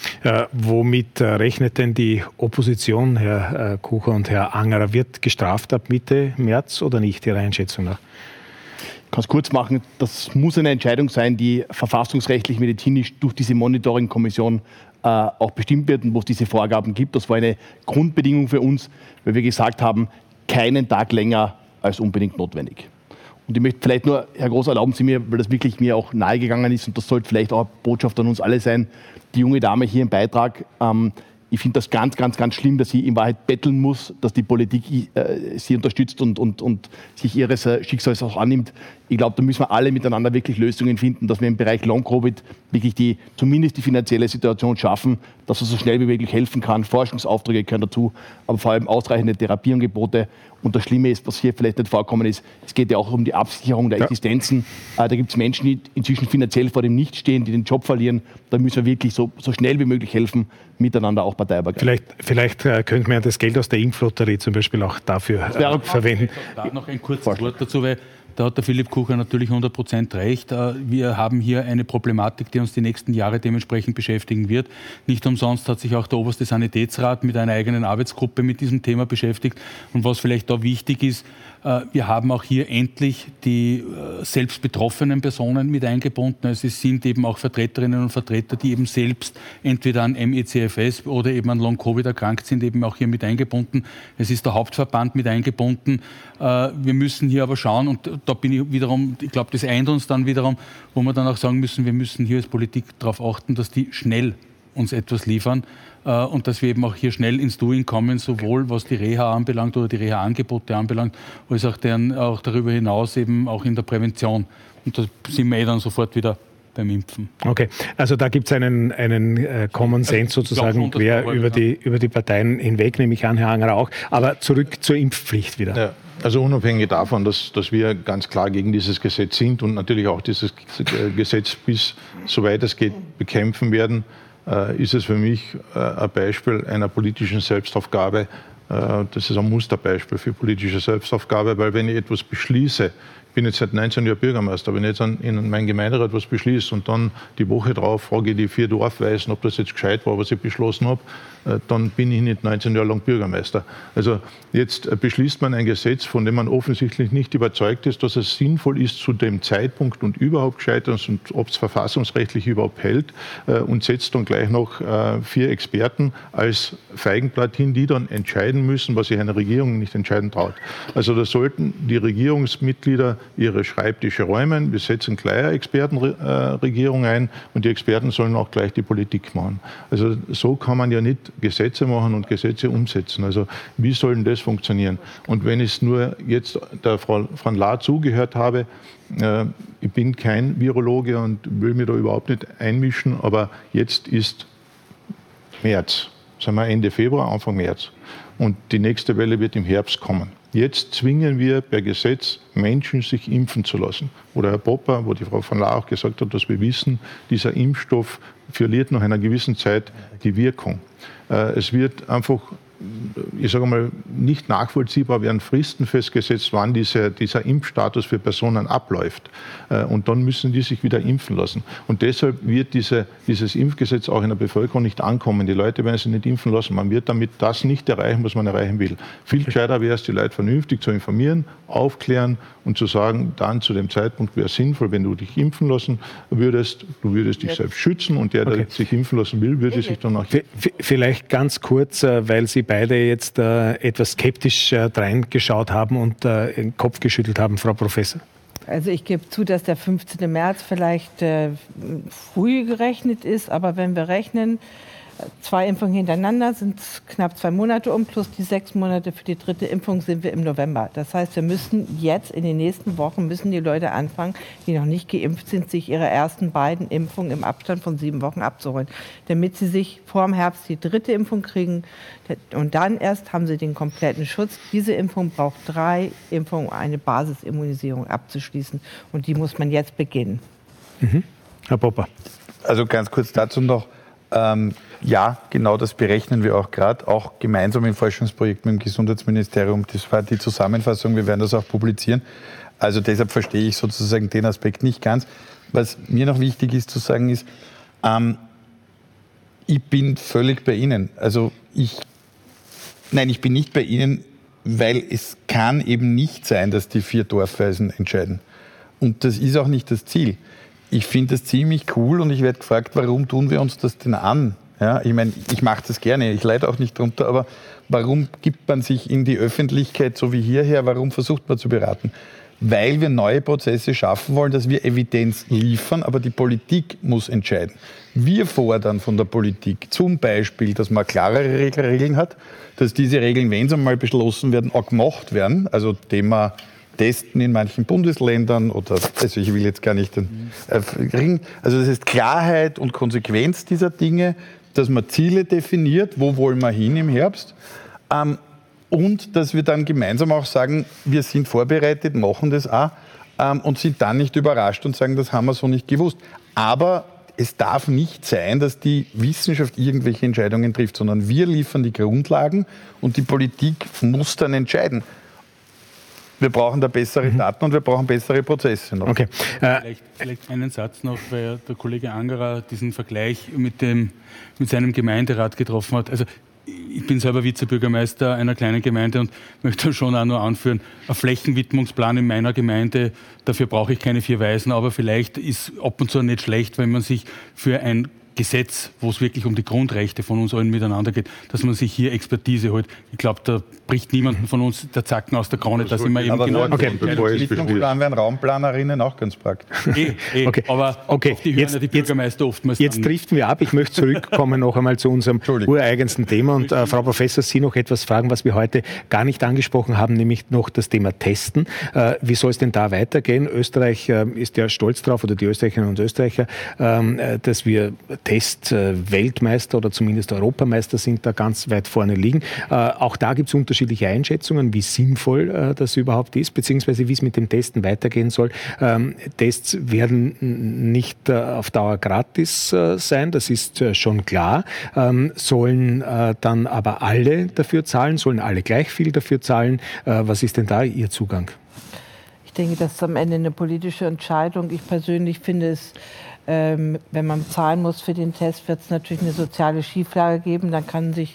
Womit rechnet denn die Opposition, Herr Kucher und Herr Angerer? Wird gestraft ab Mitte März oder nicht, Ihrer Einschätzung nach? Ich kann es kurz machen. Das muss eine Entscheidung sein, die verfassungsrechtlich, medizinisch durch diese Monitoring-Kommission auch bestimmt wird und wo es diese Vorgaben gibt. Das war eine Grundbedingung für uns, weil wir gesagt haben, keinen Tag länger als unbedingt notwendig. Und ich möchte vielleicht nur, Herr Groß, erlauben Sie mir, weil das wirklich mir auch nahegegangen ist und das sollte vielleicht auch eine Botschaft an uns alle sein, die junge Dame hier im Beitrag, ich finde das ganz, ganz, ganz schlimm, dass sie in Wahrheit betteln muss, dass die Politik sie unterstützt und sich ihres Schicksals auch annimmt. Ich glaube, da müssen wir alle miteinander wirklich Lösungen finden, dass wir im Bereich Long-Covid wirklich zumindest die finanzielle Situation schaffen, dass man so schnell wie möglich helfen kann. Forschungsaufträge gehören dazu, aber vor allem ausreichende Therapieangebote. Und das Schlimme ist, was hier vielleicht nicht vorkommen ist, es geht ja auch um die Absicherung der Existenzen. Da gibt es Menschen, die inzwischen finanziell vor dem Nichts stehen, die den Job verlieren. Da müssen wir wirklich so schnell wie möglich helfen, miteinander auch parteiübergreifend. Vielleicht könnte man das Geld aus der Impflotterie zum Beispiel auch dafür verwenden. Da noch ein kurzes Wort dazu, weil da hat der Philipp Kucher natürlich 100% recht. Wir haben hier eine Problematik, die uns die nächsten Jahre dementsprechend beschäftigen wird. Nicht umsonst hat sich auch der oberste Sanitätsrat mit einer eigenen Arbeitsgruppe mit diesem Thema beschäftigt. Und was vielleicht da wichtig ist, wir haben auch hier endlich die selbst betroffenen Personen mit eingebunden. Also es sind eben auch Vertreterinnen und Vertreter, die eben selbst entweder an ME/CFS oder eben an Long-Covid erkrankt sind, eben auch hier mit eingebunden. Es ist der Hauptverband mit eingebunden. Wir müssen hier aber schauen, und da bin ich wiederum, ich glaube, das eint uns dann wiederum, wo wir dann auch sagen müssen, wir müssen hier als Politik darauf achten, dass die schnell uns etwas liefern und dass wir eben auch hier schnell ins Doing kommen, sowohl was die Reha anbelangt oder die Reha-Angebote anbelangt, als auch darüber hinaus eben auch in der Prävention. Und da sind wir dann sofort wieder beim Impfen. Okay, also da gibt es einen Common Sense sozusagen quer über die Parteien hinweg, nehme ich an, Herr Angerer auch. Aber zurück zur Impfpflicht wieder. Ja. Also unabhängig davon, dass wir ganz klar gegen dieses Gesetz sind und natürlich auch dieses Gesetz bis, soweit es geht, bekämpfen werden, ist es für mich ein Beispiel einer politischen Selbstaufgabe. Das ist ein Musterbeispiel für politische Selbstaufgabe, weil wenn ich etwas beschließe, ich bin jetzt seit 19 Jahren Bürgermeister, wenn ich jetzt in meinem Gemeinderat etwas beschließe und dann die Woche drauf frage ich die 4 Dorfweisen, ob das jetzt gescheit war, was ich beschlossen habe, dann bin ich nicht 19 Jahre lang Bürgermeister. Also jetzt beschließt man ein Gesetz, von dem man offensichtlich nicht überzeugt ist, dass es sinnvoll ist zu dem Zeitpunkt und überhaupt gescheit ist und ob es verfassungsrechtlich überhaupt hält, und setzt dann gleich noch 4 Experten als Feigenblatt hin, die dann entscheiden müssen, was sich eine Regierung nicht entscheiden traut. Also da sollten die Regierungsmitglieder ihre Schreibtische räumen. Wir setzen gleich eine Expertenregierung ein und die Experten sollen auch gleich die Politik machen. Also so kann man ja nicht Gesetze machen und Gesetze umsetzen. Also wie soll denn das funktionieren? Und wenn ich nur jetzt der Frau van Laar zugehört habe, ich bin kein Virologe und will mir da überhaupt nicht einmischen, aber jetzt ist März, sagen wir Ende Februar, Anfang März. Und die nächste Welle wird im Herbst kommen. Jetzt zwingen wir per Gesetz Menschen, sich impfen zu lassen. Oder Herr Popper, wo die Frau van Laar auch gesagt hat, dass wir wissen, dieser Impfstoff verliert nach einer gewissen Zeit die Wirkung. Es wird einfach, ich sage mal, nicht nachvollziehbar werden Fristen festgesetzt, wann dieser Impfstatus für Personen abläuft. Und dann müssen die sich wieder impfen lassen. Und deshalb wird dieses Impfgesetz auch in der Bevölkerung nicht ankommen. Die Leute werden sich nicht impfen lassen. Man wird damit das nicht erreichen, was man erreichen will. Viel gescheiter wäre es, die Leute vernünftig zu informieren, aufklären und zu sagen, dann zu dem Zeitpunkt wäre es sinnvoll, wenn du dich impfen lassen würdest, du würdest dich selbst schützen und der sich impfen lassen will, würde sich dann auch... Vielleicht ganz kurz, weil Sie beide jetzt etwas skeptisch reingeschaut haben und den Kopf geschüttelt haben, Frau Professor. Also ich gebe zu, dass der 15. März vielleicht früh gerechnet ist, aber wenn wir rechnen, 2 Impfungen hintereinander sind knapp 2 Monate plus die 6 Monate für die 3. Impfung sind wir im November. Das heißt, wir müssen jetzt in den nächsten Wochen die Leute anfangen, die noch nicht geimpft sind, sich ihre ersten beiden Impfungen im Abstand von 7 Wochen abzuholen, damit sie sich vor dem Herbst die 3. Impfung kriegen und dann erst haben sie den kompletten Schutz. Diese Impfung braucht 3 Impfungen, um eine Basisimmunisierung abzuschließen und die muss man jetzt beginnen. Herr Popper. Also ganz kurz dazu noch. Ja, genau das berechnen wir auch gerade, auch gemeinsam im Forschungsprojekt mit dem Gesundheitsministerium. Das war die Zusammenfassung, wir werden das auch publizieren. Also deshalb verstehe ich sozusagen den Aspekt nicht ganz. Was mir noch wichtig ist zu sagen ist, ich bin völlig bei Ihnen. Also ich bin nicht bei Ihnen, weil es kann eben nicht sein, dass die 4 Dorfweisen entscheiden. Und das ist auch nicht das Ziel. Ich finde das ziemlich cool und ich werde gefragt, warum tun wir uns das denn an? Ja, ich meine, ich mache das gerne, ich leide auch nicht drunter, aber warum gibt man sich in die Öffentlichkeit so wie hierher, warum versucht man zu beraten? Weil wir neue Prozesse schaffen wollen, dass wir Evidenz liefern, aber die Politik muss entscheiden. Wir fordern von der Politik zum Beispiel, dass man klarere Regeln hat, dass diese Regeln, wenn sie mal beschlossen werden, auch gemacht werden, also Thema Testen in manchen Bundesländern oder, also ich will jetzt gar nicht also das heißt Klarheit und Konsequenz dieser Dinge, dass man Ziele definiert, wo wollen wir hin im Herbst und dass wir dann gemeinsam auch sagen, wir sind vorbereitet, machen das auch und sind dann nicht überrascht und sagen, das haben wir so nicht gewusst. Aber es darf nicht sein, dass die Wissenschaft irgendwelche Entscheidungen trifft, sondern wir liefern die Grundlagen und die Politik muss dann entscheiden. Wir brauchen da bessere Daten und wir brauchen bessere Prozesse noch. Okay. Vielleicht einen Satz noch, weil der Kollege Angerer diesen Vergleich mit seinem Gemeinderat getroffen hat. Also ich bin selber Vizebürgermeister einer kleinen Gemeinde und möchte schon auch nur anführen, ein Flächenwidmungsplan in meiner Gemeinde, dafür brauche ich keine 4 Weisen, aber vielleicht ist ab und zu nicht schlecht, wenn man sich für ein Gesetz, wo es wirklich um die Grundrechte von uns allen miteinander geht, dass man sich hier Expertise holt. Ich glaube, da bricht niemandem von uns der Zacken aus der Krone, dass immer eben genau... Okay. Dann wären Raumplanerinnen auch ganz praktisch. Aber auf die hören die Bürgermeister oftmals. Jetzt driften wir ab. Ich möchte zurückkommen noch einmal zu unserem ureigensten Thema und Frau Professor, Sie noch etwas fragen, was wir heute gar nicht angesprochen haben, nämlich noch das Thema Testen. Wie soll es denn da weitergehen? Österreich ist ja stolz drauf, oder die Österreicherinnen und Österreicher, dass wir Test-Weltmeister oder zumindest Europameister sind, da ganz weit vorne liegen. Auch da gibt es unterschiedliche Einschätzungen, wie sinnvoll das überhaupt ist, beziehungsweise wie es mit dem Testen weitergehen soll. Tests werden nicht auf Dauer gratis sein, das ist schon klar. Sollen dann aber alle dafür zahlen? Sollen alle gleich viel dafür zahlen? Was ist denn da Ihr Zugang? Ich denke, das ist am Ende eine politische Entscheidung. Ich persönlich finde es, wenn man zahlen muss für den Test, wird es natürlich eine soziale Schieflage geben. Dann kann sich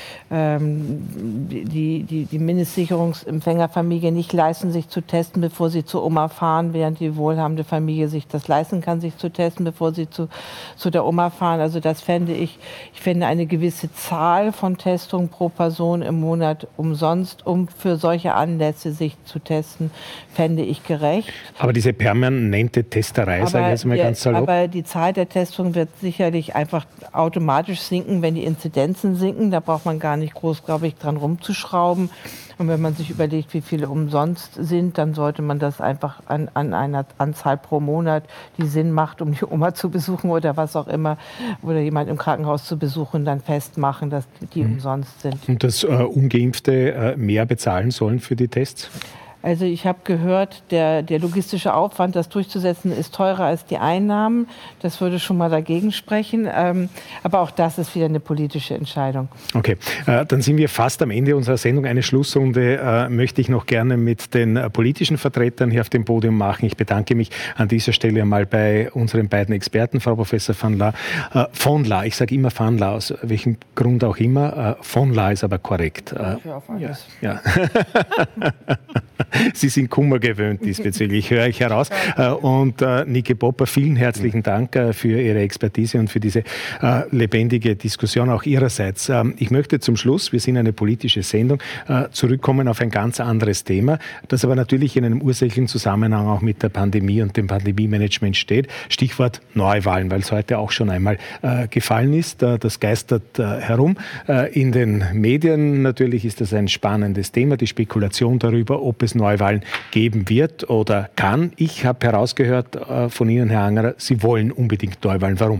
die Mindestsicherungsempfängerfamilie nicht leisten, sich zu testen, bevor sie zur Oma fahren, während die wohlhabende Familie sich das leisten kann, sich zu testen, bevor sie zu der Oma fahren. Also das fände ich fände eine gewisse Zahl von Testungen pro Person im Monat umsonst, um für solche Anlässe sich zu testen, fände ich gerecht. Aber diese permanente Testerei, sage ich jetzt mal ganz salopp. Aber die Zahl der Testungen wird sicherlich einfach automatisch sinken, wenn die Inzidenzen sinken. Da braucht man gar nicht groß, glaube ich, dran rumzuschrauben. Und wenn man sich überlegt, wie viele umsonst sind, dann sollte man das einfach an einer Anzahl pro Monat, die Sinn macht, um die Oma zu besuchen oder was auch immer, oder jemand im Krankenhaus zu besuchen, dann festmachen, dass die umsonst sind. Und dass Ungeimpfte mehr bezahlen sollen für die Tests? Also ich habe gehört, der logistische Aufwand, das durchzusetzen, ist teurer als die Einnahmen. Das würde schon mal dagegen sprechen. Aber auch das ist wieder eine politische Entscheidung. Okay, dann sind wir fast am Ende unserer Sendung. Eine Schlussrunde möchte ich noch gerne mit den politischen Vertretern hier auf dem Podium machen. Ich bedanke mich an dieser Stelle einmal bei unseren beiden Experten, Frau Professor van Laar. Ich sage immer van Laar, aus welchem Grund auch immer. Von Laar ist aber korrekt. Ja. Sie sind Kummer gewöhnt diesbezüglich, höre ich heraus. Und Niki Popper, vielen herzlichen Dank für Ihre Expertise und für diese lebendige Diskussion auch Ihrerseits. Ich möchte zum Schluss, wir sind eine politische Sendung, zurückkommen auf ein ganz anderes Thema, das aber natürlich in einem ursächlichen Zusammenhang auch mit der Pandemie und dem Pandemie-Management steht. Stichwort Neuwahlen, weil es heute auch schon einmal gefallen ist. Das geistert herum. In den Medien natürlich ist das ein spannendes Thema, die Spekulation darüber, ob es Neuwahlen geben wird oder kann. Ich habe herausgehört von Ihnen, Herr Angerer, Sie wollen unbedingt Neuwahlen. Warum?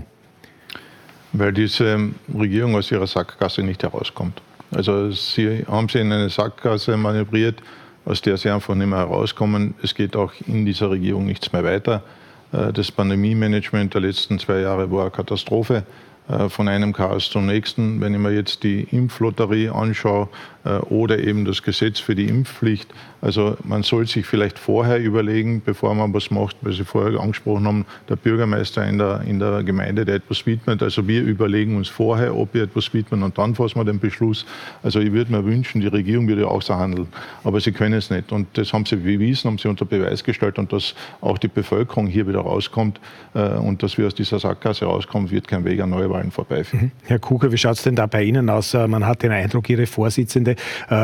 Weil diese Regierung aus ihrer Sackgasse nicht herauskommt. Also sie haben sie in eine Sackgasse manövriert, aus der sie einfach nicht mehr herauskommen. Es geht auch in dieser Regierung nichts mehr weiter. Das Pandemie-Management der letzten 2 Jahre war eine Katastrophe. Von einem Chaos zum nächsten. Wenn ich mir jetzt die Impflotterie anschaue oder eben das Gesetz für die Impfpflicht, also man soll sich vielleicht vorher überlegen, bevor man was macht, weil Sie vorher angesprochen haben, der Bürgermeister in der Gemeinde, der etwas widmet. Also wir überlegen uns vorher, ob wir etwas widmen und dann fassen wir den Beschluss. Also ich würde mir wünschen, die Regierung würde auch so handeln, aber sie können es nicht. Und das haben sie bewiesen, haben sie unter Beweis gestellt und dass auch die Bevölkerung hier wieder rauskommt und dass wir aus dieser Sackgasse rauskommen, wird kein Weg an Neuwahlen vorbeiführen. Herr Kucher, wie schaut es denn da bei Ihnen aus? Man hat den Eindruck, Ihre Vorsitzende,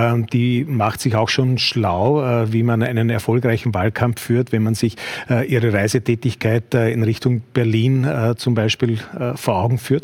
die macht sich auch schon schlau, wie man einen erfolgreichen Wahlkampf führt, wenn man sich Ihre Reisetätigkeit in Richtung Berlin zum Beispiel vor Augen führt?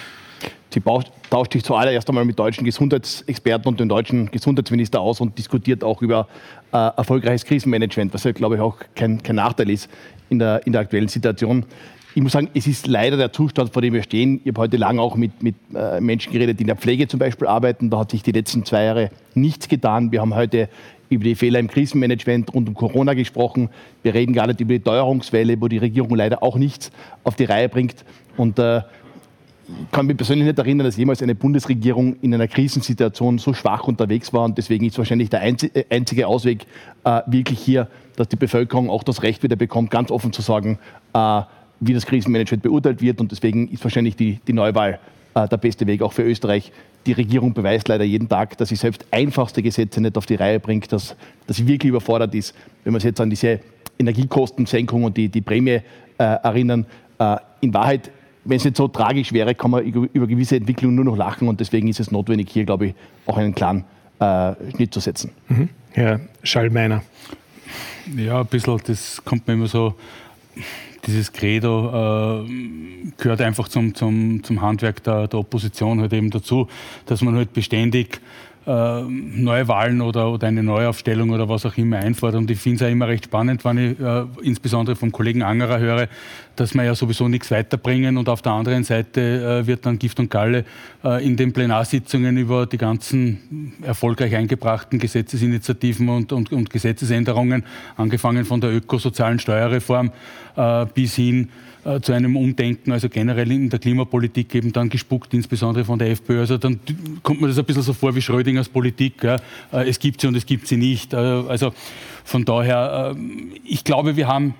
Sie tauscht sich zuallererst einmal mit deutschen Gesundheitsexperten und dem deutschen Gesundheitsminister aus und diskutiert auch über erfolgreiches Krisenmanagement, was ja, glaube ich, auch kein Nachteil ist in der aktuellen Situation. Ich muss sagen, es ist leider der Zustand, vor dem wir stehen. Ich habe heute lange auch mit Menschen geredet, die in der Pflege zum Beispiel arbeiten. Da hat sich die letzten 2 Jahre nichts getan. Wir haben heute über die Fehler im Krisenmanagement rund um Corona gesprochen. Wir reden gar nicht über die Teuerungswelle, wo die Regierung leider auch nichts auf die Reihe bringt. Und ich kann mich persönlich nicht erinnern, dass jemals eine Bundesregierung in einer Krisensituation so schwach unterwegs war. Und deswegen ist wahrscheinlich der einzige Ausweg wirklich hier, dass die Bevölkerung auch das Recht wieder bekommt, ganz offen zu sagen, wie das Krisenmanagement beurteilt wird. Und deswegen ist wahrscheinlich die Neuwahl der beste Weg auch für Österreich. Die Regierung beweist leider jeden Tag, dass sie selbst einfachste Gesetze nicht auf die Reihe bringt, dass sie wirklich überfordert ist. Wenn wir uns jetzt an diese Energiekostensenkung und die Prämie erinnern, in Wahrheit, wenn es nicht so tragisch wäre, kann man über gewisse Entwicklungen nur noch lachen. Und deswegen ist es notwendig, hier, glaube ich, auch einen klaren Schnitt zu setzen. Herr Schallmeiner. Ja, ein bisschen, das kommt mir immer so... Dieses Credo gehört einfach zum Handwerk der Opposition halt eben dazu, dass man halt beständig neue Wahlen oder eine Neuaufstellung oder was auch immer einfordert. Und ich finde es auch immer recht spannend, wenn ich insbesondere vom Kollegen Angerer höre, dass wir ja sowieso nichts weiterbringen und auf der anderen Seite wird dann Gift und Galle in den Plenarsitzungen über die ganzen erfolgreich eingebrachten Gesetzesinitiativen und Gesetzesänderungen, angefangen von der ökosozialen Steuerreform bis hin zu einem Umdenken, also generell in der Klimapolitik eben dann gespuckt, insbesondere von der FPÖ. Also dann kommt mir das ein bisschen so vor wie Schrödingers Politik. Ja. Es gibt sie und es gibt sie nicht. Also von daher, ich glaube, wir haben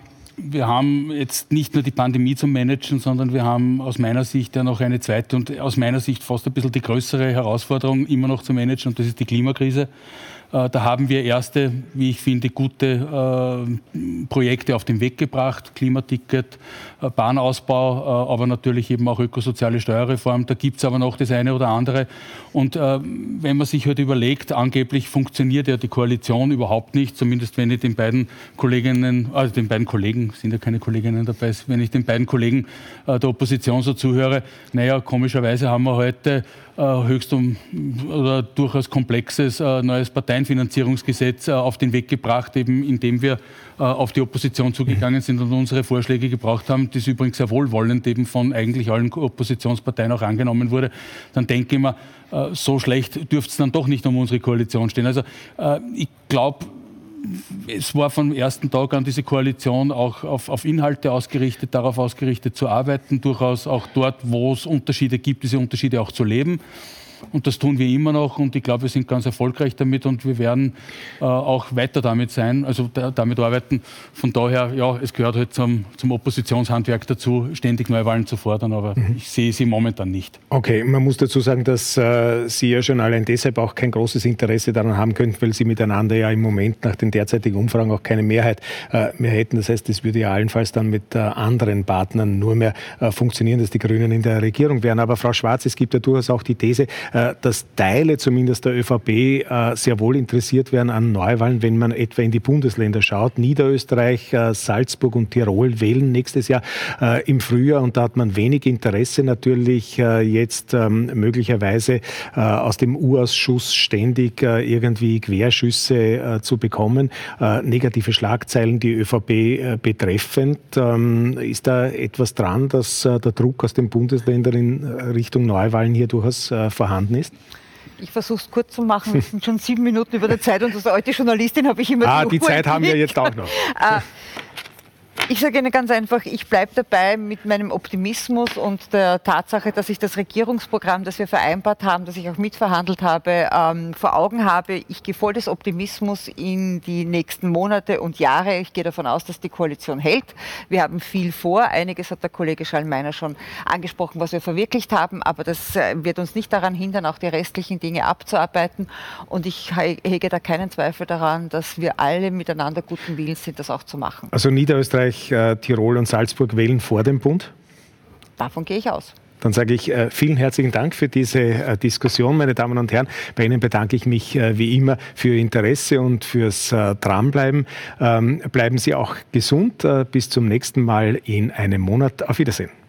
jetzt nicht nur die Pandemie zum Managen, sondern wir haben aus meiner Sicht ja noch eine zweite und aus meiner Sicht fast ein bisschen die größere Herausforderung immer noch zu managen, und das ist die Klimakrise. Da haben wir erste, wie ich finde, gute Projekte auf den Weg gebracht. Klimaticket, Bahnausbau, aber natürlich eben auch ökosoziale Steuerreform. Da gibt es aber noch das eine oder andere. Und wenn man sich heute überlegt, angeblich funktioniert ja die Koalition überhaupt nicht, zumindest wenn ich den beiden Kolleginnen, also den beiden Kollegen, sind ja keine Kolleginnen dabei, wenn ich den beiden Kollegen der Opposition so zuhöre, naja, komischerweise haben wir heute oder durchaus komplexes neues Parteienfinanzierungsgesetz auf den Weg gebracht, eben indem wir auf die Opposition zugegangen sind und unsere Vorschläge gebraucht haben, das übrigens sehr wohlwollend eben von eigentlich allen Oppositionsparteien auch angenommen wurde. Dann denke ich mir, so schlecht dürfte es dann doch nicht um unsere Koalition stehen. Also ich glaube, es war vom ersten Tag an diese Koalition auch auf Inhalte ausgerichtet, darauf ausgerichtet zu arbeiten, durchaus auch dort, wo es Unterschiede gibt, diese Unterschiede auch zu leben. Und das tun wir immer noch und ich glaube, wir sind ganz erfolgreich damit und wir werden auch weiter damit sein, also damit arbeiten. Von daher, ja, es gehört halt zum Oppositionshandwerk dazu, ständig Neuwahlen zu fordern, aber ich sehe sie momentan nicht. Okay, man muss dazu sagen, dass Sie ja schon allein deshalb auch kein großes Interesse daran haben könnten, weil Sie miteinander ja im Moment nach den derzeitigen Umfragen auch keine Mehrheit mehr hätten. Das heißt, es würde ja allenfalls dann mit anderen Partnern nur mehr funktionieren, dass die Grünen in der Regierung wären. Aber Frau Schwarz, es gibt ja durchaus auch die These, dass Teile zumindest der ÖVP sehr wohl interessiert wären an Neuwahlen, wenn man etwa in die Bundesländer schaut. Niederösterreich, Salzburg und Tirol wählen nächstes Jahr im Frühjahr und da hat man wenig Interesse natürlich jetzt möglicherweise aus dem U-Ausschuss ständig irgendwie Querschüsse zu bekommen, negative Schlagzeilen die ÖVP betreffend. Ist da etwas dran, dass der Druck aus den Bundesländern in Richtung Neuwahlen hier durchaus vorhanden ist? Ich versuche es kurz zu machen. Wir sind schon 7 Minuten über der Zeit und als alte Journalistin habe ich immer die Zeit haben wir jetzt auch noch. Ich sage Ihnen ganz einfach, ich bleibe dabei mit meinem Optimismus und der Tatsache, dass ich das Regierungsprogramm, das wir vereinbart haben, das ich auch mitverhandelt habe, vor Augen habe. Ich gehe voll des Optimismus in die nächsten Monate und Jahre. Ich gehe davon aus, dass die Koalition hält. Wir haben viel vor. Einiges hat der Kollege Schallmeiner schon angesprochen, was wir verwirklicht haben. Aber das wird uns nicht daran hindern, auch die restlichen Dinge abzuarbeiten. Und ich hege da keinen Zweifel daran, dass wir alle miteinander guten Willens sind, das auch zu machen. Also Niederösterreich, Tirol und Salzburg wählen vor dem Bund? Davon gehe ich aus. Dann sage ich vielen herzlichen Dank für diese Diskussion, meine Damen und Herren. Bei Ihnen bedanke ich mich wie immer für Ihr Interesse und fürs Dranbleiben. Bleiben Sie auch gesund. Bis zum nächsten Mal in einem Monat. Auf Wiedersehen.